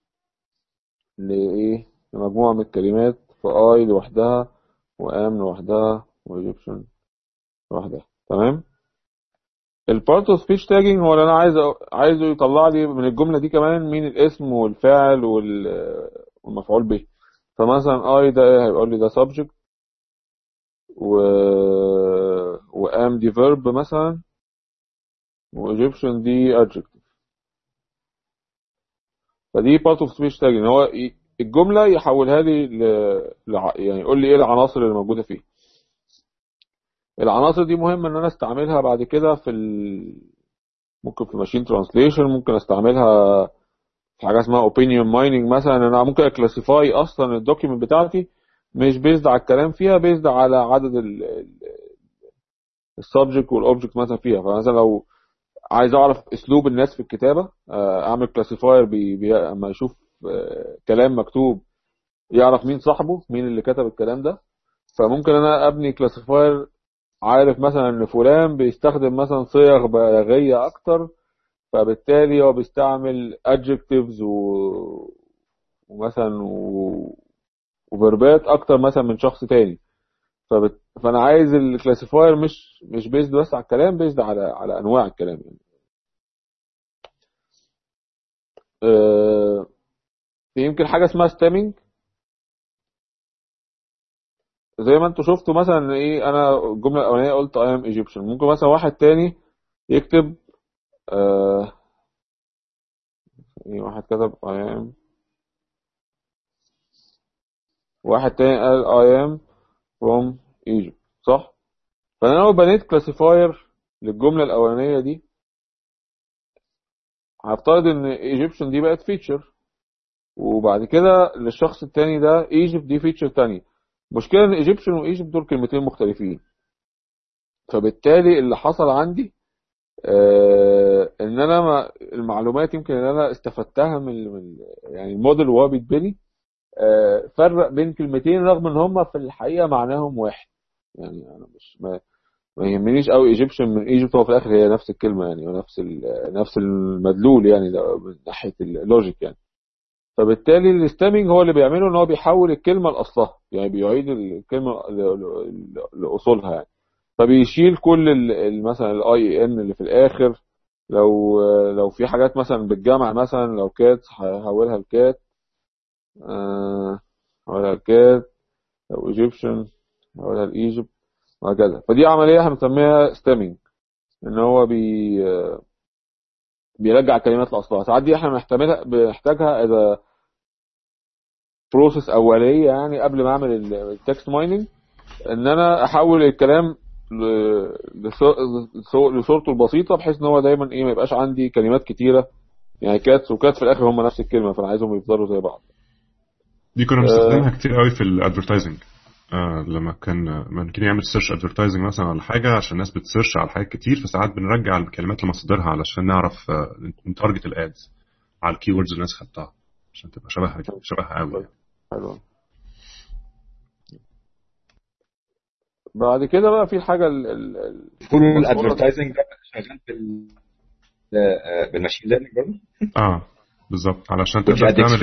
B: لايه، لمجموعه من الكلمات، في اي لوحدها، وام لوحدها، وايجيبشن لوحدها. تمام. البارت اوف سبيتش تاجنج هو اللي انا عايزه يطلع لي من الجمله دي كمان مين الاسم والفعل والمفعول به. فمثلا اي ده هيقول لي ده subject، وام دي verb مثلا، وايجيبشن دي adjective. فدي بارت اوف سبيتش تاجنج، هو الجمله يحولها لي يعني يقول لي ايه العناصر اللي موجوده فيه. العناصر دي مهمه ان انا استعملها بعد كده ممكن في ماشين ترانسليشن، ممكن استعملها في حاجه اسمها اوبينيون مايننج مثلا. انا ممكن اكلاسيفاي اصلا الدوكيمنت بتاعتي مش بيزد على الكلام فيها، بيزد على عدد السبجكت والاوبجكت مثلا فيها. فمثلا لو عايز اعرف اسلوب الناس في الكتابه، اعمل كلاسيفاير اما يشوف كلام مكتوب يعرف مين صاحبه، مين اللي كتب الكلام ده. فممكن انا ابني كلاسيفاير عارف مثلا ان فلان بيستخدم مثلا صيغ بلاغيه اكتر، فبالتالي هو بيستعمل adjectives ومثلا وفيربات اكتر مثلا من شخص تاني. فانا عايز الكلاسيفاير مش بيزد بس على الكلام، بيزد على انواع الكلام يعني. في يمكن حاجه اسمها ستامينج، زي ما انتوا شفتوا مثلا ايه، انا الجمله الاولانيه قلت I am Egyptian، ممكن مثلا واحد تاني يكتب واحد كتب I am، واحد تاني قال I am from Egypt صح. فانا لو بنيت كلاسيفاير للجمله الاولانيه دي هفترض ان Egyptian دي بقت فيتشر، وبعد كده للشخص التاني ده Egypt دي فيتشر تانية. مشكلة ان Egyptian و Egypt دول كلمتين مختلفين، فبالتالي اللي حصل عندي ان انا المعلومات يمكن ان انا استفدتها من يعني الموديل وهو بيتبني فرق بين كلمتين رغم ان هم في الحقيقة معناهم واحد. يعني انا مش ما يهمنيش قوي ايجيبشن من ايجيبت، هو في الاخر هي نفس الكلمة يعني، ونفس نفس المدلول يعني، ده من ناحية اللوجيك يعني. فبالتالي الستامينج هو اللي بيعمله ان هو بيحول الكلمة لاصلها، يعني بيعيد الكلمة لاصولها يعني. فبيشيل كل مثلا الاي ان اللي في الاخر، لو في حاجات مثلا بالجمع، مثلا لو كات هحولها لكات، هحولها لكات، لو ايجيبشن هحولها لايجيبت وهكذا. فدي عمليه هنسميها ستامينج، ان هو بيرجع الكلمات لاصلها. ساعات دي احنا بنحتاجها اذا بروسيس اوليه يعني قبل ما اعمل التكست مايننج، ان انا احول الكلام لصورته البسيطه، بحيث ان هو دايما ما يبقاش عندي كلمات كتيره، يعني كاتس وكات في الاخر هم نفس الكلمه، فانا عايزهم يفضلوا زي بعض.
A: دي كنا بنستخدمها كتير قوي في الادفرتايزنج. لما كان يعمل سيرش ادفرتايزنج مثلا على حاجه، عشان الناس بتسيرش على حاجات كتير، فساعات بنرجع الكلمات لمصادرها علشان نعرف نتارجت الادز على الكيوردز اللي الناس خدتها، عشان تبقى شبهها قوي يعني.
B: حلو. بعد كده بقى في الحاجه
D: كل الادفرتايزنج ده شغال بالماشين ليرنينج برضه.
A: بالظبط، علشان تقدر تعمل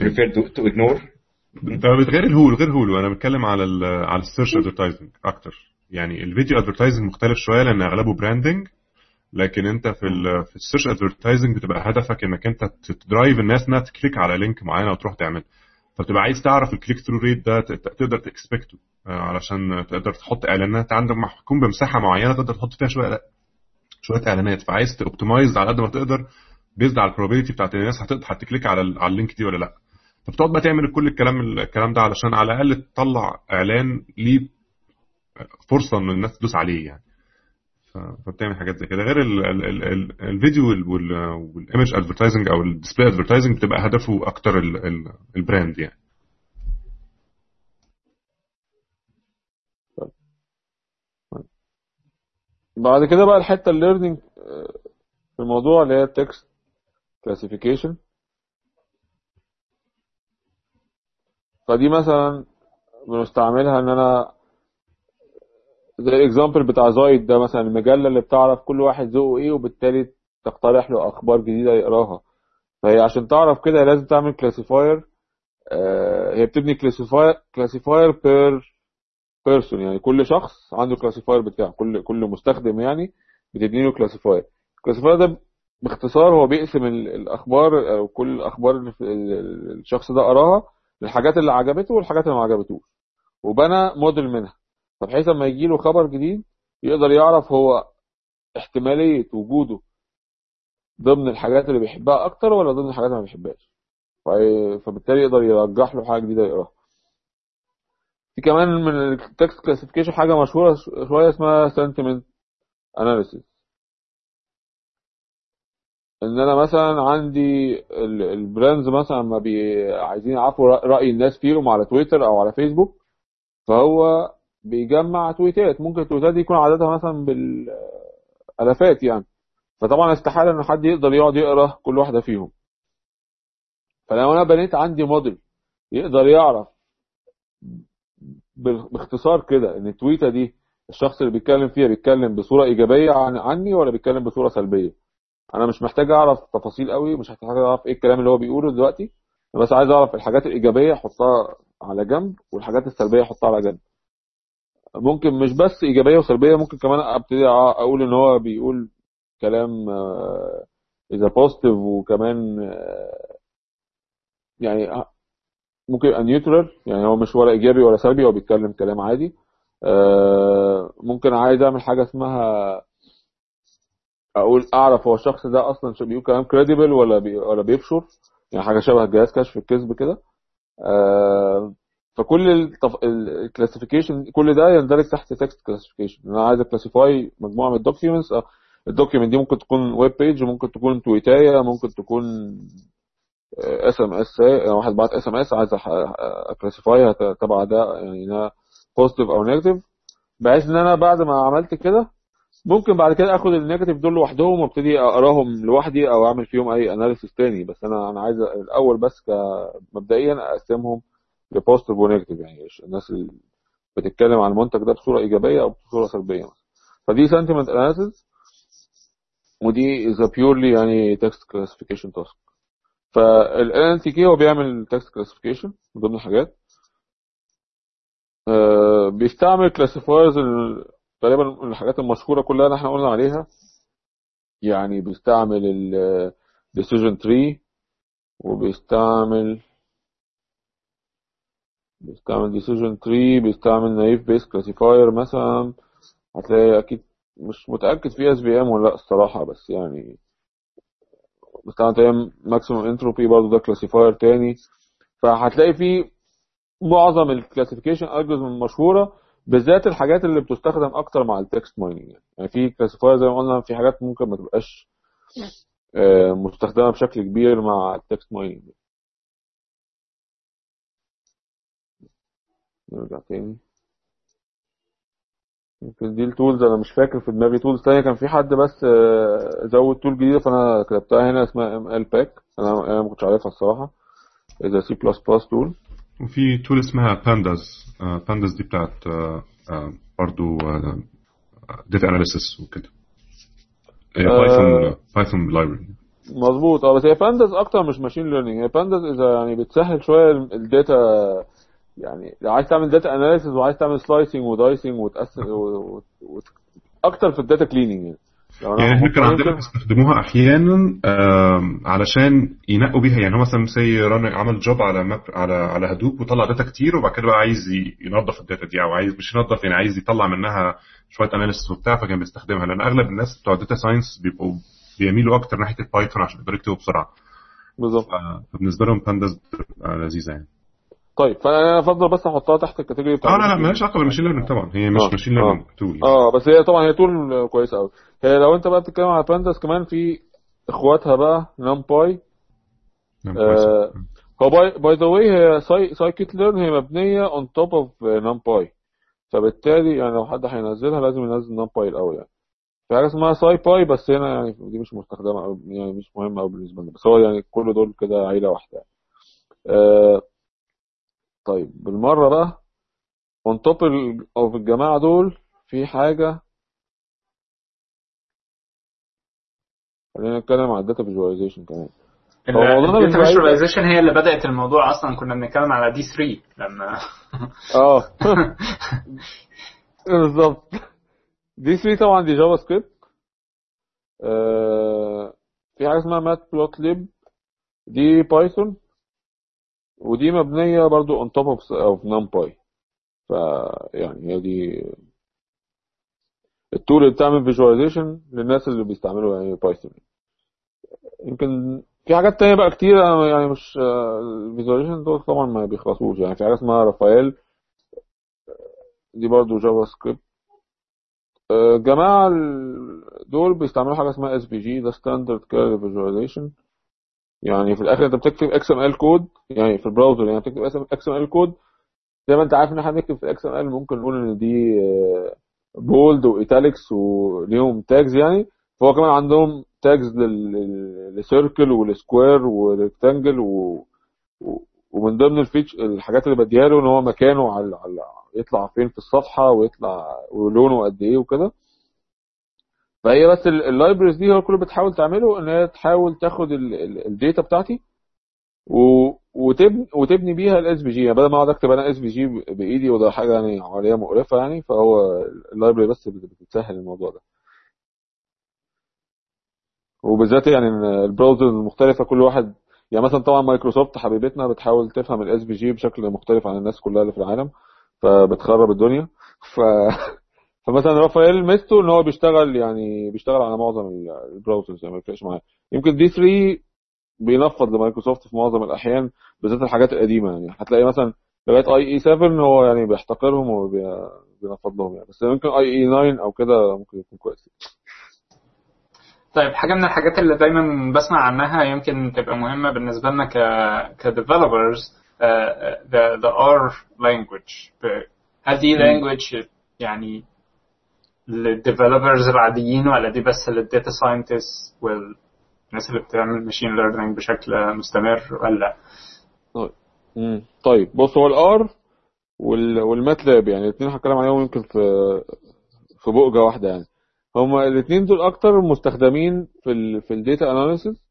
A: غير هولو. انا بتكلم على السيرش ادفرتايزنج اكتر. يعني الفيديو ادفرتايزنج مختلف شويه لان اغلبه براندنج، لكن انت في السيرش ادفرتايزنج بتبقى هدفك انك انت تدرايف الناس انها تكليك على لينك معين وتروح تعمل، فبتبقى عايز تعرف الكليك ثرو ريت ده تقدر تكسبكته، علشان تقدر تحط اعلانات عندك محكوم بمساحه معينه تقدر تحط فيها شويه اعلانات، فعايز توبتمايز على قد ما تقدر بيزد على البروبابيلتي بتاعت الناس هتكليك على اللينك دي ولا لا. فبتقعد بقى تعمل كل الكلام ده علشان على الاقل تطلع اعلان ليه فرصه ان الناس تدوس عليه يعني. فبتعمل حاجات زي كده. غير الفيديو والايمج ادفرتايزنج او الديسبلاي ادفرتايزنج بتبقى هدفه اكتر البراند يعني.
B: بعد كده بقى الحته الليرنينج في الموضوع اللي هي التكست كلاسيفيكيشن. فدي مثلا بنستعملها ان انا زي الاكزامبل بتاع زايد ده مثلا، المجله اللي بتعرف كل واحد ذوقه ايه وبالتالي تقترح له اخبار جديده يقراها. فهي عشان تعرف كده لازم تعمل كلاسيفاير. هي بتبني كلاسيفاير بير بيرسون، يعني كل شخص عنده كلاسيفاير بتاعه، كل مستخدم يعني بتبني له كلاسيفاير. الكلاسيفاير ده باختصار هو بيقسم الاخبار او كل الاخبار اللي الشخص ده قراها للحاجات اللي عجبته والحاجات اللي ما عجبتوش، وبنى موديل منها، فبحيث لما يجي له خبر جديد يقدر يعرف هو احتمالية وجوده ضمن الحاجات اللي بيحبها اكتر ولا ضمن الحاجات اللي ما بيحبهاش، فبالتالي يقدر يرجح له حاجة جديدة يقراها. في كمان من التكست كلاسيفيكيشن حاجة مشهورة شوية اسمها sentiment analysis. ان انا مثلا عندي البراندز مثلا ما عايزين يعرفوا رأي الناس فيهم على تويتر او على فيسبوك، فهو بيجمع تويتات، ممكن التويتات دي يكون عددها مثلا بالالافات يعني، فطبعا استحاله ان حد يقدر يقعد يقرا كل واحده فيهم. فلو انا بنيت عندي موديل يقدر يعرف باختصار كده ان التويته دي الشخص اللي بيتكلم فيها بيتكلم بصوره ايجابيه عني ولا بيتكلم بصوره سلبيه، انا مش محتاج اعرف تفاصيل قوي، مش محتاج اعرف ايه الكلام اللي هو بيقوله دلوقتي، بس عايز اعرف الحاجات الايجابيه احطها على جنب والحاجات السلبيه احطها على جنب. ممكن مش بس ايجابيه وسلبيه، ممكن كمان ابتدي اقول ان هو بيقول كلام اذا بوزيتيف، وكمان يعني ممكن يبقى نيوترال، يعني هو مش ولا ايجابي ولا سلبي، هو بيتكلم كلام عادي. ممكن عايز اعمل حاجه اسمها اقول اعرف هو الشخص ده اصلا بيقول كلام كريديبل ولا بيفشر، يعني حاجه شبه جهاز كشف الكذب كده. فكل الكلاسيفيكيشن كل ده يندرج تحت تكست كلاسيفيكيشن. انا عايز اكلاسيفاي مجموعه من الدوكيومنتس. الدوكيومنت دي ممكن تكون ويب بيج، ممكن تكون تويتايه، ممكن تكون اس ام اس، واحد بعت اس ام اس عايز اكلاسيفاي تبع ده يعني انها بوزيتيف او نيجاتيف، بحيث ان انا بعد ما عملت كده ممكن بعد كده اخد النيجاتيف دول لوحدهم وابتدي اقراهم لوحدي او اعمل فيهم اي اناليسيس تاني. بس انا عايز الاول بس مبدئيا اقسمهم لبوزيتيف ونيجاتيف، يعني الناس اللي بتتكلم عن المنتج ده بصوره ايجابيه او بصوره سلبيه مثلا. فدي سنتيمنت اناليسيس، ودي is a purely يعني text classification task. فال NLTK هو بيعمل text classification من ضمن الحاجات. بيستعمل classifiers غالبا الحاجات المشهورة كلها اللي احنا قلنا عليها، يعني بيستعمل ال decision tree، وبيستعمل decision tree، بيستعمل naive based classifier مثلا. هتلاقي اكيد مش متأكد في SVM ولا لا الصراحة، بس يعني بستخدم ماكسيموم انتروبي برضه، ده كلاسيفاير تاني. فهتلاقي في معظم الكلاسيفيكيشن الجوريزم المشهوره، بالذات الحاجات اللي بتستخدم اكتر مع التكست مايننج. يعني في كلاسيفاير زي ما قلنا، في حاجات ممكن ما تبقاش مستخدمه بشكل كبير مع التكست مايننج. نرجع تاني. يمكن دي التولز، انا مش فاكر في دماغي تولز تانية. كان في حد بس زود تول جديده فانا كتبتها هنا اسمها ML-Pack، انا ما كنتش عارفها الصراحه، اذا C++ تول.
A: وفي تول اسمها بانداز. بانداز دي بتاعت برضو داتا اناليسيس وكده. بايثون لايبرري.
B: مظبوط. بس هي بانداز اكتر مش ماشين ليرنينج. هي بانداز اذا يعني بتسهل شويه الداتا، يعني لو عايز تعمل داتا اناليسيس وعايز تعمل سلايسنج ودايسنج وتقسم اكتر في الداتا كليننج. يعني
A: احنا كان عندنا بيستخدموها احيانا علشان ينقوا بيها. يعني هو مثلا عمل جوب على هدوب وطلع داتا كتير، وبعد كده بقى عايز ينظف الداتا دي، او عايز مش ينظف يعني عايز يطلع منها شويه اناليسيس وبتاع، فكان بيستخدمها. لان اغلب الناس بتوع داتا ساينس بيبقوا بيميلوا اكتر ناحيه البايثون عشان يقدروا يكتبوا بسرعه.
B: بالظبط.
A: فبالنسبه لهم بانداز لذيذه يعني.
B: طيب فانا افضل بس احطها تحت الكاتيجوري بتاع
A: لا مالهاش علاقه بالماشين ليرنينج طبعا، هي مش ماشين ليرنينج تول.
B: بس هي طبعا هي تول كويسه قوي. هي لو انت بقى بتتكلم على بانداز كمان في اخواتها بقى نمباي. هو باي ذا واي هي سايكيت ليرن، هي مبنيه اون توب اوف نمباي، فبالتالي يعني لو حد هينزلها لازم ينزل نمباي الاول. يعني في حاجه اسمها ساي باي بس هنا يعني دي مش مستخدمه أو يعني مش مهمه قوي بالنسبه لنا، بس هو يعني كل دول كده عيله واحده. طيب بالمره بقى اون توب اوف الجماعه دول في حاجه، خلينا نتكلم عن الداتا فيجواليزيشن كمان.
C: الداتا فيجواليزيشن هي اللي بدات الموضوع اصلا. كنا بنتكلم على دي 3 لما
B: بالظبط. دي 3 طبعا دي جافا سكريبت. في حاجه اسمها مات بلوت ليب، دي بايثون، ودي مبنيه برضو اون توب اوف نمباي. فيعني هي دي التول اللي بتعمل فيجواليزيشن للناس اللي بيستعملوا يعني بايثون. يمكن في حاجات تانية بقى كتير، يعني مش الفيجواليزيشن دول طبعا ما بيخلصوش. يعني في حاجه اسمها رافائيل، دي برضو جافا سكريبت. جماعة دول بيستعملوا حاجة اسمها SVG، ده ستاندرد كيرف فيجواليزيشن. يعني في الاخر انت بتكتب XML كود، يعني في البراوزر يعني بتكتب XML كود زي ما انت عارف ان احنا بنكتب في XML ممكن نقول ان دي بولد وايتاليكس وليهم تاجز. يعني فهو كمان عندهم تاجز للسيركل والسكوير والريكتانجل ومن ضمن الحاجات اللي بديها له ان هو مكانه على يطلع فين في الصفحه، ويطلع ولونه قد ايه وكده. فهي بس اللايبرز دي هو كله بتحاول تعمله ان هي تحاول تاخد الداتا بتاعتي وتبني بيها الاس بي جي. يعني بدل ما اقعد اكتب انا اس بي جي بايدي وده حاجه يعني عمليه مقرفه، يعني فهو اللايبرري بس بتسهل الموضوع ده. وبالذات يعني البراوزرز المختلفه كل واحد، يعني مثلا طبعا مايكروسوفت حبيبتنا بتحاول تفهم الاس بي جي بشكل مختلف عن الناس كلها اللي في العالم، فبتخرب الدنيا. فمثلا رافائيل ميزته ان هو بيشتغل على معظم البراوزرز، يعني ما يفرقش معاه. يمكن دي 3 بينفض لمايكروسوفت في معظم الاحيان، بالذات الحاجات القديمه. يعني هتلاقي مثلا لغايه اي اي 7 هو يعني بيحتقرهم وبينفض لهم يعني، بس ممكن اي اي 9 او كده ممكن يكون كويس.
C: طيب حاجة من الحاجات اللي دايما بسمع عنها يمكن تبقى مهمة بالنسبة لنا كdevelopers the R language. هل دي language يعني للdevelopers العاديين ولا دي بس للdata scientists والناس اللي بتعمل machine learning بشكل مستمر ولا؟
B: طيب بص، هو الار والماتلاب يعني الاثنين هتكلم عليهم يمكن في بؤجة واحدة يعني. هما الاثنين دول اكتر مستخدمين في الداتا اناليسيس،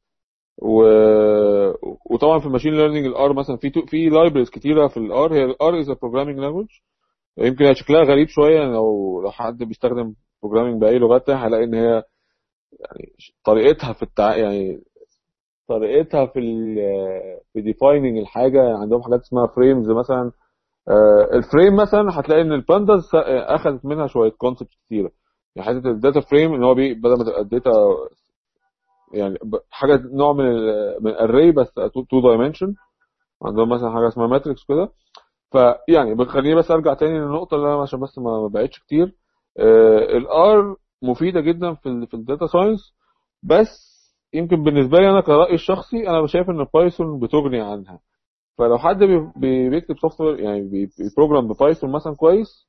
B: وطبعا في الماشين ليرنينج الار مثلا في لايبرز كتيره في الار. هي الار از بروجرامينج لانجويج، يمكن هي شكلها غريب شويه يعني، لو حد بيستخدم بروجرامينج باي لغات هيلاقي ان هي يعني طريقتها يعني طريقتها في ديفايننج الحاجه يعني. عندهم حاجات اسمها فريمز مثلا. الفريم مثلا هتلاقي ان البانداز اخذت منها شويه كونسبت كتيره يعني. حته الداتا فريم ان هو بدل ما تبقى الداتا يعني حاجه نوع من الاري بس 2 دايمنشن. عندهم مثلا حاجه اسمها ماتريكس كده. فيعني بخليني بس ارجع تاني للنقطه اللي انا عشان بس ما بعيدش كتير. الار مفيده جدا في الداتا ساينس، بس يمكن بالنسبه لي انا كرأيي الشخصي انا شايف ان بايثون بتغني عنها. فلو حد بيكتب سوفت وير يعني بيبروجرام ببايثون مثلا كويس،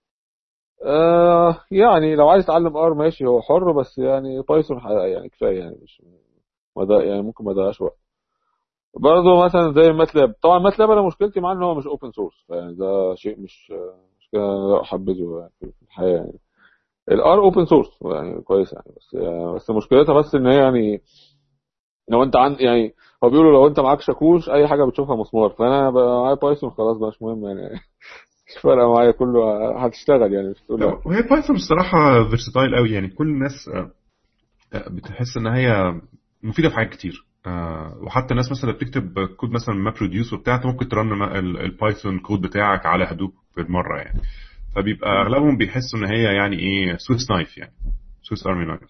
B: يعني لو عايز يتعلم ار ماشي هو حر، بس يعني بايثون يعني كفايه يعني، مش يعني ممكن ما يضيعش وقت. برضه مثلا زي الماتلاب، طبعا الماتلاب انا مشكلتي معاه ان هو مش اوبن سورس، يعني ده شيء مش كده لا احبذه يعني في الحياه يعني. الار اوبن سورس يعني كويس يعني، بس مشكلتها بس ان هي يعني لو انت يعني هو بيقولوا لو انت معاك شاكوش اي حاجه بتشوفها مسمار، فانا بقى معايا بايثون خلاص بقى مش مهم يعني. مش فارقه معايا، كله هتشتغل يعني، مش تقول لا.
A: وهي بايثون الصراحه فيرساتايل قوي يعني. كل الناس بتحس ان هي مفيده في حاجات كتير. وحتى الناس مثلا بتكتب كود مثلا ماب ريديوس وبتاع، ممكن ترن البايثون كود بتاعك على هدوب بالمره يعني. فبيبقى اغلبهم بيحسوا ان هي يعني ايه سويس نايف يعني، سويس ارمي نايف.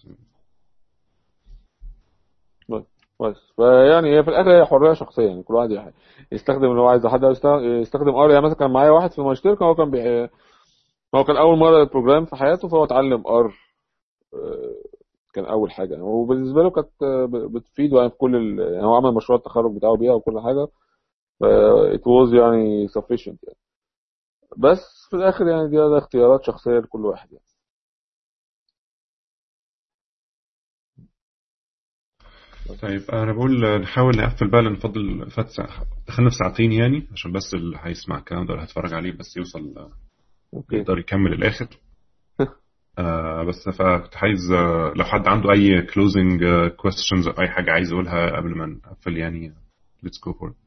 B: بس فيعني هي في الاخر هي حريه شخصيه يعني، كل واحد يستخدم اللي هو عايزه. حد يستخدم ار يعني. مثلا كان معايا واحد في الماجستير هو كان اول مره البروجرام في حياته، فهو اتعلم ار. كان اول حاجه يعني، وبالنسبه له كانت بتفيده يعني في يعني هو عمل مشروع التخرج بتاعه بيها وكل حاجه. it was يعني sufficient يعني. بس في الاخر يعني ده اختيارات شخصيه لكل واحد يعني.
A: طيب انا بقول نحاول نقفل بقى، لان فاضل دخلنا في ساعتين يعني، عشان بس اللي هيسمع الكلام ده اللي هيتفرج عليه بس يوصل يقدر يكمل الاخر. بس فكنت عايز لو حد عنده اي closing questions او اي حاجه عايز يقولها قبل ما نقفل يعني. let's go for it.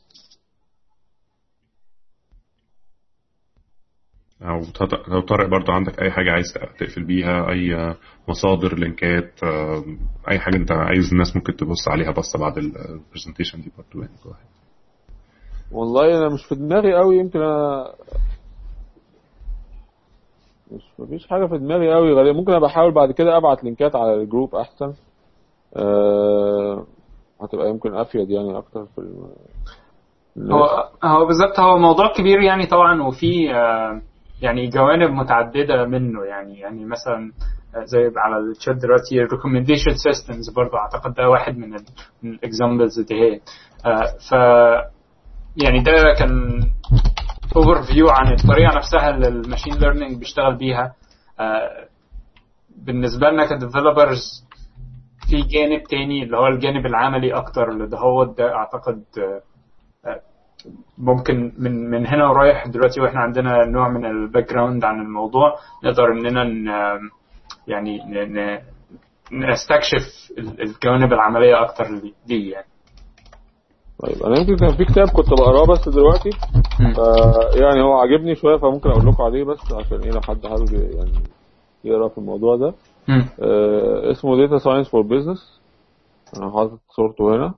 A: او طارق برضو عندك اي حاجه عايز تقفل بيها، اي مصادر لينكات، اي حاجه انت عايز الناس ممكن تبص عليها بس بعد البرزنتيشن دي برضو يعني.
B: والله انا مش في دماغي قوي، يمكن انا مفيش حاجه في دماغي قوي غالبا. ممكن ابقى احاول بعد كده ابعت لينكات على الجروب احسن. هتبقى يمكن افيد يعني اكتر في
C: هو بالظبط هو موضوع كبير يعني طبعا، وفي يعني جوانب متعدده منه يعني مثلا زي على الشات دلوقتي الريكومنديشن سيستمز برضه اعتقد ده واحد من الاكزامبلز دي هي. ف يعني ده كان اوفر فيو عن الطريقه نفسها اللي الماشين ليرنينج بيشتغل بيها. بالنسبه لنا كديفلوبرز في جانب تاني اللي هو الجانب العملي اكتر، اللي هو ده اعتقد ممكن من هنا ورايح دلوقتي واحنا عندنا نوع من الباك جراوند عن الموضوع نقدر اننا يعني نستكشف الجوانب العمليه اكتر دي يعني.
B: طيب انا يمكن كان في كتاب كنت بقراه بس دلوقتي يعني هو عجبني شويه، فممكن اقول لكم عليه بس عشان ايه لو حد حابب يعني يقرا في الموضوع ده. اسمه Data Science for Business. انا حاطط صورته هنا.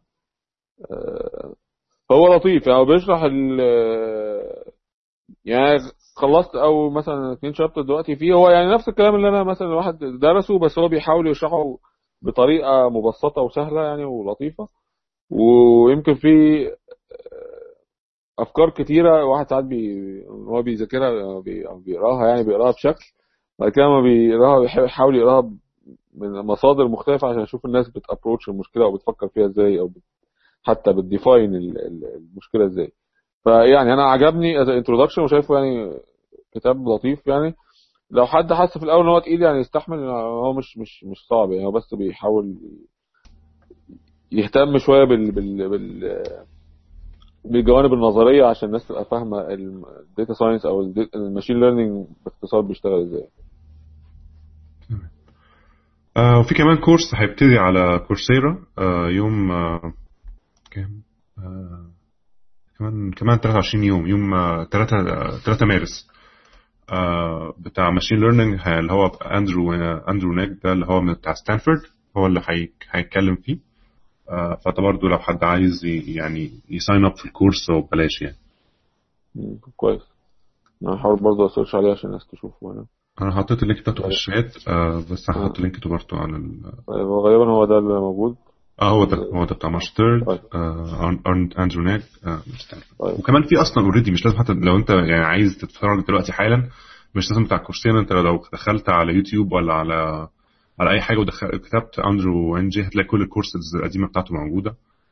B: هو لطيف يعني، بيشرح يعني خلصت او مثلا 2 شابتر دلوقتي فيه. هو يعني نفس الكلام اللي انا مثلا الواحد درسه، بس هو بيحاول يشرحه بطريقه مبسطه وسهله يعني ولطيفه. ويمكن في افكار كتيره واحد ساعات هو بيذاكرها أو بيقراها، يعني بيقراها بشكل، بعد كده لما بيقراها بيحاول يقراها من مصادر مختلفه عشان يشوف الناس بتابروتش المشكله او بتفكر فيها ازاي، او حتى بتديفاين المشكله ازاي. فيعني انا عجبني از انتروداكشن وشايفه يعني كتاب لطيف. يعني لو حد حس في الاول ان هو تقيل يعني يستحمل، هو مش صعب يعني، هو بس بيحاول يهتم شويه بالجوانب النظريه عشان الناس تبقى فاهمه الداتا ساينس او الماشين ليرنينج باختصار بيشتغل ازاي.
A: وفي كمان كورس هيبتدي على كورسيرا يوم كام كمان 23 يوم 3 مارس، بتاع ماشين ليرنينج اللي هو اندرو نيك ده اللي هو بتاع ستانفورد، هو اللي هيتكلم فيه. فده برضه لو حد عايز يعني يساين اب في الكورس وبلاش يعني.
B: كويس. انا هحاول برضه اسيرش عليه عشان الناس تشوفه.
A: انا حطيت اللينك بتاعته في الشات، بس هحط لينك برضه على
B: طيب غالبا هو ده اللي موجود.
A: هو ده بتاع مارش ثيرد، اندرو نيك. وكمان في اصلا اوريدي، مش لازم حتى لو انت يعني عايز تتفرج دلوقتي حالا، مش لازم بتاع كورسين. انت لو دخلت على يوتيوب ولا على اي حاجه كتبت اندرو ان جي هتلاقي كل الكورسز القديمه بتاعته موجوده.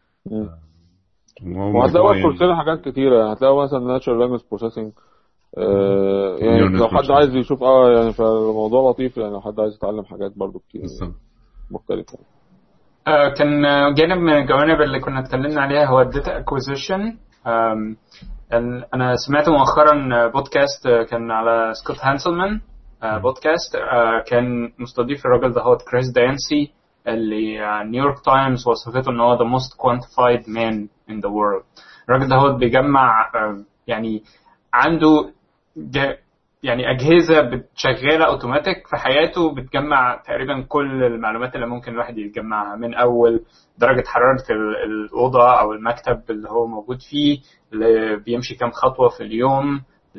B: وهتلاقوا كورسين حاجات كتيره، يعني هتلاقوا مثلا ناتشورال لانجويج بروسيسنج. يعني لو حد عايز يشوف يعني فالموضوع لطيف، يعني لو حد عايز يتعلم حاجات برضو كتير مختلفه.
C: كان جانب من الجوانب اللي كنا اتكلمنا عليها هو الداتا اكوزيشن. انا سمعت مؤخرا بودكاست كان على سكوت هانسلمان بودكاست، كان مستضيف الراجل ده هو كريس دانسي، اللي نيويورك تايمز وصفته ان هو the most quantified man in the world. الراجل ده هو بيجمع يعني عنده يعني أجهزة بتشغلها أوتوماتيك في حياته، بتجمع تقريبا كل المعلومات اللي ممكن الواحد يتجمعها، من أول درجة حرارة الأوضة أو المكتب اللي هو موجود فيه، بيمشي كام خطوة في اليوم،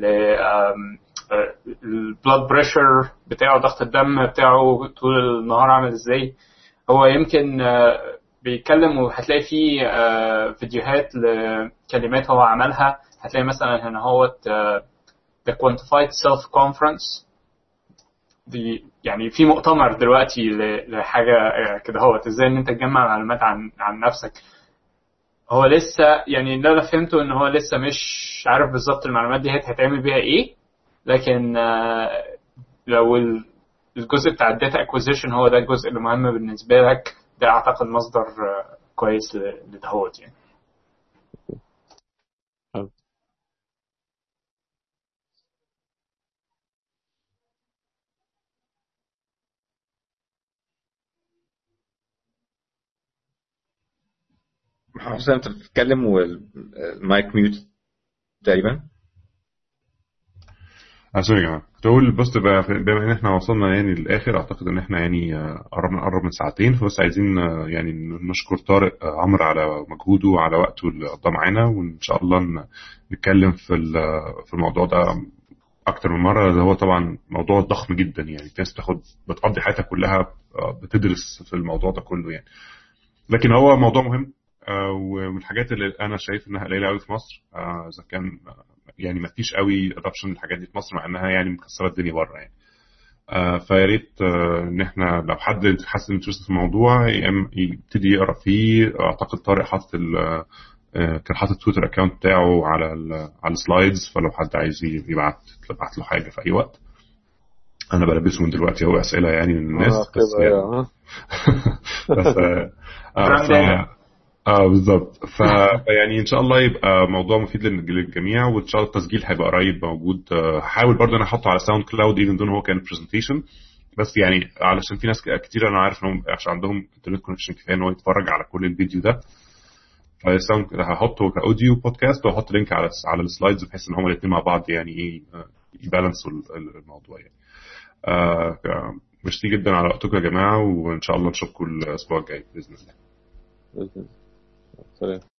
C: البلاد بريشر بتاعه، ضغط الدم بتاعه طول النهار عامل إزاي. هو يمكن بيتكلم، وهتلاقي فيه فيديوهات لكلمات هو عملها. هتلاقي مثلا هنا هو The Quantified Self Conference دي، يعني في مؤتمر دلوقتي لحاجة كده، هو ازاي ان انت تجمع معلومات عن نفسك. هو لسه يعني اللي انا فهمته ان هو لسه مش عارف بالظبط المعلومات دي هتعمل بيها ايه، لكن لو الجزء بتاع الداتا اكوزيشن هو ده الجزء اللي مهم بالنسبة لك، ده اعتقد مصدر كويس لدهوت يعني.
D: حسام انت بتتكلم والمايك ميوت تقريبا.
A: سوري يا جماعه، تقول بس بما ان احنا وصلنا يعني للاخر، اعتقد ان احنا يعني قرب من ساعتين، فبس عايزين يعني نشكر طارق عمرو على مجهوده وعلى وقته اللي قضاه معانا، وان شاء الله نتكلم في الموضوع ده اكتر من مره. ده هو طبعا موضوع ضخم جدا، يعني الناس بتقضي حياتها كلها بتدرس في الموضوع ده كله يعني، لكن هو موضوع مهم. ومن الحاجات اللي انا شايف انها قليله قوي في مصر، اذا كان يعني ما فيش قوي ادابشن للحاجات دي في مصر، مع انها يعني مكسره الدنيا بره يعني. فيا ريت ان احنا لو حد حاسس انترست في الموضوع يبتدي يقرا فيه. اعتقد طارق حاطط كان حاطط تويتر اكاونت بتاعه على السلايدز، فلو حد عايز يبعت له حاجه في اي وقت. انا بلبسه من دلوقتي هو اسئله يعني من الناس بس يعني بس بالظبط. فيعني ان شاء الله يبقى موضوع مفيد للجميع، وان شاء الله التسجيل هيبقى قريب موجود. هحاول برضه انا احطه على ساوند كلاود ايفن دون هو كان برزنتيشن، بس يعني علشان في ناس كتير انا عارف انهم عشان عندهم انترنت كونكشن كفايه ان هو يتفرج على كل الفيديو ده. فالساوند هحطه كاوديو بودكاست، واحط لينك على السلايدز بحيث ان هم الاثنين مع بعض يعني ايه يبالانسوا الموضوع يعني. ميرسي جدا على وقتكم يا جماعه، وان شاء الله نشوفكم الاسبوع الجاي باذن الله.
B: سلام.